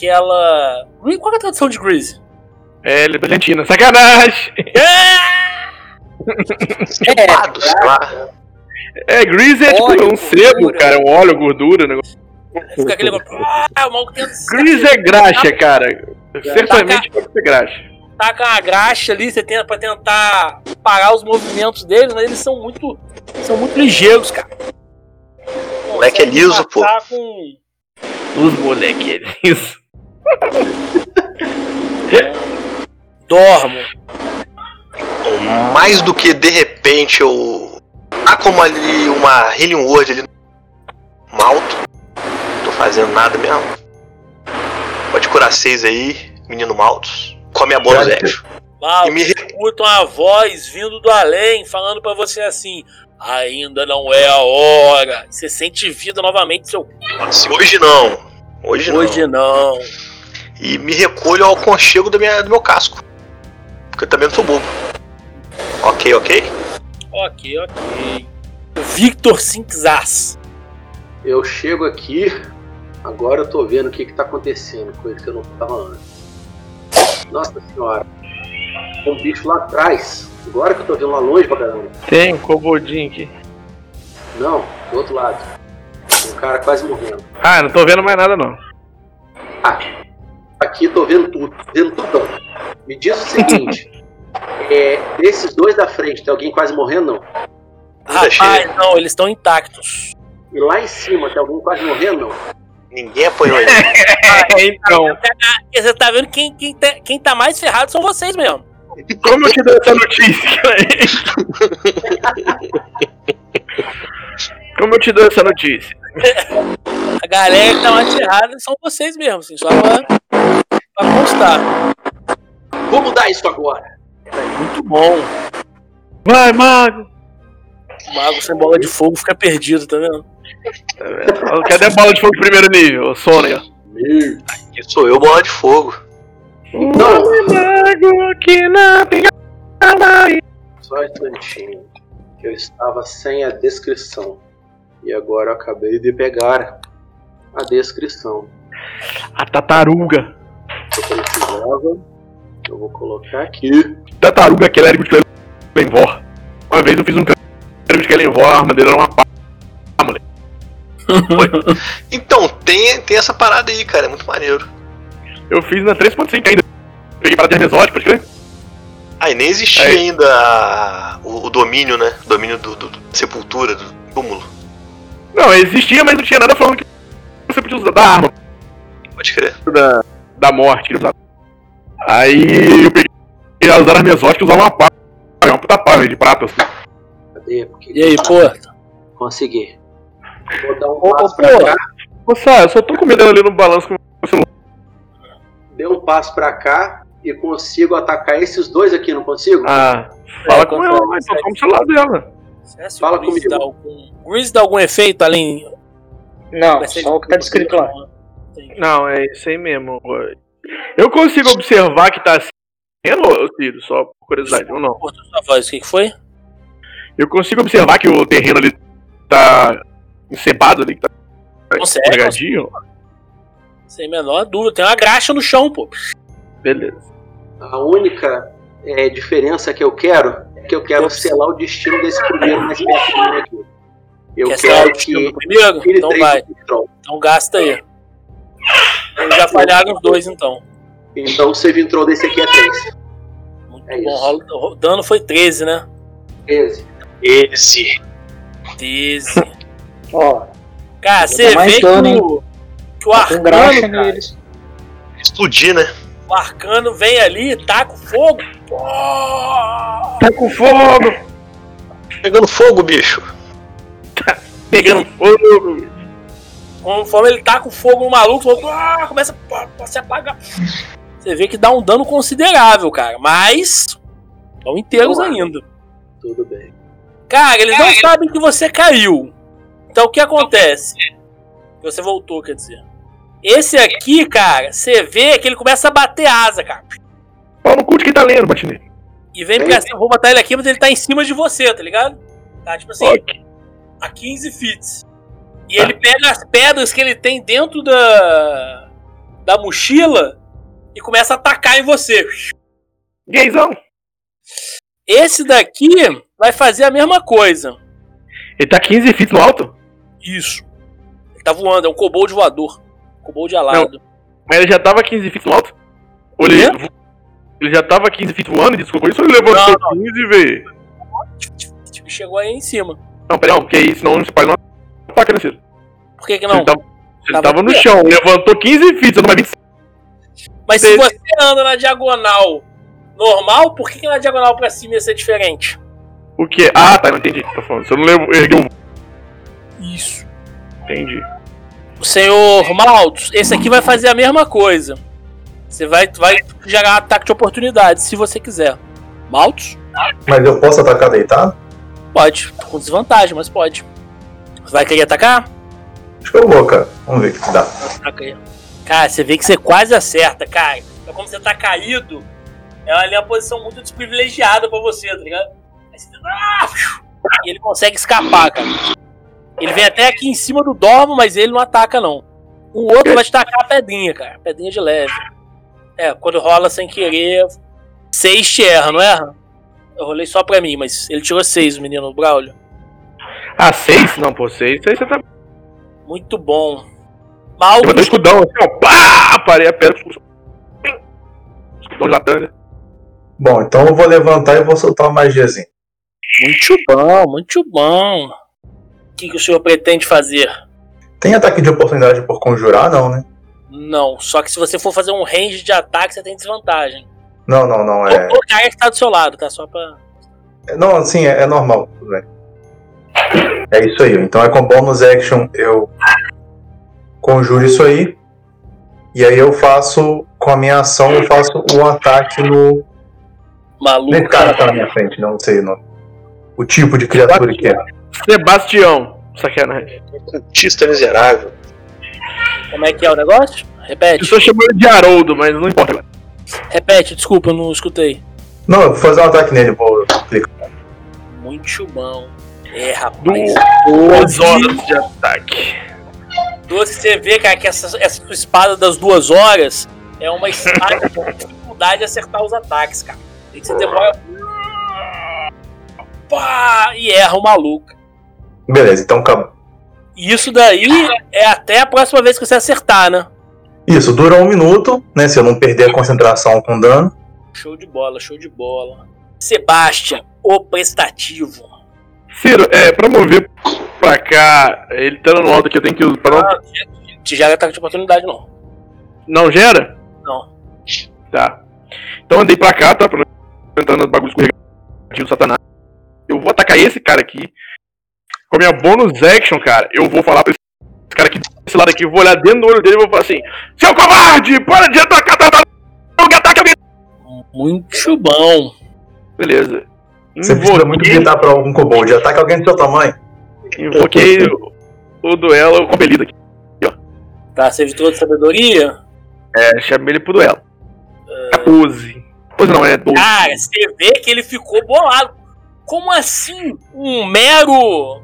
aquela... Qual é a tradução de Grease? Brilhantina. Sacanagem! Queimados, sei lá. Grease é tipo Óleo, um sebo, gordura. cara, um óleo, gordura, negócio. Fica aquele negócio. O maluco tenta. Grease é graxa, cara. Certamente pode ser graxa. Taca uma graxa ali, você tenta pra tentar parar os movimentos deles, mas eles são muito ligeiros, cara. O moleque é liso, pô. Os moleque, é isso. Dormo. Mais do que de repente eu. Há como ali uma Healing Word ali no alto. Não tô fazendo nada mesmo. Pode curar 6 aí, menino Maltos. Come a bônus action. Mal, escuta uma voz vindo do além, falando pra você assim: ainda não é a hora. Você sente vida novamente, seu. Hoje não. Hoje não. E me recolho ao aconchego do meu casco. Porque eu também não sou bobo. Ok. Ok. Victor Sinxas. Eu chego aqui, agora eu tô vendo o que tá acontecendo, coisa que eu não tava antes. Nossa senhora, tem um bicho lá atrás, agora que eu tô vendo lá longe pra caramba. Tem um koboldinho aqui. Não, do outro lado. Tem um cara quase morrendo. Ah, não tô vendo mais nada não. Ah, aqui tô vendo tudo, Me diz o seguinte, desses dois da frente, tem alguém quase morrendo, não? Rapaz, não, eles estão intactos. E lá em cima, tem alguém quase morrendo, não? Ninguém apanhou ele. Então. Você tá vendo quem tá mais ferrado são vocês mesmo. Como eu te dou essa notícia? Como eu te dou essa notícia? A galera que tá mais ferrada são vocês mesmo, assim, só pra constar. Vou mudar isso agora. Muito bom. Vai, mago! O mago sem bola de fogo fica perdido, tá vendo? Cadê a bola de fogo primeiro nível, Sônia? Aqui sou eu, bola de fogo. Não. Mago aqui na pegada. Só um instantinho, que eu estava sem a descrição. E agora eu acabei de pegar a descrição. A tartaruga. Eu precisava. Eu vou colocar aqui. Tartaruga clérigo de Kelenvor. Uma vez eu fiz um clérigo de Kelenvor, a arma dele era uma pá, moleque. Então, tem essa parada aí, cara, é muito maneiro. Eu fiz na 3.5 ainda. Peguei parada de Arnesote, pode crer? Ah, e nem existia ainda o domínio, né? O domínio do sepultura, do túmulo. Não, existia, mas não tinha nada falando que você podia usar da arma. Pode crer. Da morte que ele usava. Aí eu peguei a usar Arnesote que usava uma pá. Uma puta pá, de prata. Assim. Cadê? E aí, pô? Consegui. Vou dar um passo pra cá. Moça, eu só tô com medo ali no balanço com o celular. Dei um passo pra cá e consigo atacar esses dois aqui, não consigo? Ah, fala com ela, mas tô com o celular dela. Fala comigo. O Grease dá algum efeito além. Não, só o que tá descrito lá. Não, é isso aí mesmo. Eu consigo observar que tá assim, Ciro, só por curiosidade, ou não? O que foi? Eu consigo observar que o terreno ali tá encebado ali, que tá escorregadinho. Sem menor dúvida, tem uma graxa no chão, pô. Beleza. A única diferença que eu quero é que eu quero selar o destino desse primeiro mais perto de mim aqui. Eu quero que primeiro? Então vai. Então gasta aí. Eles já falharam os dois, então. Então o save intro desse aqui é 3. Muito bom. O dano foi 13, né? 13. 13. Ó. Cara, você vê que o arcano, cara, explodir, né? O arcano vem ali, taca o fogo. Tá com fogo! Pegando fogo, bicho. Tá pegando fogo! Conforme ele taca o fogo no maluco, começa a se apagar. Você vê que dá um dano considerável, cara. Mas estão inteiros ainda. Tudo bem. Cara, eles não sabem que você caiu. Então o que acontece? Você voltou, quer dizer. Esse aqui, cara, você vê que ele começa a bater asa, cara. Pau no cu de quem tá lendo, Batinei. E vem pra cima, vou botar ele aqui, mas ele tá em cima de você, tá ligado? Tá, tipo assim, a 15 feet. E ele pega as pedras que ele tem dentro da mochila e começa a atacar em você. Gaysão! Esse daqui vai fazer a mesma coisa. Ele tá 15 feet no alto? Isso. Ele tá voando, é um kobold voador. Kobold alado. Mas ele já tava 15 feet no alto? Ou ele já tava 15 feet voando, desculpa, isso ele levantou 15 e veio. Chegou aí em cima. Não, peraí, não, porque aí senão você pode não atacar, né, Ciro? Por que não? Ele tava no chão, levantou 15 feet, você não vai 25. Mas se você anda na diagonal normal, por que na diagonal pra cima ia ser diferente? O quê? Ah, tá, não entendi. Tô falando. Você não ergueu. Isso. Entendi. O senhor Maltos, esse aqui vai fazer a mesma coisa. Você vai gerar ataque de oportunidade, se você quiser. Maltos? Mas eu posso atacar deitado? Pode, com desvantagem, mas pode. Você vai querer atacar? Acho que eu vou, cara. Vamos ver o que dá. Ataca aí. Cara, você vê que você quase acerta, cara. Então, como você tá caído, é uma posição muito desprivilegiada pra você, tá ligado? Aí você e ele consegue escapar, cara. Ele vem até aqui em cima do Dormo, mas ele não ataca, não. O outro vai te tacar a pedrinha, cara. Pedrinha de leve. Quando rola sem querer, 6 te erra, não erra? Eu rolei só pra mim, mas ele tirou 6, o menino Braulio. Ah, 6? Não, pô, 6 aí você tá... Muito bom. Mal. Eu mandei escudão, assim, ó. Pá! Parei a pedra. Escudão latando. Bom, então eu vou levantar e vou soltar uma magiazinha. Muito bom, muito bom. O que o senhor pretende fazer? Tem ataque de oportunidade por conjurar, não, né? Não, só que se você for fazer um range de ataque, você tem desvantagem. Não, é... O cara que tá do seu lado, tá? Só pra... Não, assim, é normal, tudo bem. É isso aí, então é com bônus action eu conjuro isso aí. E aí eu faço, com a minha ação, eu faço um ataque no... Maluco. Nesse cara que tá na minha frente, não sei o tipo de criatura que é. Sebastião. Sacanagem. Cultista miserável. Como é que é o negócio? Repete. Eu estou chamando de Haroldo, mas não importa. Repete, desculpa, eu não escutei. Não, eu vou fazer um ataque nele, vou clicar. Muito bom. Rapaz. 2 horas de ataque. Você vê, cara, que essa sua espada das 2 horas é uma espada com dificuldade de acertar os ataques, cara. Tem que você demora. Pá, e erra o maluco. Beleza, então acabou. E isso daí é até a próxima vez que você acertar, né? Isso, dura 1 minuto, né? Se eu não perder a concentração com dano. Show de bola, show de bola. Sebastião, o prestativo. Ciro, pra mover pra cá, ele tá no alto aqui, eu tenho que usar pra não... Te gera ataque de oportunidade, não. Não gera? Não. Tá. Então andei pra cá, tá? Pra não entrar no bagulho escorregativo do Satanás. Eu vou atacar esse cara aqui. Com a minha bonus action, cara, eu vou falar pra esse cara aqui desse lado aqui, eu vou olhar dentro do olho dele e vou falar assim: seu covarde, para de atacar, ataca alguém! Muito bom. Beleza. Você precisa muito gritar pra algum kobold, ataca alguém do seu tamanho. Invoquei o duelo compelido aqui. Tá, você evitou de sabedoria? Chamei ele pro duelo. 14. Pois não, 12. Cara, você vê que ele ficou bolado. Como assim? Um mero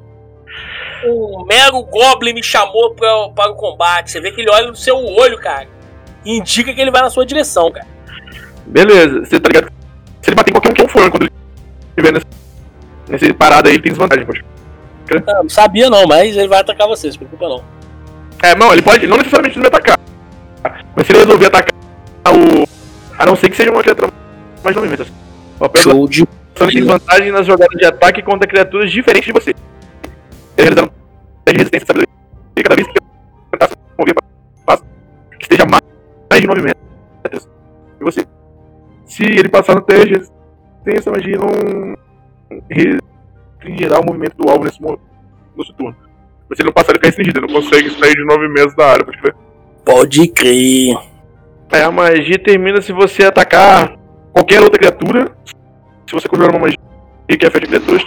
Goblin me chamou para o combate. Você vê que ele olha no seu olho, cara. E indica que ele vai na sua direção, cara. Beleza, você tá ligado? Se ele bater em qualquer um que eu for, quando ele estiver nesse parada aí, ele tem desvantagem, poxa. Não sabia não, mas ele vai atacar você, se preocupa não. Não, ele pode, não necessariamente me atacar. Mas se ele resolver atacar a não ser que seja uma criatura mais nome. Show de... Tem desvantagem nas jogadas de ataque contra criaturas diferentes de você. Ele realizando 10 de resistência, sabe? E cada vez que eu tentar se mover para que esteja mais de 9 metros. E você. Se ele passar no teste de resistência, a magia não restringirá o movimento do alvo nesse turno. Se ele não passar, ele fica restringido, ele não consegue sair de 9 metros da área, pode crer? Pode crer. A magia termina se você atacar qualquer outra criatura. Se você conjurar uma magia que afeta criaturas,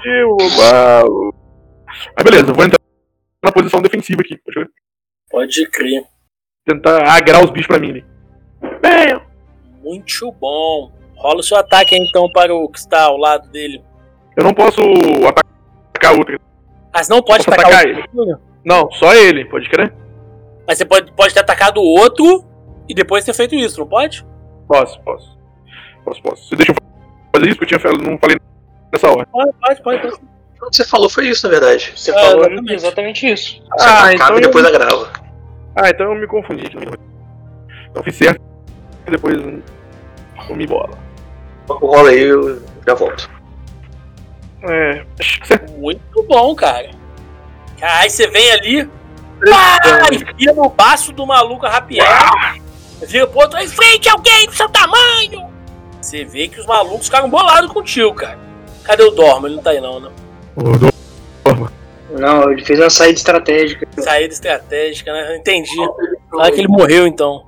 Mas beleza, vou entrar na posição defensiva aqui, pode ver? Pode crer. Tentar agrar os bichos pra mim ali. Bem. Muito bom. Rola o seu ataque aí, então para o que está ao lado dele. Eu não posso atacar outra. Mas não pode atacar ele? Não, só ele, pode crer? Mas você pode ter atacado o outro e depois ter feito isso, não pode? Posso. Você deixa eu fazer isso, porque eu não falei nessa hora. Pode. O que você falou foi isso, na verdade. Você falou exatamente isso. Você acaba e depois agrava. Então eu me confundi. Então fiz certo e depois comi bola. Rola aí, eu já volto. Muito bom, cara. Aí você vem ali, enfia no baço do maluco arrapiado, vira pro outro, enfrente alguém do seu tamanho. Você vê que os malucos ficaram bolados contigo, cara. Cadê o Dormo? Ele não tá aí não, né? Não, ele fez uma saída estratégica. Saída estratégica, né? Entendi. Claro que ele morreu, então.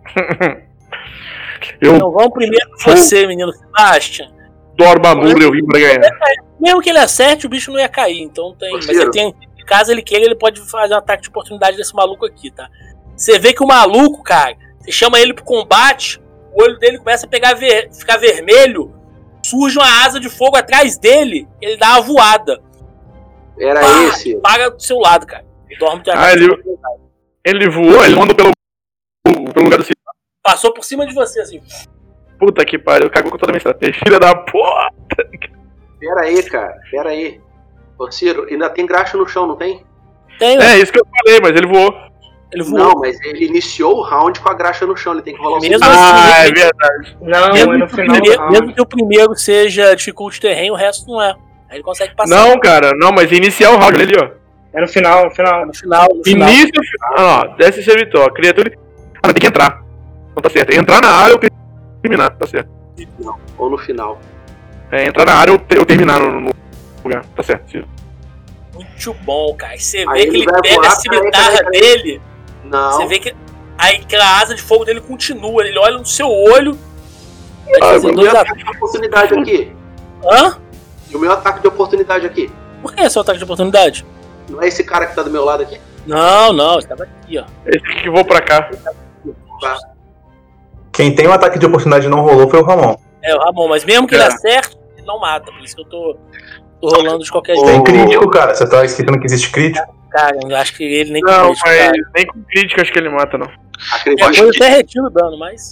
Então vamos primeiro com você, menino Sebastian. Dormo a mula, eu vim pra ganhar. Mesmo que ele acerte, o bicho não ia cair, então tem. Mas ele tem. Caso ele queira, ele pode fazer um ataque de oportunidade desse maluco aqui, tá? Você vê que o maluco, cara, você chama ele pro combate, o olho dele começa a ficar vermelho, surge uma asa de fogo atrás dele, ele dá uma voada. Era esse. Paga do seu lado, cara. Dorme de ele voou, ele mandou pelo lugar do Ciro. Passou por cima de você, assim. Puta que pariu, cagou com toda a minha estratégia. Filha da porra! Pera aí, cara, pera aí. Ô Ciro, ainda tem graxa no chão, não tem? Tem, isso que eu falei, mas ele voou. Ele voou. Não, mas ele iniciou o round com a graxa no chão, ele tem que rolar o Mesmo segundo. assim, é verdade. Não, mesmo, é no final do round. mesmo que o primeiro seja dificulte terreno, o resto não é. Aí ele consegue passar. Não, cara, mas iniciar o round ali, ó. É no final. No final. Início, desce esse vitória. Criatura. Tem que entrar. Não tá certo. Entrar na área ou terminar, tá certo. Não, ou no final. Entrar na área ou terminar no lugar, tá certo. Sim. Muito bom, cara. Você Aí vê que ele vai pega voar, a cimitarra dele. Não. Você vê que aí aquela asa de fogo dele continua. Ele olha no seu olho. Vai fazer E o meu ataque de oportunidade aqui? Hã? E o meu ataque de oportunidade aqui? Por que é seu ataque de oportunidade? Não é esse cara que tá do meu lado aqui? Não, ele tava aqui, ó. Esse aqui que voou pra cá. Tá. Quem tem o ataque de oportunidade e não rolou foi o Ramon. É, o Ramon, mas mesmo que ele acerte, ele não mata. Por isso que eu tô rolando de qualquer jeito. Tem crítico, cara. Você tá escrito que existe crítico? Cara, eu acho que ele nem com Não, crítico, mas cara. nem com crítica acho que ele mata, não. Depois até retira o dano, mas...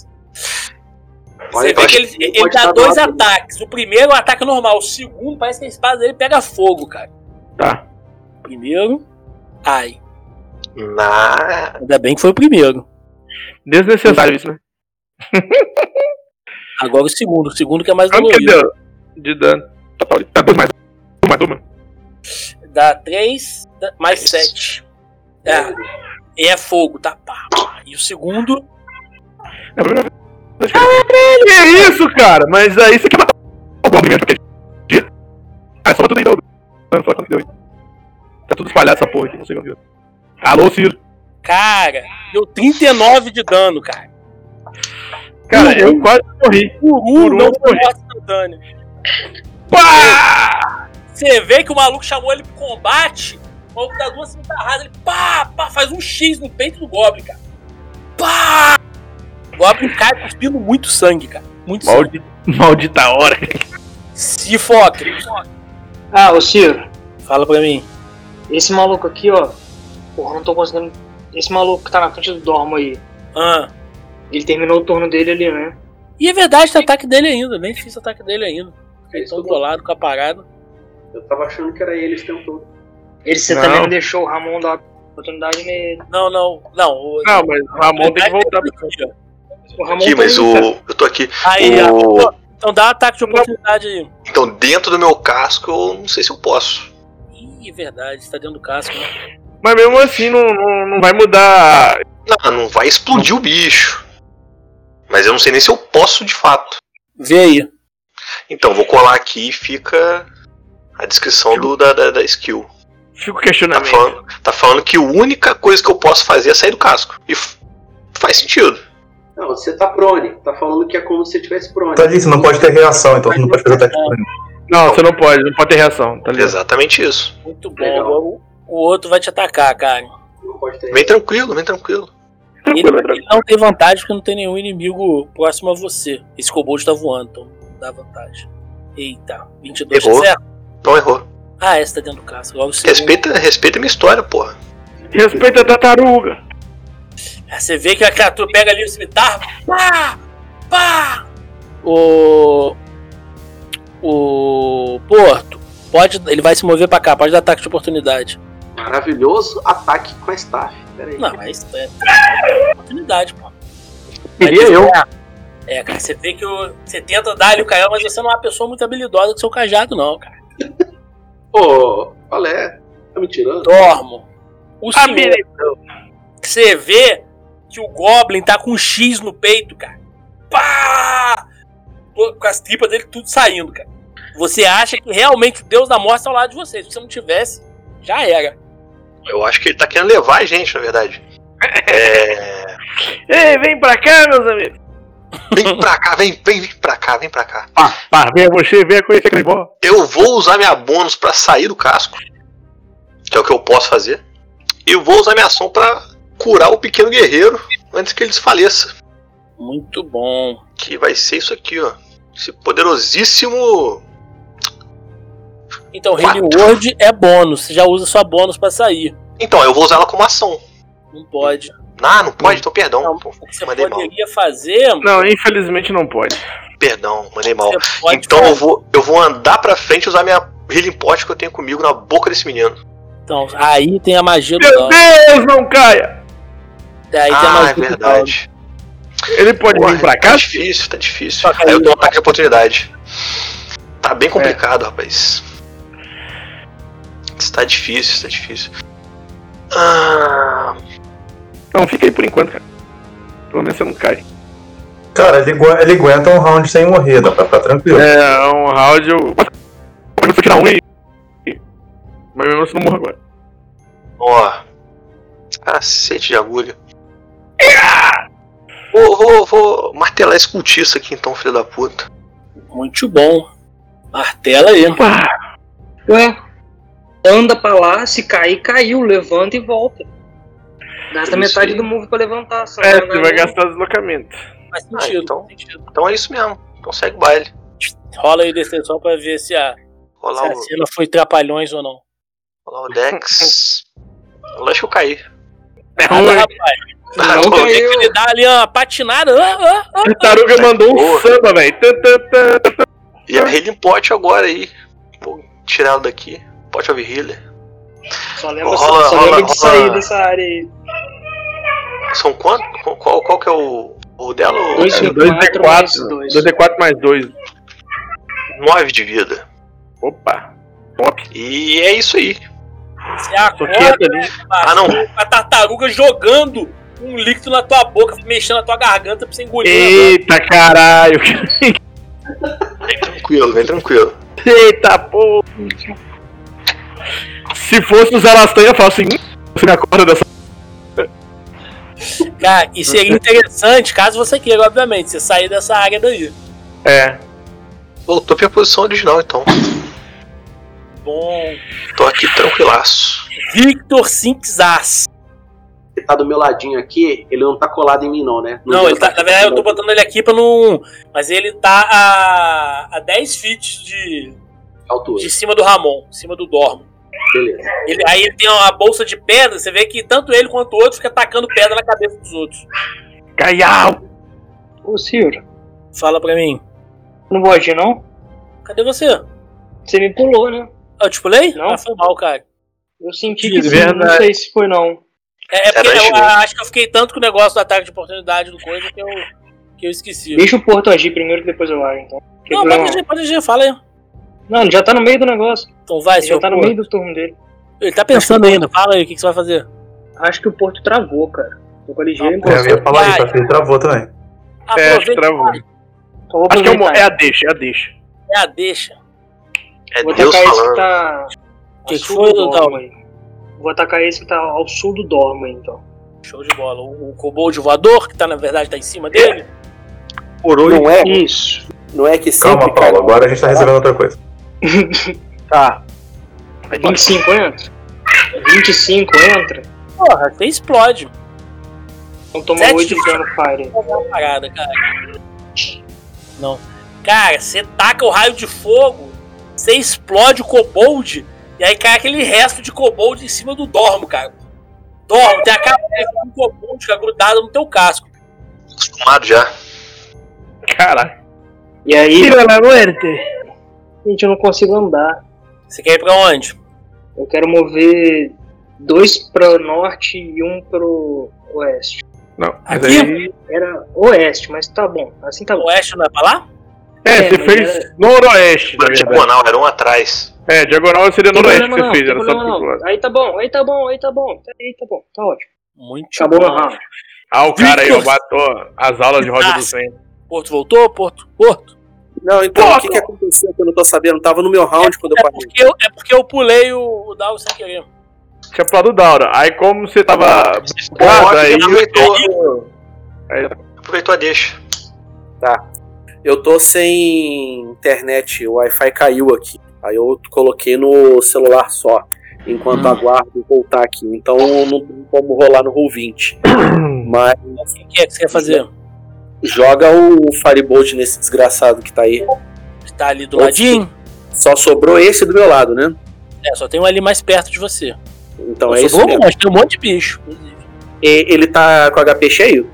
Você vê que ele dá dois ataques. O primeiro é um ataque normal. O segundo parece que a espada dele pega fogo, cara. Tá. Primeiro... Ai. Na... Ainda bem que foi o primeiro. Desnecessário isso, né? Agora o segundo que é mais Quanto que dolorido. deu de dano? Total, tá 2 mais 1. Dá 3 mais 7. E é fogo, tá? Pá. E o segundo... Que é isso, cara? Mas aí você quer matar o bom primeiro porque só tudo aí deu. Só quanto deu aí. Tá tudo espalhado essa porra aqui, não sei quanto deu. Alô, Ciro. Cara, deu 39 de dano, cara. Cara, eu quase morri. Por não foi morte instantânea. Pá! Você vê que o maluco chamou ele pro combate, o maluco dá duas cintarradas, ele pá, faz um X no peito do Goblin, cara. Pá! O Goblin cai cuspindo muito sangue, cara. Muito sangue. Maldita hora. Se foca. Ô Ciro. Fala pra mim. Esse maluco aqui, ó. Porra, não tô conseguindo. Esse maluco que tá na frente do Dormo aí. Ele terminou o turno dele ali, né? E é verdade, tem ataque dele ainda. Nem fiz o ataque dele ainda. Eles estão bolados com a parada. Eu tava achando que era ele esse tempo todo. Você também não deixou o Ramon dar oportunidade nele. Não, mas o Ramon tem que voltar pra cá. O Ramon aqui, mas eu tô aqui. Aí, então dá um ataque de oportunidade aí. Então, dentro do meu casco, eu não sei se eu posso. Ih, é verdade, você tá dentro do casco, né? Mas mesmo assim não vai mudar. Não vai explodir o bicho. Mas eu não sei nem se eu posso de fato. Vê aí. Então, vou colar aqui e fica a descrição da skill. Fica o questionamento. Tá falando que a única coisa que eu posso fazer é sair do casco. E faz sentido. Não, você tá prone. Tá falando que é como se você tivesse prone. Tá ali, você não pode ter reação, então você não pode fazer ataque de prone. Não, você não pode ter reação. Tá ligado? Exatamente isso. Muito bom. Agora o outro vai te atacar, cara. Não pode ter Bem tranquilo, bem tranquilo. Ele não tem vantagem porque não tem nenhum inimigo próximo a você. Esse kobold tá voando, então dá vantagem. Eita, 22 errou. Certo? Não errou. Esse tá dentro do casco. Logo Respeita a minha história, porra. Respeita a tartaruga. Você vê que a criatura pega ali o cimitarro. Pá! O Porto, ele vai se mover pra cá, pode dar ataque de oportunidade. Maravilhoso ataque com a staff. Pera aí. Não, mas é oportunidade, pô. Queria eu. Cara, você vê que você tenta dar-lhe o cajado, mas você não é uma pessoa muito habilidosa com seu cajado, não, cara. Pô, qual é? Tá me tirando? Dormo. O senhor, você vê que o Goblin tá com um X no peito, cara. Pá! Com as tripas dele tudo saindo, cara. Você acha que realmente o Deus da Morte tá ao lado de você. Se você não tivesse, já era. Eu acho que ele tá querendo levar a gente, na verdade. Ei, vem pra cá, meus amigos. Vem pra cá, vem pra cá, vem pra cá. Vem você, vem a coisa que Eu vou usar minha bônus pra sair do casco, que é o que eu posso fazer. E eu vou usar minha ação pra curar o pequeno guerreiro antes que ele desfaleça. Muito bom. Que vai ser isso aqui, ó. Esse poderosíssimo... Então, Healing Word é bônus. Você já usa sua bônus pra sair. Então, eu vou usar ela como ação. Não pode. Não pode, então perdão. Não, você poderia fazer... Não, infelizmente não pode. Perdão, mandei mal. Então eu vou andar pra frente e usar minha Healing Pot que eu tenho comigo na boca desse menino. Então, aí tem a magia do Meu Deus, não caia! Aí tem a magia é verdade. Ele pode vir pra cá? Tá difícil. Aí eu dou um ataque de oportunidade. Tá bem complicado, rapaz. Isso tá difícil. Não, fica aí por enquanto, cara. Pelo menos você não cai. Cara, ele aguenta um round sem morrer, dá pra ficar tranquilo. Um round eu... Pode tirar um aí. Mas mesmo assim não morro agora. Ó. Cacete de agulha. Vou martelar esse cultista aqui então, filho da puta. Muito bom. Martela aí. Ué, anda pra lá, se cair, caiu, levanta e volta. Gasta metade do move pra levantar. Você vai gastar deslocamento. Faz sentido, então é isso mesmo. Então segue o baile. Rola aí descer só pra ver se a cena foi trapalhões ou não. Rolar o Dex. Eu acho que eu caí. Rapaz. Não caiu. Ele dá ali uma patinada. A tartaruga mandou um samba, velho. E a Healing Pot agora aí. Vou tirar ela daqui. Pot of Healer. Só lembra de sair dessa área aí. São quanto? Qual que é o dela? 2d4 mais 2. 9 de vida. Opa, top. E é isso aí. Você acorda a tartaruga jogando um líquido na tua boca, mexendo na tua garganta pra você engolir. Eita caralho. Vem tranquilo. Eita porra. Se fosse usar lastanha, eu falo assim, você me acorda dessa... Cara, e seria interessante, caso você queira, obviamente, você sair dessa área daí. Voltou pra minha posição original, então. Bom. Tô aqui tranquilaço. Victor Sinxas. Ele tá do meu ladinho aqui, ele não tá colado em mim não, né? Não, ele tá, na verdade eu tô botando ele aqui pra não... Mas ele tá a 10 feet de altura. De cima do Ramon, em cima do Dormo. Beleza. Aí ele tem uma bolsa de pedra, você vê que tanto ele quanto o outro fica tacando pedra na cabeça dos outros. Caial! Ô, senhor. Fala pra mim. Não vou agir, não? Cadê você? Você me pulou, né? Eu te pulei? Não. Foi mal, cara. Eu senti que sim, não sei se foi não. É porque eu acho que eu fiquei tanto com o negócio do ataque de oportunidade do coisa que eu esqueci. Deixa o Porto agir primeiro que depois eu ajo, então. Não, pode agir, fala aí. Não, já tá no meio do negócio. Então vai, ele já tá no meio do turno dele. Ele tá pensando ainda, fala aí, o que você vai fazer? Acho que o Porto travou, cara. Tô com a ligeira impressão. Eu ia falar isso, acho que ele travou também. Acho que travou. Então, acho que é a deixa. É a deixa. É vou Deus atacar falando. esse que tá... que foi, Dalma? Vou atacar esse que tá ao sul do Dormo, então. Show de bola. O kobold voador, que tá, na verdade, tá em cima dele? Não é? Isso. Não é que sempre... Calma, Paulo, agora a gente tá recebendo outra coisa. Tá. 25 entra? 25 entra? Porra, você explode. Então toma 8 de dano fire. Não é uma parada, cara. Não. Cara, você taca o raio de fogo, você explode o kobold, e aí cai aquele resto de kobold em cima do Dormo, cara. Dormo, tem a cabeça do kobold que é grudada no teu casco. Acostumado já. Caralho. E aí... Tira na muerte. Gente, eu não consigo andar. Você quer ir pra onde? Eu quero mover 2 pro norte e 1 pro oeste. Não, mas Aqui? aí... Era oeste, mas tá bom. Assim tá bom. Oeste não é pra lá? você mas fez era- noroeste, na verdade. Diagonal, era um atrás. Diagonal seria Tem noroeste que problema você fez, não, era tem só problema pro lado. não. Aí tá bom. Tá ótimo. Muito Acabou meu bom. round. O cara aí, ó, Victor. matou as aulas de roda do centro. Porto voltou? Porto? Não, então Porra! o que aconteceu que eu não tô sabendo? Tava no meu round quando eu parei. Porque eu pulei o Dal sem querer. Tinha pulado o Daura. Aí como você tava bugado, aí... Aproveitou a deixa. Eu tô sem internet, o Wi-Fi caiu aqui. Aí eu coloquei no celular só, enquanto aguardo voltar aqui. Então não tem como rolar no Roll20. Mas O que é que você quer fazer? joga o Firebolt nesse desgraçado que tá aí. Que tá ali do ladinho? Só sobrou esse do meu lado, né? Só tem um ali mais perto de você. Então é isso Sobrou mesmo. um monte, tem um monte de bicho. Inclusive. Ele tá com HP cheio?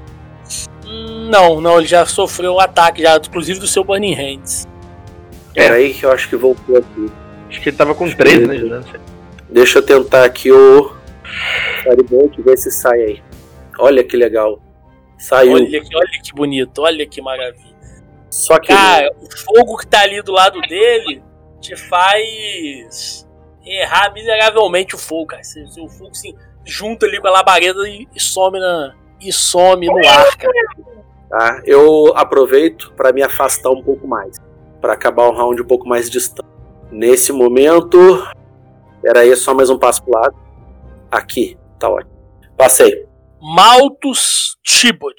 Não, ele já sofreu o ataque, já, inclusive do seu Burning Hands. Peraí que eu acho que voltou aqui. Acho que ele tava com 13, né, Juliano? Deixa eu tentar aqui o Firebolt, ver se sai aí. Olha que legal. Saiu. Olha que bonito, olha que maravilha. Só que Cara, o fogo que tá ali do lado dele te faz errar miseravelmente o fogo, cara. O fogo se junta ali com a labareda e some no ar, cara. tá? Eu aproveito para me afastar um pouco mais, para acabar o round um pouco mais distante. Nesse momento, peraí, só mais um passo pro lado. Aqui, tá ótimo. Passei. Malthus Tibod.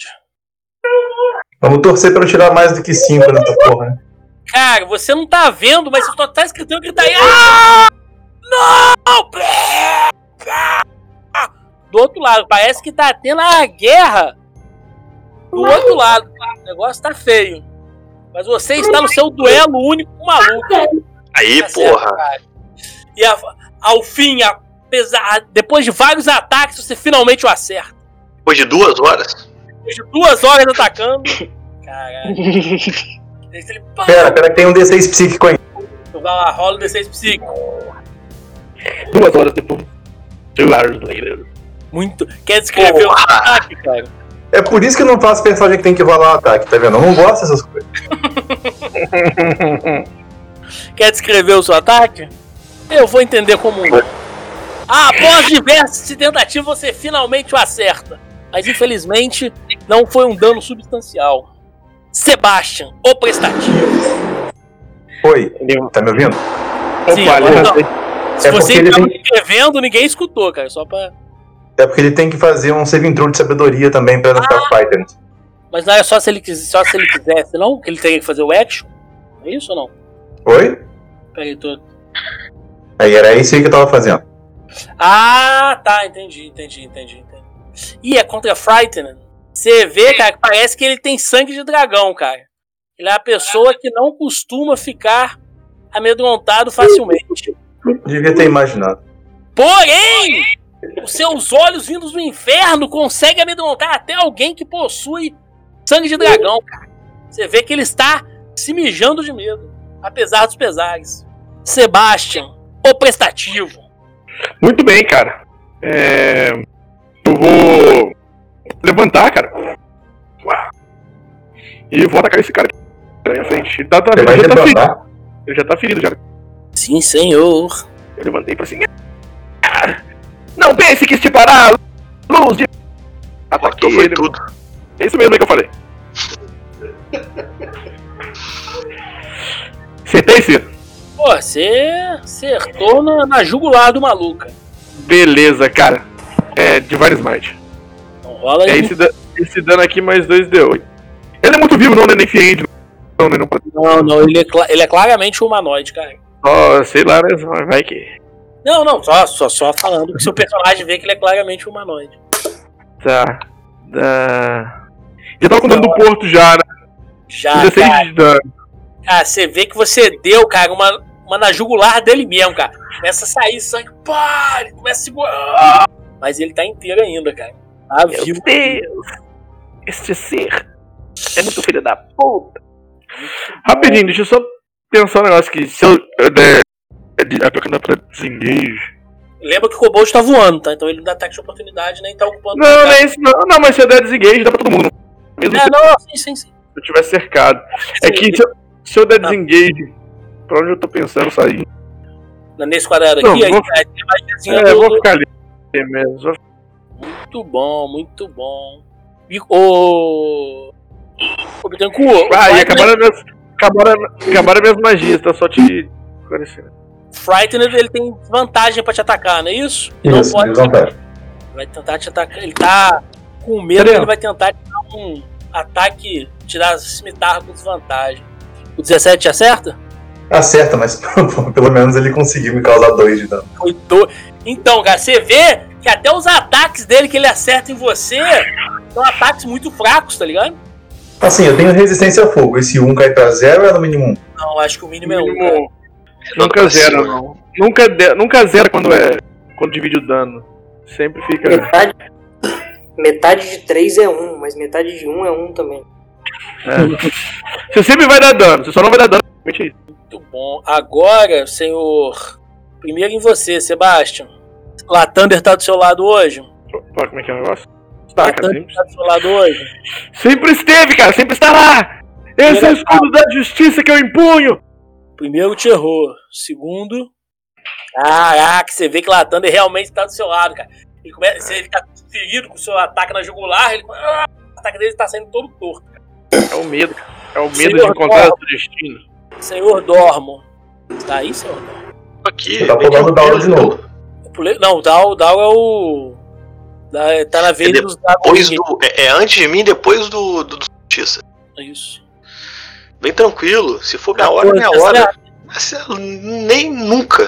Vamos torcer pra eu tirar mais do que 5 nessa porra, né? Cara, você não tá vendo, mas você só tá escutando que tá aí. Ah! Não! Do outro lado, parece que tá tendo a guerra do outro lado. O negócio tá feio. Mas você está no seu duelo único com o maluco. Aí, Tá certo, porra. cara. E ao fim, depois de vários ataques, você finalmente o acerta. Depois de 2 horas? Depois de 2 horas atacando. Caralho. Ele, pá, Pera que tem um D6 psíquico aí. vai lá, rola o D6 psíquico. 2 horas depois. 2 hours later. Muito. Quer descrever o ataque, cara? É por isso que eu não faço personagem que tem que rolar o ataque, tá vendo? Eu não gosto dessas coisas. Quer descrever o seu ataque? Eu vou entender como um. Após diversas tentativas, você finalmente o acerta. Mas infelizmente, não foi um dano substancial. Sebastian, o prestativo. Oi, tá me ouvindo? Sim, Opa, agora não. Se É você porque ele estava tem- escrevendo, ninguém escutou, cara. Só pra. É porque ele tem que fazer um saving throw de sabedoria também pra não ficar fighter. Mas não é só se ele quisesse, não? Que ele teria que fazer o action? É isso ou não? Oi? Peraí, tô. Aí era isso aí que eu tava fazendo. Ah, tá, entendi. E é contra Frightened. Você vê, cara, que parece que ele tem sangue de dragão, cara. Ele é uma pessoa que não costuma ficar amedrontado facilmente. Devia ter imaginado. Porém, os seus olhos vindos do inferno conseguem amedrontar até alguém que possui sangue de dragão, cara. Você vê que ele está se mijando de medo, apesar dos pesares. Sebastian, o prestativo. Muito bem, cara. Eu vou levantar, cara. E vou atacar esse cara aqui na minha frente. Ele Você vai já tá ferido. levantar? Ele já tá ferido, já. Sim, senhor. Eu levantei pra assim. Não pense que te parar! Luz de. Matou foi tudo. É isso mesmo que eu falei. Acertei, Ciro? Pô, você acertou na jugular do maluco. Beleza, cara. Divine Smite. Então rola aí. Esse dano aqui mais 2d8. Ele é muito vivo, não, né? Nem ciente. Não, né? Não, ele é claramente humanoide, cara. Ó, sei lá, né? Vai que. Não, só falando que seu personagem vê que ele é claramente humanoide. Tá. Já tava com o dano do Porto já, né? Já, 16 cara. de dano. Cara, você vê que você deu, cara, uma na jugular dele mesmo, cara. Começa a sair sangue, pá, ele começa a segurar. Mas ele tá inteiro ainda, cara. Tá Meu vivo. Deus! Este ser é muito filho da puta. Rapidinho, deixa eu só pensar um negócio aqui. Se eu der. É porque não dá pra desengage. Lembra que o Kobold tá voando, tá? Então ele não dá ataque de oportunidade, nem tá ocupando. Não, não é isso, não. Não, mas se eu der desengage, dá pra todo mundo. Mesmo sim. se eu tiver cercado. É que se eu der desengage, pra onde eu tô pensando sair? Nesse quadrado aqui, não, aí eu vou ficar ali mesmo. Muito bom, muito bom. E o Bittencourt. E acabaram minhas magias, tá só te esclarecendo. Frightened, ele tem vantagem pra te atacar, não é isso? Ele não pode. Vai tentar te atacar. Ele tá com medo, ele vai tentar te dar um ataque, tirar a cimitarra com desvantagem. O 17 te acerta? Acerta, mas pelo menos ele conseguiu me causar 2 de dano. Então, cara, você vê que até os ataques dele que ele acerta em você são ataques muito fracos, tá ligado? Assim, eu tenho resistência a fogo. Esse 1 cai pra 0 ou é no mínimo 1? Não, acho que o mínimo é 1. Nunca zera, não. Nunca zera quando divide o dano. Sempre fica. Metade de 3 é 1, mas metade de 1 é 1 também. Você sempre vai dar dano, você só não vai dar dano. Muito bom. Agora, senhor. Primeiro em você, Sebastian. Latander tá do seu lado hoje? Pô, como é que é o negócio? Tá, cara, sempre tá do seu lado hoje? Sempre esteve, cara, sempre estará! Esse é o escudo da justiça que eu impunho! Primeiro te errou. Segundo. Caraca, você vê que Latander realmente tá do seu lado, cara. Ele tá ferido com o seu ataque na jugular, o ataque dele tá saindo todo torto, cara. É o medo, cara. É o medo de encontrar o seu destino. Senhor Dormo. Tá aí, senhor Dormo? Aqui. Você tá pulando o Down de novo. Não, o Down é o. Tá na vez dos depois é antes de mim, depois do Justiça. Isso. Bem tranquilo. Se for minha hora, minha hora. Nem nunca.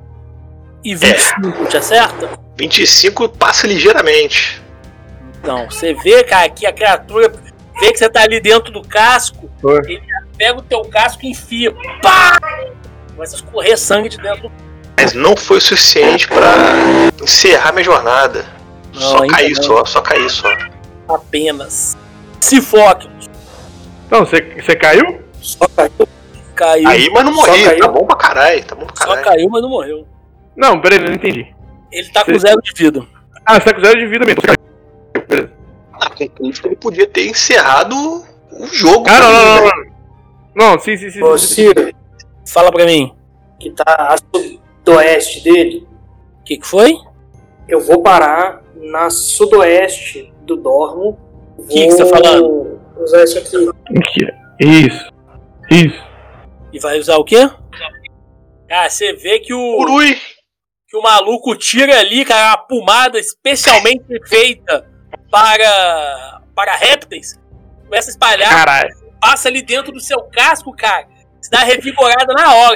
E 25 te acerta? 25 passa ligeiramente. Então, você vê, cara, que a criatura vê que você tá ali dentro do casco, ele pega o teu casco e enfia. Pá! Começa a escorrer sangue de dentro. Mas não foi o suficiente pra encerrar minha jornada. Não, só cair só. Apenas. Se foque. Não, você caiu? Só caiu. Aí, mas não morri. Tá bom pra caralho. Só caiu, mas não morreu. Não, peraí, não entendi. Ele tá com 0 de vida. Você tá com 0 de vida mesmo. Beleza. Com isso ele podia ter encerrado o jogo. Não, sim. Ô, Ciro, fala pra mim. Que tá a sudoeste dele. O que foi? Eu vou parar na sudoeste do Dormo. O que você tá falando? Usar isso aqui. Isso. E vai usar o quê? Cara, você vê que o maluco tira ali, cara, uma pomada especialmente feita para répteis. Começa a espalhar. Caralho. Passa ali dentro do seu casco, cara. Você dá revigorada na hora.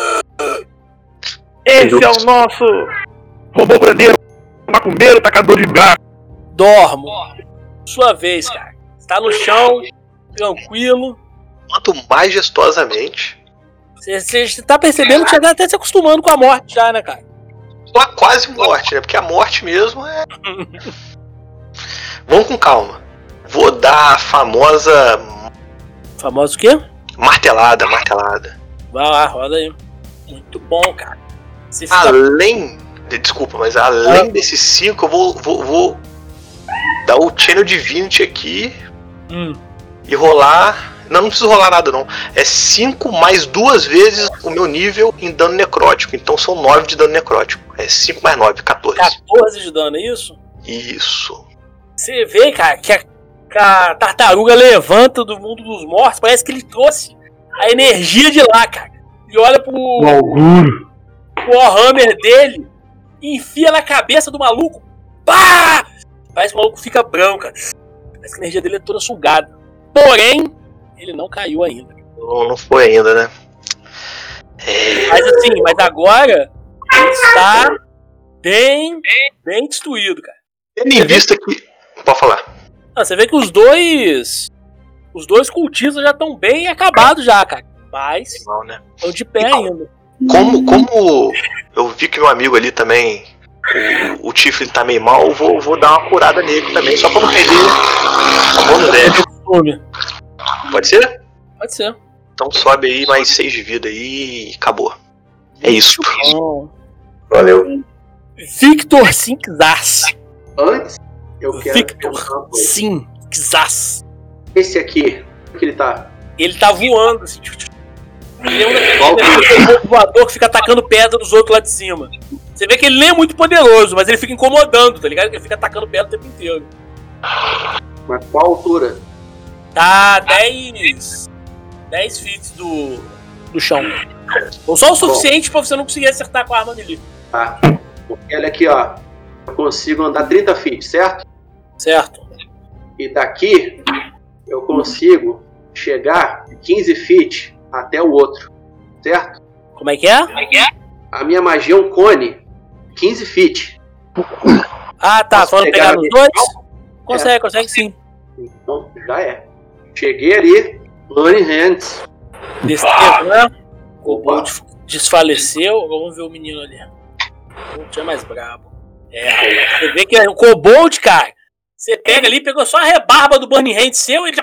Esse é o nosso robô brandeiro, macumbeiro, tacador de gato. Dormo. Sua vez, cara. Você tá no chão, tranquilo. Quanto majestosamente. Você tá percebendo que já tá até se acostumando com a morte já, né, cara? Quase morte, né? Porque a morte mesmo é... Vamos com calma. Vou dar a famosa... Famosa o quê? Martelada. Vai lá, roda aí. Muito bom, cara. Desculpa, mas além desses 5, eu vou dar o Channel Divinity aqui e rolar... Não preciso rolar nada, não. É 5 mais 2 vezes o meu nível em dano necrótico. Então são 9 de dano necrótico. É 5 mais 9, 14. 14 de dano, é isso? Isso. Você vê, cara, que a tartaruga levanta do mundo dos mortos. Parece que ele trouxe a energia de lá, cara. E olha pro Warhammer dele e enfia na cabeça do maluco. Pá! Parece que o maluco fica branco, cara. Parece que a energia dele é toda sugada. Porém, ele não caiu ainda. Não foi ainda, né? Mas agora ele está bem destruído, cara. Tendo em vista que... Pode falar. Você vê que os dois cultistas já estão bem acabados já, cara. Mas estão de pé ainda. Como eu vi que meu amigo ali também, o Tiflin tá meio mal, eu vou dar uma curada nele também, só pra não perder a mão dele. Pode ser? Pode ser. Então sobe aí mais 6 de vida aí e acabou. É isso. Valeu. Victor Sinkzas. Antes, eu quero. Victor Sinkzas. Esse aqui, que ele tá? Ele tá voando, assim. Ele é um daquele voador que fica atacando pedra dos outros lá de cima. Você vê que ele nem é muito poderoso, mas ele fica incomodando, tá ligado? Ele fica atacando pedra o tempo inteiro. Mas qual altura? Tá 10 feet do chão. Ou só o suficiente pra você não conseguir acertar com a arma dele. Tá. Porque olha aqui, ó. Eu consigo andar 30 feet, certo? Certo. E daqui, eu consigo chegar 15 feet até o outro, certo? Como é que é? A minha magia é um cone, 15 feet. Ah, tá. Posso Só não pegar pegar nos dois? Consegue sim. Então, já é. Cheguei ali, Learning Hands. Destreza, né? O Kobold desfaleceu. Vamos ver o menino ali. O Kobold é mais brabo. Você vê que é o Kobold, cara. Você pega ali, pegou só a rebarba do Burning Hand seu e ele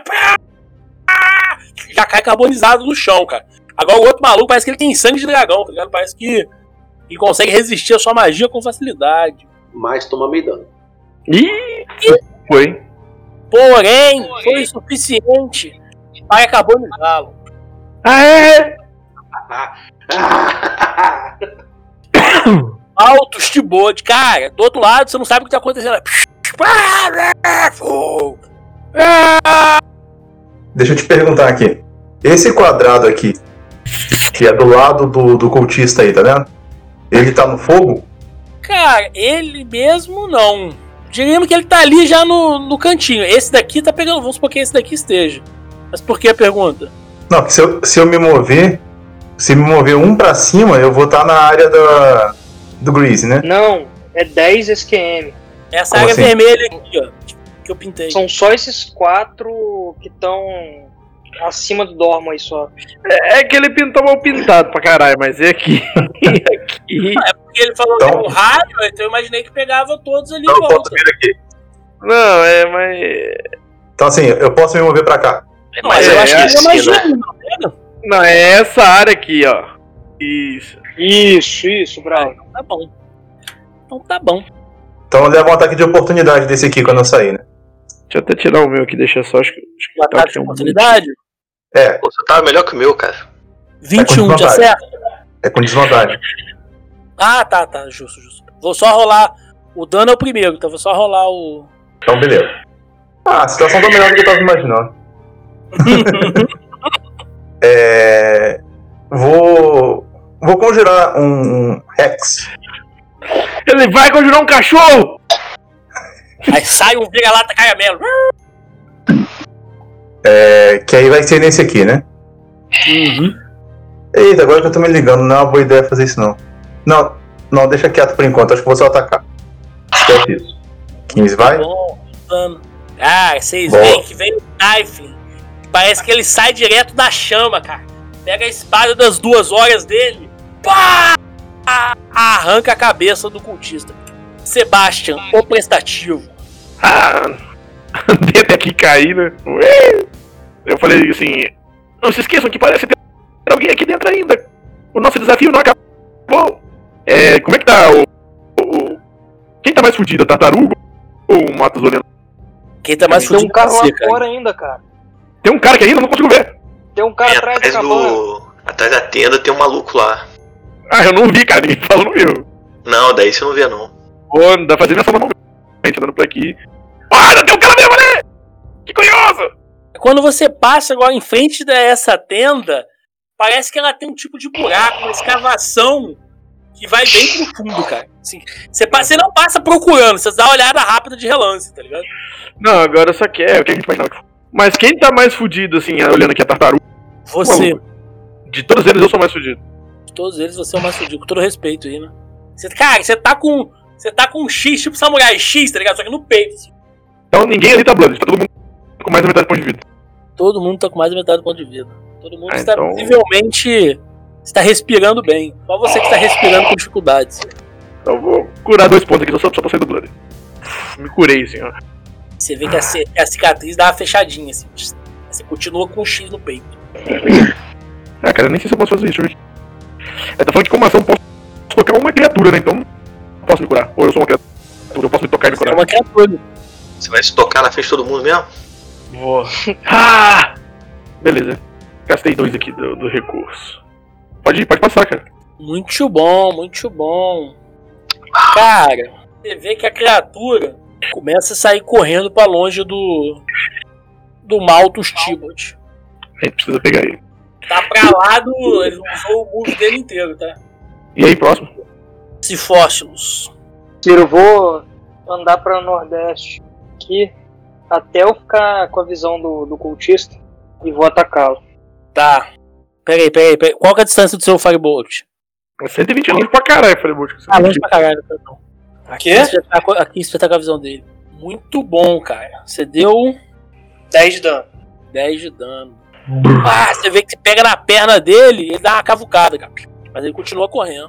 já cai carbonizado no chão, cara. Agora o outro maluco parece que ele tem sangue de dragão, tá ligado? Parece que ele consegue resistir a sua magia com facilidade. Mas toma meio dano. Ih, foi. Porém, foi suficiente para carbonizá-lo. Altos de bode, cara. Do outro lado, você não sabe o que tá acontecendo. Deixa eu te perguntar aqui. Esse quadrado aqui, que é do lado do cultista aí, tá vendo? Ele tá no fogo? Cara, ele mesmo não. Diríamos que ele tá ali já no cantinho. Esse daqui tá pegando. Vamos supor que esse daqui esteja. Mas por que a pergunta? Não, que se eu me mover um pra cima, eu vou estar na área do Grease, né? Não, é 10 SQM. Essa Como área assim? vermelha aqui, ó. Que eu pintei. São só esses 4 que estão acima do Dormo aí só. É que ele pintou mal pintado pra caralho, mas é aqui. Aqui. É porque ele falou Então- que o rádio, então eu imaginei que pegava todos ali em Não, volta. aqui. Não, mas. Então assim, eu posso me mover pra cá. Não, mas eu acho que ele é mais né? gênio, não pega? Não, é essa área aqui, ó. Isso. Isso, bravo. Então tá bom. Então tá bom. Então eu levo um ataque de oportunidade desse aqui quando eu sair, né? Deixa eu até tirar o meu aqui, deixa só. Acho que O ataque de oportunidade? É, Pô, você tava melhor que o meu, cara. 21 de desvantagem. acerto? é com desvantagem. Ah, tá. Justo. Vou só rolar. O dano é o primeiro, então vou só rolar o. Então beleza. Ah, a situação tá melhor do que eu tava imaginando. Vou conjurar um Hex. Ele vai conjurar um cachorro! Aí sai um vira-lata caramelo. Que aí vai ser nesse aqui, né? Eita, agora que eu tô me ligando, não é uma boa ideia fazer isso não. Não, deixa quieto por enquanto, acho que vou só atacar. Esquece isso. 15 vai? Bom, dano. Ah, vocês Boa. veem que vem o Typhling. Parece que ele sai direto da chama, cara. Pega a espada das 2 horas dele. Pá! Arranca a cabeça do cultista. Sebastian, o prestativo. Andei até aqui cair, né? Eu falei assim: não se esqueçam que parece ter alguém aqui dentro ainda. O nosso desafio não acabou. Como é que tá quem tá mais fudido, a tartaruga ou o Matos olhando? Quem tá mais Tem fudido um cara que lá você, cara. fora ainda, cara. Tem um cara que ainda não consigo ver. Tem um cara atrás da cabana. Atrás da tenda tem um maluco lá. Eu não vi, cara, ninguém falou no meu. Não, daí você não vê não. Pô, dá pra fazer minha ação normalmente, andando por aqui. Olha, tem um cara mesmo ali! Que curioso! Quando você passa agora em frente dessa tenda, parece que ela tem um tipo de buraco, uma escavação que vai bem pro fundo, cara. Assim, você não passa procurando, você dá uma olhada rápida de relance, tá ligado? Não, agora só que é o que a gente imaginava. Mas quem tá mais fudido, assim, olhando aqui a tartaruga? Você. De todos eles eu sou mais fudido. De todos eles você é o mais fudido, com todo respeito aí, né? Cara, você tá com um X, tipo Samurai X, tá ligado? Só que no peito, assim. Então ninguém ali tá blood, tá todo mundo com mais da metade do ponto de vida. Todo mundo tá com mais da metade do ponto de vida. Todo mundo está então... visivelmente está respirando bem. Só você que está respirando com dificuldades. Então eu vou curar 2 pontos aqui, só pra sair do blood. Me curei, senhor. Você vê que a cicatriz dá uma fechadinha, assim. Você continua com um X no peito. Cara, eu nem sei se eu posso fazer isso. Tá falando que como ação eu posso tocar uma criatura, né? Então não posso me curar. Ou eu sou uma criatura, eu posso me tocar e me curar. É uma criatura. Você vai se tocar na frente de todo mundo mesmo? Vou. Beleza. Gastei 2 aqui do recurso. Pode passar, cara. Muito bom, muito bom. Cara, você vê que a criatura começa a sair correndo pra longe do Malthus Tibalt. A gente precisa pegar ele. Tá pra lá do... Ele usou o move dele inteiro, tá? E aí, próximo? Sifósilos. Eu vou andar pra nordeste aqui até eu ficar com a visão do cultista e vou atacá-lo. Tá. Peraí. Qual que é a distância do seu Firebolt? 120 longe pra caralho, Firebolt. Longe pra caralho, perdão. Aqui você tá com a visão dele. Muito bom, cara. Você deu 10 de dano. 10 de dano. Você vê que você pega na perna dele e ele dá uma cavucada, cara. Mas ele continua correndo.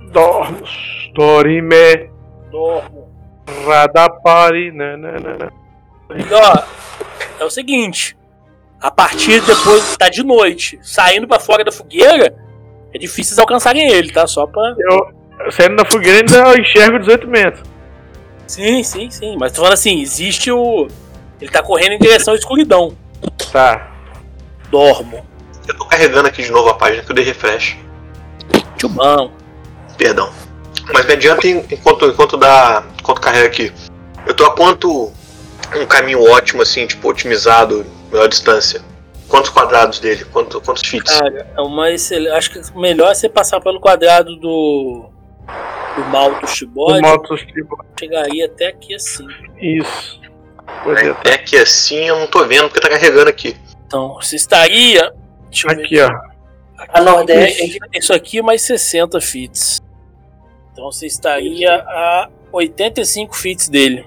Dorime. Dormo. Radapari. E ó, é o seguinte. A partir depois tá de noite, saindo pra fora da fogueira, é difícil vocês alcançarem ele, tá? Só pra... Eu saindo da fogueira ainda enxergo 18 metros. Sim. Mas tô falando assim, existe o... Ele tá correndo em direção à escuridão. Tá. Dormo. Eu tô carregando aqui de novo a página que eu dei refresh. Tchubão. Perdão. Mas me adianta enquanto carrega aqui. Eu tô a quanto um caminho ótimo, assim, tipo, otimizado, melhor distância? Quantos quadrados dele? Quantos feats? Cara, é uma excelente... Acho que o melhor é você passar pelo quadrado do Malthus Tibalt. Chegaria até aqui assim. Isso. Até aqui assim eu não tô vendo porque tá carregando aqui. Então, você estaria... Deixa eu ver aqui, ó. A nordeste. Isso aqui mais 60 feats. Então você estaria a 85 feats dele.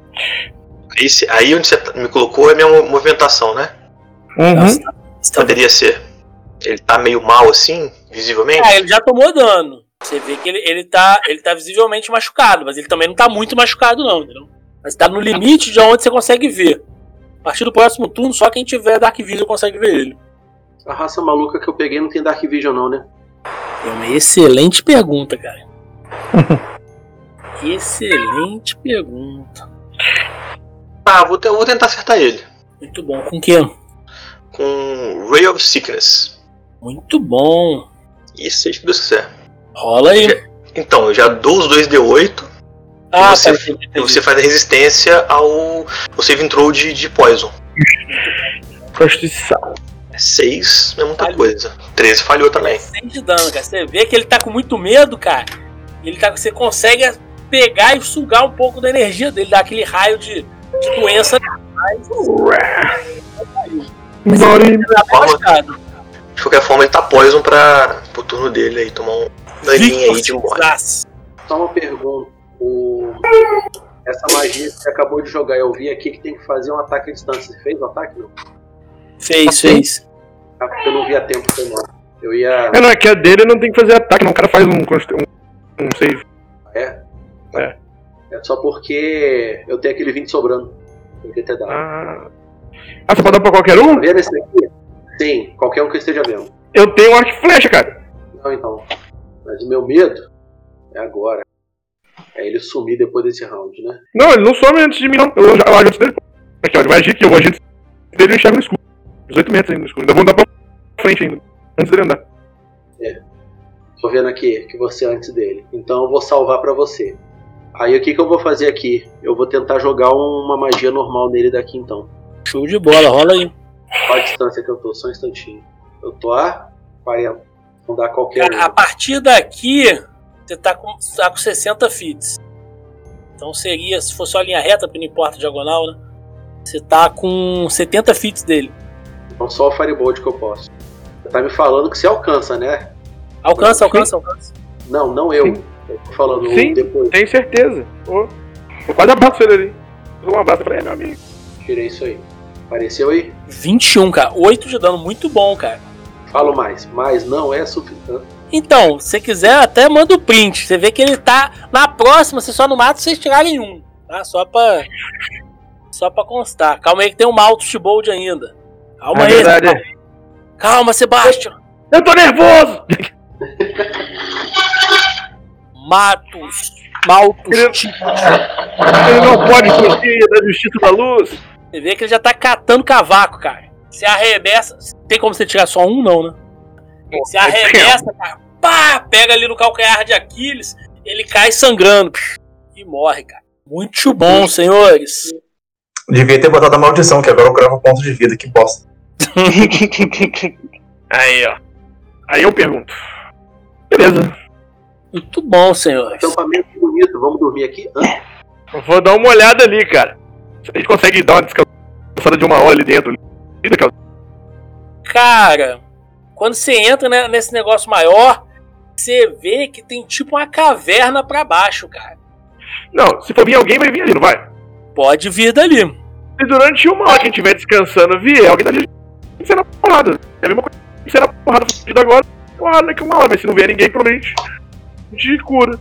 Aí onde você me colocou é a minha movimentação, né? Poderia ser. Ele tá meio mal assim, visivelmente? Ele já tomou dano. Você vê que ele tá visivelmente machucado, mas ele também não tá muito machucado não, entendeu? Mas tá no limite de onde você consegue ver. A partir do próximo turno, só quem tiver Dark Vision consegue ver ele. A raça maluca que eu peguei não tem Dark Vision não, né? É uma excelente pergunta, cara. Excelente pergunta. Tá, vou tentar acertar ele. Muito bom. Com quê? Com Ray of Sickness. Muito bom. Isso, seja o que Deus quiser. Rola aí. Então, eu já dou os 2d8. E você faz a resistência ao save throw de Poison. Constituição. 6 não é muita coisa. 13 falhou também. 6 de dano, cara. Você vê que ele tá com muito medo, cara. Você consegue pegar e sugar um pouco da energia dele, dar aquele raio de doença. De qualquer forma, ele tá Poison pro turno dele aí, tomar um daninho aí de morte. Só uma pergunta. Essa magia que você acabou de jogar, eu vi aqui que tem que fazer um ataque à distância. Você fez o ataque, não? Fez. Ah, porque eu não vi a tempo, foi mal. Eu ia... Não, é que a dele não tem que fazer ataque, não. O cara faz um save. É? É. É só porque eu tenho aquele 20 sobrando. Tem que ter dado. Você pode dar pra qualquer um? Tá vendo esse aqui? Sim, qualquer um que eu esteja vendo. Eu tenho arco e flecha, cara. Não, então. Mas o meu medo é agora. É ele sumir depois desse round, né? Não, ele não some antes de mim, não. Eu ajo antes dele. Aqui, ó, ele vai agir aqui. Eu vou agir antes dele e enxergo no escuro. 18 metros ainda no escuro. Ainda vou andar pra frente ainda. Antes dele andar. Tô vendo aqui que você é antes dele. Então eu vou salvar pra você. Aí o que eu vou fazer aqui? Eu vou tentar jogar uma magia normal nele daqui então. Show de bola, rola aí. Qual a distância que eu tô? Só um instantinho. Eu tô a 40. Não dá qualquer Cara, a partir daqui, você tá com 60 feats. Então seria, se fosse uma linha reta, porque não importa a diagonal, né? Você tá com 70 feats dele. Então só o Firebolt que eu posso. Você tá me falando que você alcança, né? Alcança. Não eu. Eu tô falando depois. Tenho certeza. Eu quase abraço ele ali. Um abraço pra ele, meu amigo. Tirei isso aí. Apareceu aí? 21, cara. 8 de dano, muito bom, cara. Falo mais. Mas não é suficiente. Então, se você quiser, até manda o print. Você vê que ele tá na próxima, você só não mata se vocês tirarem um. Tá? Só pra constar. Calma aí que tem um Malthus Tibalt ainda. Calma aí. Verdade. Calma, Sebastião. Eu tô nervoso! Malthus. Ele não pode fugir da justiça da luz. Você vê que ele já tá catando cavaco, cara. Se arremessa. Tem como você tirar só um, não, né? Se arremessa, cara. Pá! Pega ali no calcanhar de Aquiles. Ele cai sangrando. E morre, cara. Muito bom, senhores. Devia ter botado a maldição, que agora eu cravo ponto de vida. Que bosta. Aí, ó. Aí eu pergunto. Beleza. Muito bom, senhores. Acampamento bonito, vamos dormir aqui? Eu vou dar uma olhada ali, cara. Se a gente consegue dar uma descansada de 1 hora ali dentro. Cara, quando você entra nesse negócio maior, você vê que tem tipo uma caverna pra baixo, cara. Não, se for vir alguém, vai vir ali, não vai? Pode vir dali. Se durante 1 hora que a gente estiver descansando vier alguém dali, tem que ser na porrada. É a mesma coisa que ser na porrada fugido agora. Porrada daqui 1 hora, mas se não vier ninguém, provavelmente a gente cura.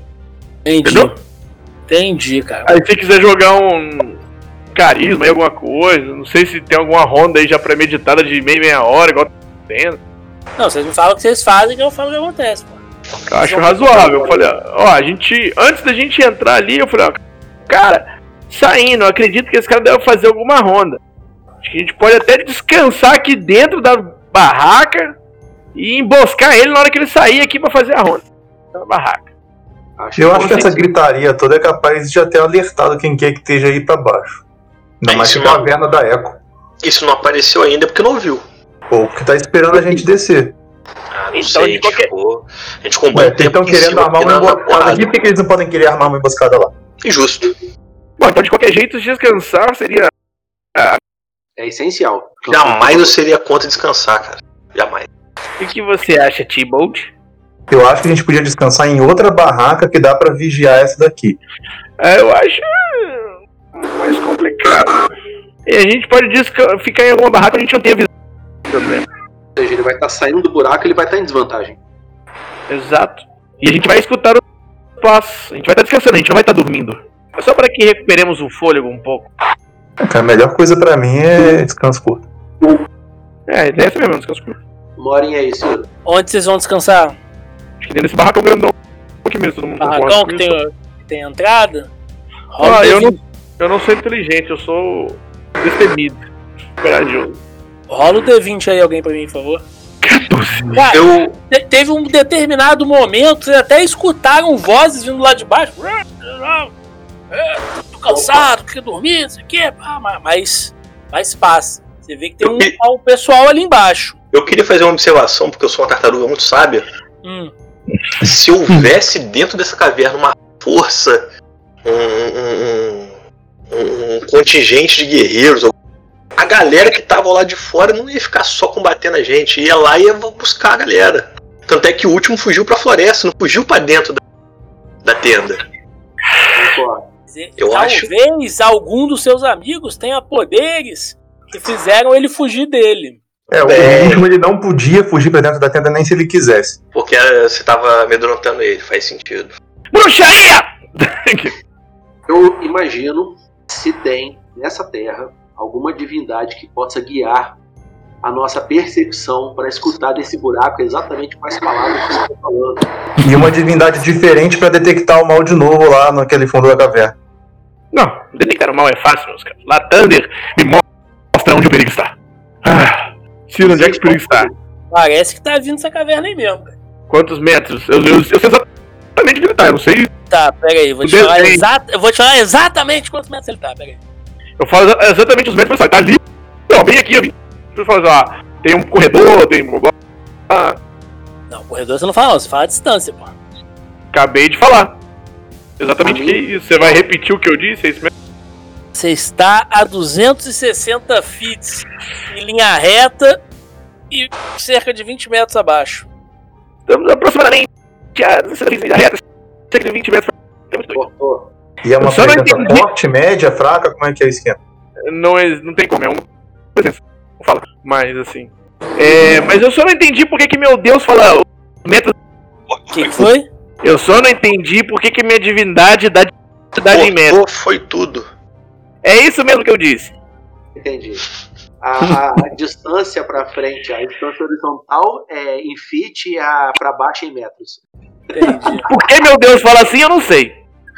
Entendi, cara. Aí se quiser jogar um carisma aí, alguma coisa, não sei se tem alguma ronda aí já premeditada de meia hora, igual tá tendo. Não, vocês me falam o que vocês fazem que eu falo o que acontece, pô. Eu acho razoável. Eu falei, ó, a gente, antes da gente entrar ali, eu falei, ó, cara, saindo, eu acredito que esse cara deve fazer alguma ronda. Acho que a gente pode até descansar aqui dentro da barraca e emboscar ele na hora que ele sair aqui pra fazer a ronda. Na barraca. Eu acho que essa gritaria toda é capaz de já ter alertado quem quer que esteja aí pra baixo. Ainda mais que a caverna da Eco. Isso não apareceu ainda porque não viu. Ou porque tá esperando a gente descer. Ah, não sei, a gente ficou um bom tempo. Eles estão querendo armar uma emboscada aqui, por que eles não podem querer armar uma emboscada lá? Injusto. Bom, então de qualquer jeito, descansar seria... É essencial. Jamais eu seria contra descansar, cara. Jamais. O que você acha, T-Bolt? Eu acho que a gente podia descansar em outra barraca que dá pra vigiar essa daqui. Eu acho mais complicado. E a gente pode ficar em alguma barraca, a gente não tem visão. Ou seja, ele vai estar saindo do buraco, ele vai estar em desvantagem. Exato. E a gente vai escutar os passos. A gente vai estar descansando, a gente não vai estar dormindo. É só para que recuperemos o fôlego um pouco. A melhor coisa pra mim é descanso curto. A ideia é essa mesmo, descanso curto. Morem aí, senhor. Onde vocês vão descansar? Acho que dentro desse barracão grandão aqui mesmo, todo mundo barracão que tem entrada? Eu não sou inteligente, eu sou destemido. Corajoso. Rola o D20 aí, alguém pra mim, por favor. 14. Cara, teve um determinado momento, vocês até escutaram vozes vindo lá de baixo. Tô cansado, queria dormir, isso aqui. Mas passa. Você vê que tem um pessoal ali embaixo. Eu queria fazer uma observação, porque eu sou uma tartaruga muito sábia. Se houvesse dentro dessa caverna uma força, um contingente de guerreiros, a galera que tava lá de fora não ia ficar só combatendo a gente, ia lá e ia buscar a galera. Tanto é que o último fugiu pra floresta, não fugiu pra dentro da tenda. Talvez algum dos seus amigos tenha poderes que fizeram ele fugir dele. O último ele não podia fugir pra dentro da tenda nem se ele quisesse. Porque você tava amedrontando ele, faz sentido. Bruxaria! Eu imagino se tem nessa terra alguma divindade que possa guiar a nossa percepção para escutar desse buraco exatamente quais palavras que você está falando. E uma divindade diferente para detectar o mal de novo lá naquele fundo da caverna. Não, detectar o mal é fácil, meus caras. Lá, Thunder, me mostra onde o perigo está. Ciro, onde é que o perigo está? Parece que tá vindo essa caverna aí mesmo, cara. Quantos metros? Eu sei exatamente onde ele tá, eu não sei. Tá, pera aí, eu vou te falar exatamente quantos metros ele tá, pera aí. Eu falo exatamente os metros, mas tá ali, não, bem aqui, eu falo assim, tem um corredor, tem um... Não, corredor você não fala não, você fala a distância, pô. Acabei de falar. Exatamente isso, você vai repetir o que eu disse, é isso mesmo? Você está a 260 feet em linha reta e cerca de 20 metros abaixo. Estamos aproximadamente a 260 feet em linha reta, cerca de 20 metros. E é uma presença forte, média, fraca? Como é que é o esquema? Não tem como, é uma presença. Não fala, mas assim. Mas eu só não entendi por que meu Deus fala metros. O que foi? Eu só não entendi por que minha divindade dá em metros. Foi tudo. É isso mesmo que eu disse. Entendi. A distância pra frente, a distância horizontal é em feet e a pra baixo em metros. Entendi. Por que meu Deus fala assim, eu não sei.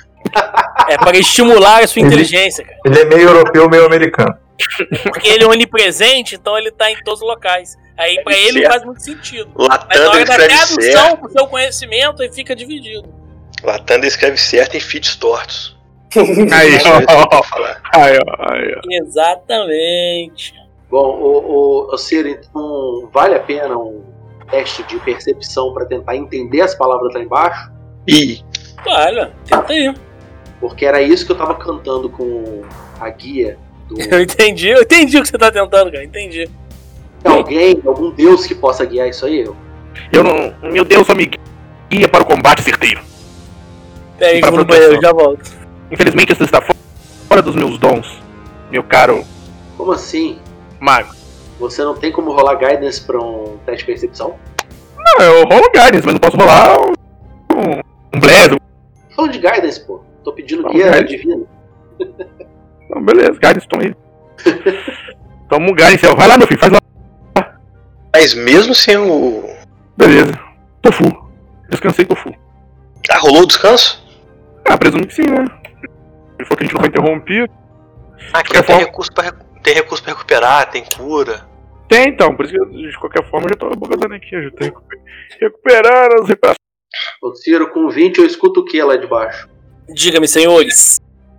É para estimular a sua inteligência, cara. Ele é meio europeu, meio americano. Porque ele é onipresente, então ele tá em todos os locais. Aí pra ele não faz muito sentido. Mas na Latanda hora da escreve tradução certo. pro seu conhecimento, aí fica dividido. Latanda escreve certo em feet tortos. Aí, ó. Falar. Aí, ó. Exatamente. Bom, Ciro, então vale a pena um teste de percepção pra tentar entender as palavras lá embaixo? Ih, Olha, tenta aí. Porque era isso que eu tava cantando com a guia do... Eu entendi o que você tá tentando, cara. Entendi. algum deus que possa guiar isso aí? Eu não. Meu Deus só me guia para o combate certeiro. Pera aí que eu Pra vou no banheiro, já volto. Infelizmente, isso está fora dos meus dons, meu caro Como assim? mago. Você não tem como rolar guidance pra um teste de percepção? Não, eu rolo guidance, mas não posso rolar um blaze. Falando de guidance, pô. Tô pedindo Não, guia guidance. divino. Então, beleza, guidance, toma aí. Toma um guidance, vai lá, meu filho, faz lá. mas mesmo sem o. Beleza. Tô full. Descansei, tô full. Ah, rolou o descanso? Ah, presumo que sim, né? Ele falou que a gente não foi interrompido. Aqui qualquer tem forma- recurso pra recuperar, tem cura. Tem então, por isso que eu, de qualquer forma eu já tô botando aqui, eu já tô recuperando as recuperações. Ô Ciro, com 20 eu escuto o que lá de baixo? Diga-me, senhores.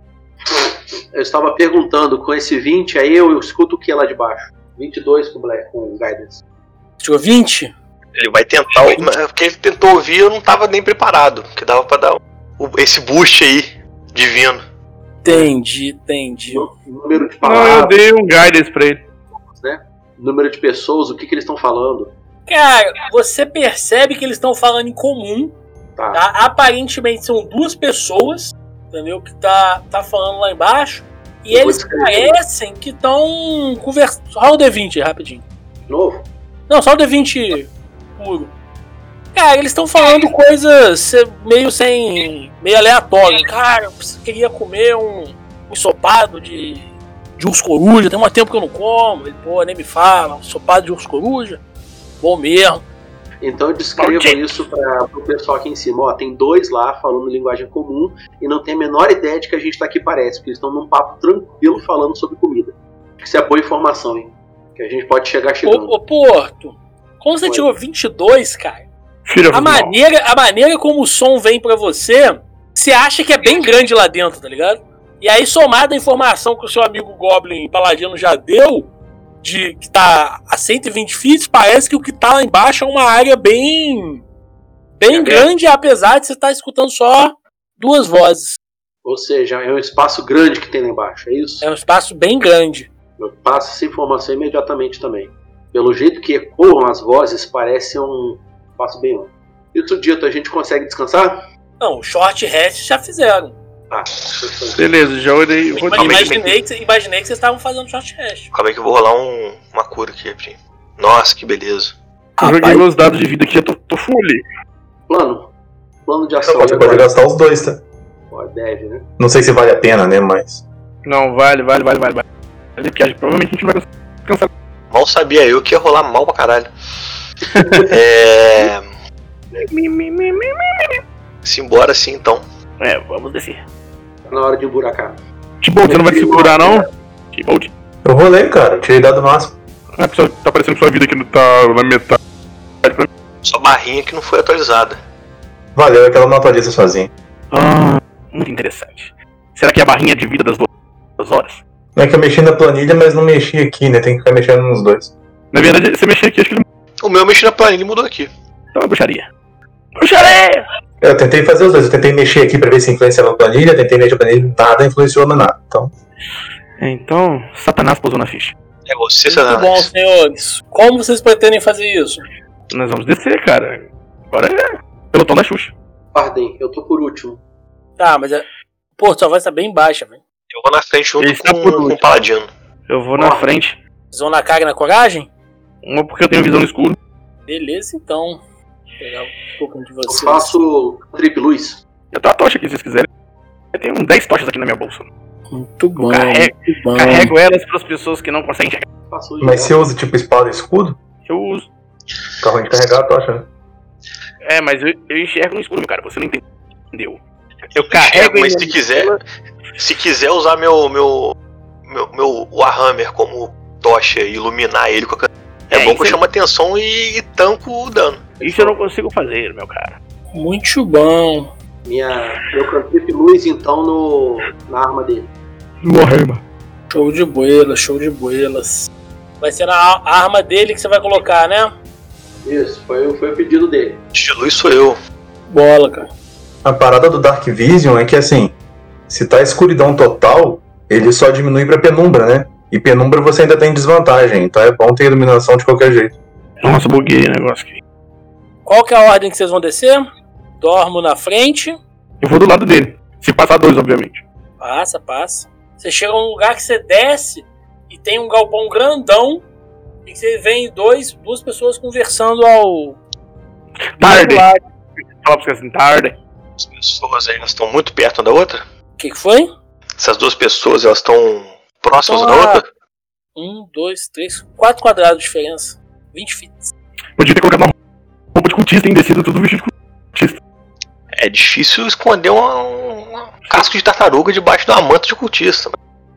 Eu estava perguntando, com esse 20 aí eu escuto o que lá de baixo? 22 com guidance. Tirou 20? Ele vai tentar. Porque ele tentou ouvir, eu não tava nem preparado. Que dava pra dar esse boost aí, divino. Entendi. Número de Não, eu palavras, dei um guidance pra ele. né? Número de pessoas, o que eles estão falando. Cara, você percebe que eles estão falando em comum, Tá. tá? Aparentemente são duas pessoas, entendeu? Que tá falando lá embaixo. E Eu vou eles descrever. parecem que estão conversando. Só o D20 rapidinho. De novo? Não, só o D20 puro. Cara, eles estão falando coisas meio aleatórias. Cara, eu queria comer um ensopado de urso coruja. Tem um tempo que eu não como. Ele, pô, nem me fala. Um ensopado de urso coruja. Bom mesmo. Então eu descrevo Maldito. isso para o pessoal aqui em cima. Ó, tem dois lá falando linguagem comum e não tem a menor ideia de que a gente tá aqui parece, porque eles estão num papo tranquilo falando sobre comida. Isso é boa informação, hein? Que a gente pode chegar chegando. Ô Porto, como você Oi. tirou 22, cara, Filha a do mal. maneira como o som vem pra você, você acha que é bem grande lá dentro, tá ligado? E aí, somado à informação que o seu amigo Goblin Paladino já deu, de que tá a 120 feet, parece que o que tá lá embaixo é uma área bem grande, apesar de você estar escutando só duas vozes. Ou seja, é um espaço grande que tem lá embaixo, é isso? É um espaço bem grande. Eu passo essa informação imediatamente também. Pelo jeito que ecoam as vozes, parece um espaço bem amplo. Isso dito, a gente consegue descansar? Não, o short rest já fizeram. Tá. Beleza, já olhei. Vou Imaginei que vocês estavam fazendo short rest. Calma aí que eu vou rolar uma cura aqui, rapidinho. Nossa, que beleza. Eu joguei meus dados de vida aqui, já tô full ali. Plano de ação. Você e pode agora? gastar os dois, tá? Pô, deve, né? Não sei se vale a pena, né? Mas. Não, vale. Porque provavelmente a gente não vai cansar. Mal sabia eu que ia rolar mal pra caralho. Simbora assim então. É, vamos descer. Tá na hora de emburacar. T-Bolt, você não vai se curar não? T-Bolt. Eu rolei, cara. Tirei dado máximo. Ah, pessoal, tá parecendo que sua vida aqui não tá na metade. Só barrinha que não foi atualizada. Valeu, é que ela não atualiza sozinha. Ah, muito interessante. Será que é a barrinha de vida das 2 horas? Não é que eu mexi na planilha, mas não mexi aqui, né? Tem que ficar mexendo nos dois. Na verdade, você mexer aqui, acho que ele... O meu mexi na planilha e mudou aqui. Então é bruxaria. Bruxaria! Eu tentei fazer os dois. Eu tentei mexer aqui pra ver se influenciava a planilha. Tentei mexer a planilha, nada influenciou nada. Então, Satanás pousou na ficha. É você, Muito bom, Satanás. senhores. Como vocês pretendem fazer isso? Nós vamos descer, cara. Agora é pelotão da Xuxa. Ordem, eu tô por último. Tá, mas pô, sua voz tá bem baixa, velho. Eu vou na frente junto Ele está por com último. o Paladino. Eu vou na frente. Vocês vão na cara e na coragem? Uma porque eu tenho visão no escuro. Beleza, então. Vou pegar um pouquinho de Eu vocês. faço trip luz. Eu tenho a tocha aqui, se vocês quiserem. Eu tenho uns 10 tochas aqui na minha bolsa. Muito bom. Carrego elas para as pessoas que não conseguem chegar. Mas você usa tipo espada e escudo? Eu uso. Carro de carregar a tocha, né? Mas eu enxergo um escudo, cara. Você não entendeu. Eu carrego. Mas se quiser usar meu Warhammer como tocha e iluminar ele com a é bom que eu chamo atenção e tanco o dano. Isso eu não consigo fazer, meu cara. Muito bom. Meu cantrip luz então na arma dele. Warhammer. Show de boelas. Vai ser na arma dele que você vai colocar, né? Isso, foi o pedido dele. De luz sou eu. Bola, cara. A parada do Dark Vision é que assim, se tá escuridão total, ele só diminui pra penumbra, né? E penumbra você ainda tem desvantagem, então é bom ter iluminação de qualquer jeito. Nossa, buguei o negócio aqui. Qual que é a ordem que vocês vão descer? Dormo na frente. Eu vou do lado dele. Se passar 2, obviamente. Passa. Você chega num lugar que você desce e tem um galpão grandão e que você vê duas pessoas conversando ao... Tarde. Fala pra você assim, tarde. As pessoas aí, elas estão muito perto uma da outra? O que foi? Essas duas pessoas, elas estão próximas uma da outra? 1, 2, 3, 4 quadrados de diferença. 20 fits. Podia ter colocado uma roupa de cultista, hein? Descido tudo vestido de cultista. É difícil esconder um casco de tartaruga debaixo de uma manta de cultista.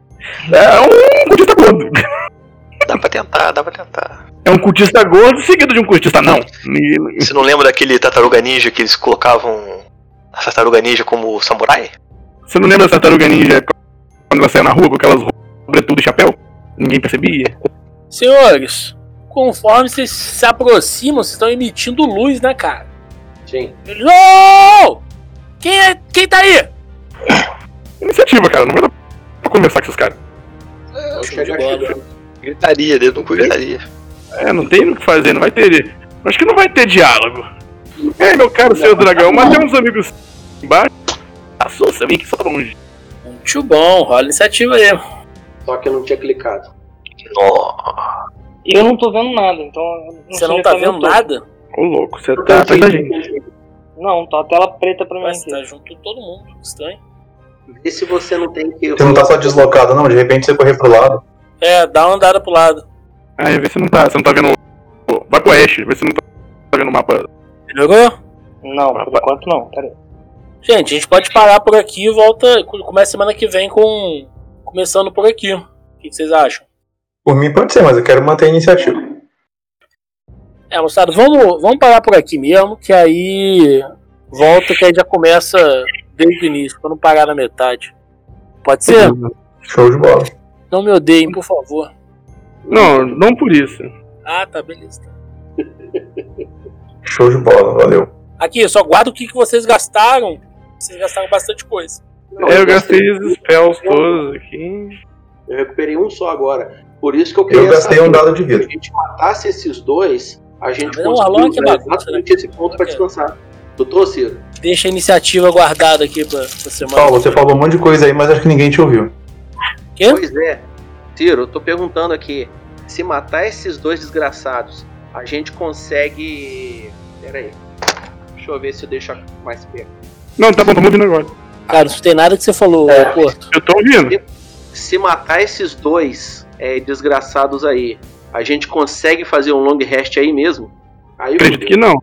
É um cultista gordo. Dá pra tentar. É um cultista gordo seguido de um cultista não. Você não lembra daquele tartaruga ninja que eles colocavam a tartaruga ninja como samurai? Você não lembra da tartaruga ninja quando ela saia na rua com aquelas roupas tudo de chapéu? Ninguém percebia. Senhores, conforme vocês se aproximam, vocês estão emitindo luz, né, cara? Sim. Oh! Quem tá aí? Iniciativa, cara. Não vai dar pra conversar com esses caras. Eu chego. Gritaria, dedo no cu, gritaria. Não tem o que fazer, não vai ter. Acho que não vai ter diálogo. Meu caro seu dragão, matei uns amigos embaixo. Passou, você vem aqui só longe. Muito bom, rola a iniciativa aí. Só que eu não tinha clicado. E eu não tô vendo nada, então... Você não tá vendo nada? Ô louco, você tá atrás da gente. Não, tá a tela preta pra mim. Mas tá junto todo mundo, estranho. Vê se você não tem que... Você não tá só deslocado não, de repente você correr pro lado. Dá uma andada pro lado. Vê se você não tá vendo... Vai pro oeste, vê se não tá vendo o mapa. Melhorou? Não, por enquanto não, peraí. Gente, a gente pode parar por aqui e volta... Começa semana que vem começando por aqui. O que vocês acham? Por mim pode ser, mas eu quero manter a iniciativa. Moçada, vamos parar por aqui mesmo, que aí volta, que aí já começa desde o início, pra não parar na metade. Pode ser? Show de bola. Não me odeiem, por favor. Não por isso. Tá, beleza. Show de bola, valeu. Aqui, só guarda o que vocês gastaram. Vocês gastaram bastante coisa. Eu gastei os spells todos aqui. Eu recuperei um só agora. Por isso que eu queria gastei um dado de vida. Se a gente matasse esses dois, a gente conseguiu exatamente esse ponto pra descansar. Doutor Ciro? Deixa a iniciativa guardada aqui pra semana. Paulo, você falou um monte de coisa aí, mas acho que ninguém te ouviu. Quê? Pois é. Ciro, eu tô perguntando aqui. Se matar esses dois desgraçados, a gente consegue... Pera aí. Deixa eu ver se eu deixo mais perto. Não, tá bom, tô ouvindo agora. Cara, não tem nada que você falou, Porto. Eu tô ouvindo. Se matar esses dois desgraçados aí, a gente consegue fazer um long rest aí mesmo? Aí acredito que não.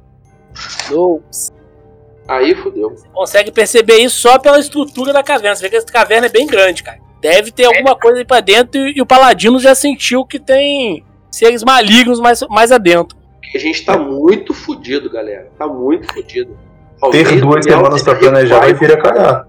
Aí fudeu. Você consegue perceber isso só pela estrutura da caverna. Você vê que essa caverna é bem grande, cara. Deve ter alguma coisa aí pra dentro e o Paladino já sentiu que tem seres malignos mais adentro. A gente tá muito fudido, galera. Tá muito fudido. Ter 2 semanas pra planejar vai vir a calhar.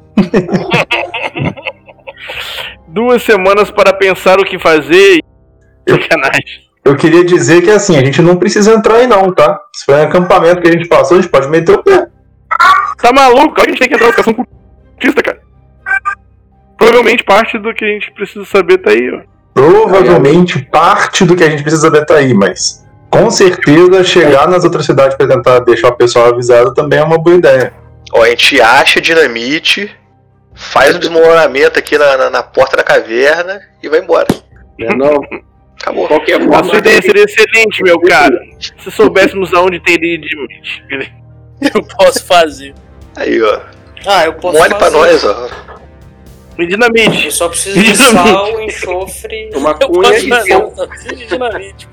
2 semanas para pensar o que fazer. Eu queria dizer que assim, a gente não precisa entrar aí não, tá? Se foi um acampamento que a gente passou, a gente pode meter o pé. Tá maluco? A gente tem que entrar na educação cultista, cara. Provavelmente parte do que a gente precisa saber tá aí, ó. Provavelmente parte do que a gente precisa saber tá aí, mas com certeza chegar nas outras cidades pra tentar deixar o pessoal avisado também é uma boa ideia. A gente acha dinamite, faz um desmoronamento aqui na porta da caverna e vai embora. Não. Acabou. Qualquer forma, a sua ideia seria excelente, meu cara. Se soubéssemos aonde teria dinamite. Eu posso fazer. Aí, ó. Eu posso Mole fazer. pra nós, ó. Me dinamite. Eu só preciso de sal, enxofre. Uma cunha e Não preciso de dinamite.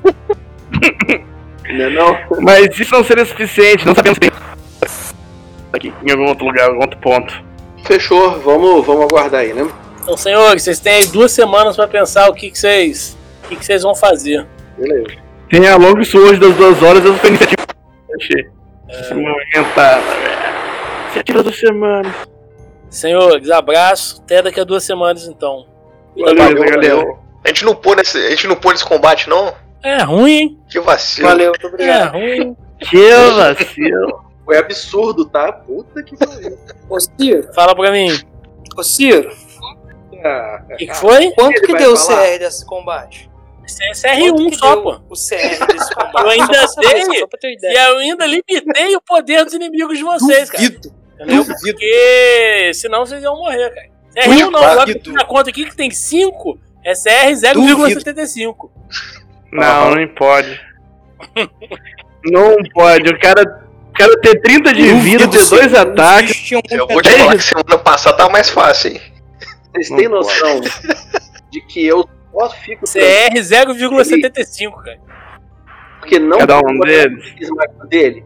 não. Mas isso não seria suficiente, não sabemos se tem aqui em algum outro lugar, algum outro ponto. Fechou, vamos aguardar aí, né? Então, senhores, vocês têm aí 2 semanas pra pensar o que vocês vão fazer. Tem a longa hoje das 2 horas, essa foi a iniciativa. Se movimentar, iniciativa da semana. Senhores, abraço. Até daqui a 2 semanas, então. Valeu, galera. A gente não pôs nesse combate, não? É ruim, hein? Que vacilo. Valeu, muito obrigado. É ruim. Que vacilo. Foi absurdo, tá? Puta que pariu. Ô, Ciro. Fala pra mim. Ô, Ciro. O que foi? Quanto Ele que vai deu o falar? CR desse combate? Esse é R1 Quanto que só, deu pô. o CR desse combate? Eu ainda Só pra saber, dei. só pra ter E ideia. eu ainda limitei o poder dos inimigos de vocês, cara. Duvido. Entendeu? Porque senão vocês iam morrer, cara. CR1 não, agora que eu fiz a conta aqui que tem 5, é CR 0,75. Não pode. Não pode. O cara ter 30 de vida, ter 2 ataques. Eu vou te falar que semana passada tava mais fácil, hein? Vocês têm noção de que eu só fico CR 0,75, cara. porque não Cada um tem deles. o dele.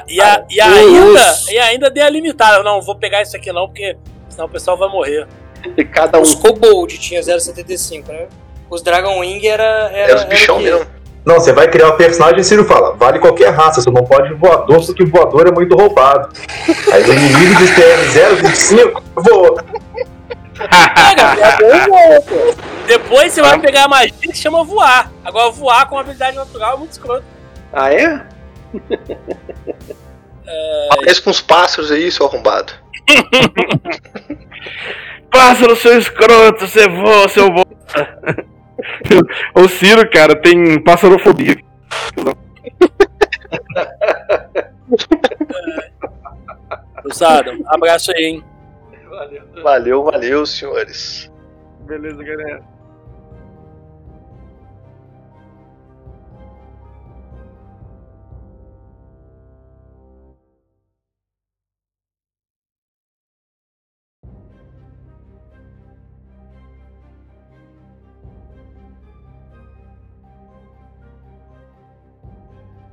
E ainda dei a limitada. Não, vou pegar isso aqui não, porque senão o pessoal vai morrer. Cada um. Os Kobold tinha 0,75, né? Os Dragon Wing É os bichão o quê? mesmo. Não, você vai criar um personagem e Ciro fala, vale qualquer raça, você não pode voador, porque voador é muito roubado. Aí o inimigo de TR 025 voa. Depois você vai pegar a magia que chama voar. Agora voar com habilidade natural é muito escroto. Ah, é? Aparece com uns pássaros aí, seu arrombado. Pássaro, seu escroto, você voa, seu bosta. O Ciro, cara, tem passarofobia. Usado. Abraço aí, hein? Valeu, senhores. Beleza, galera.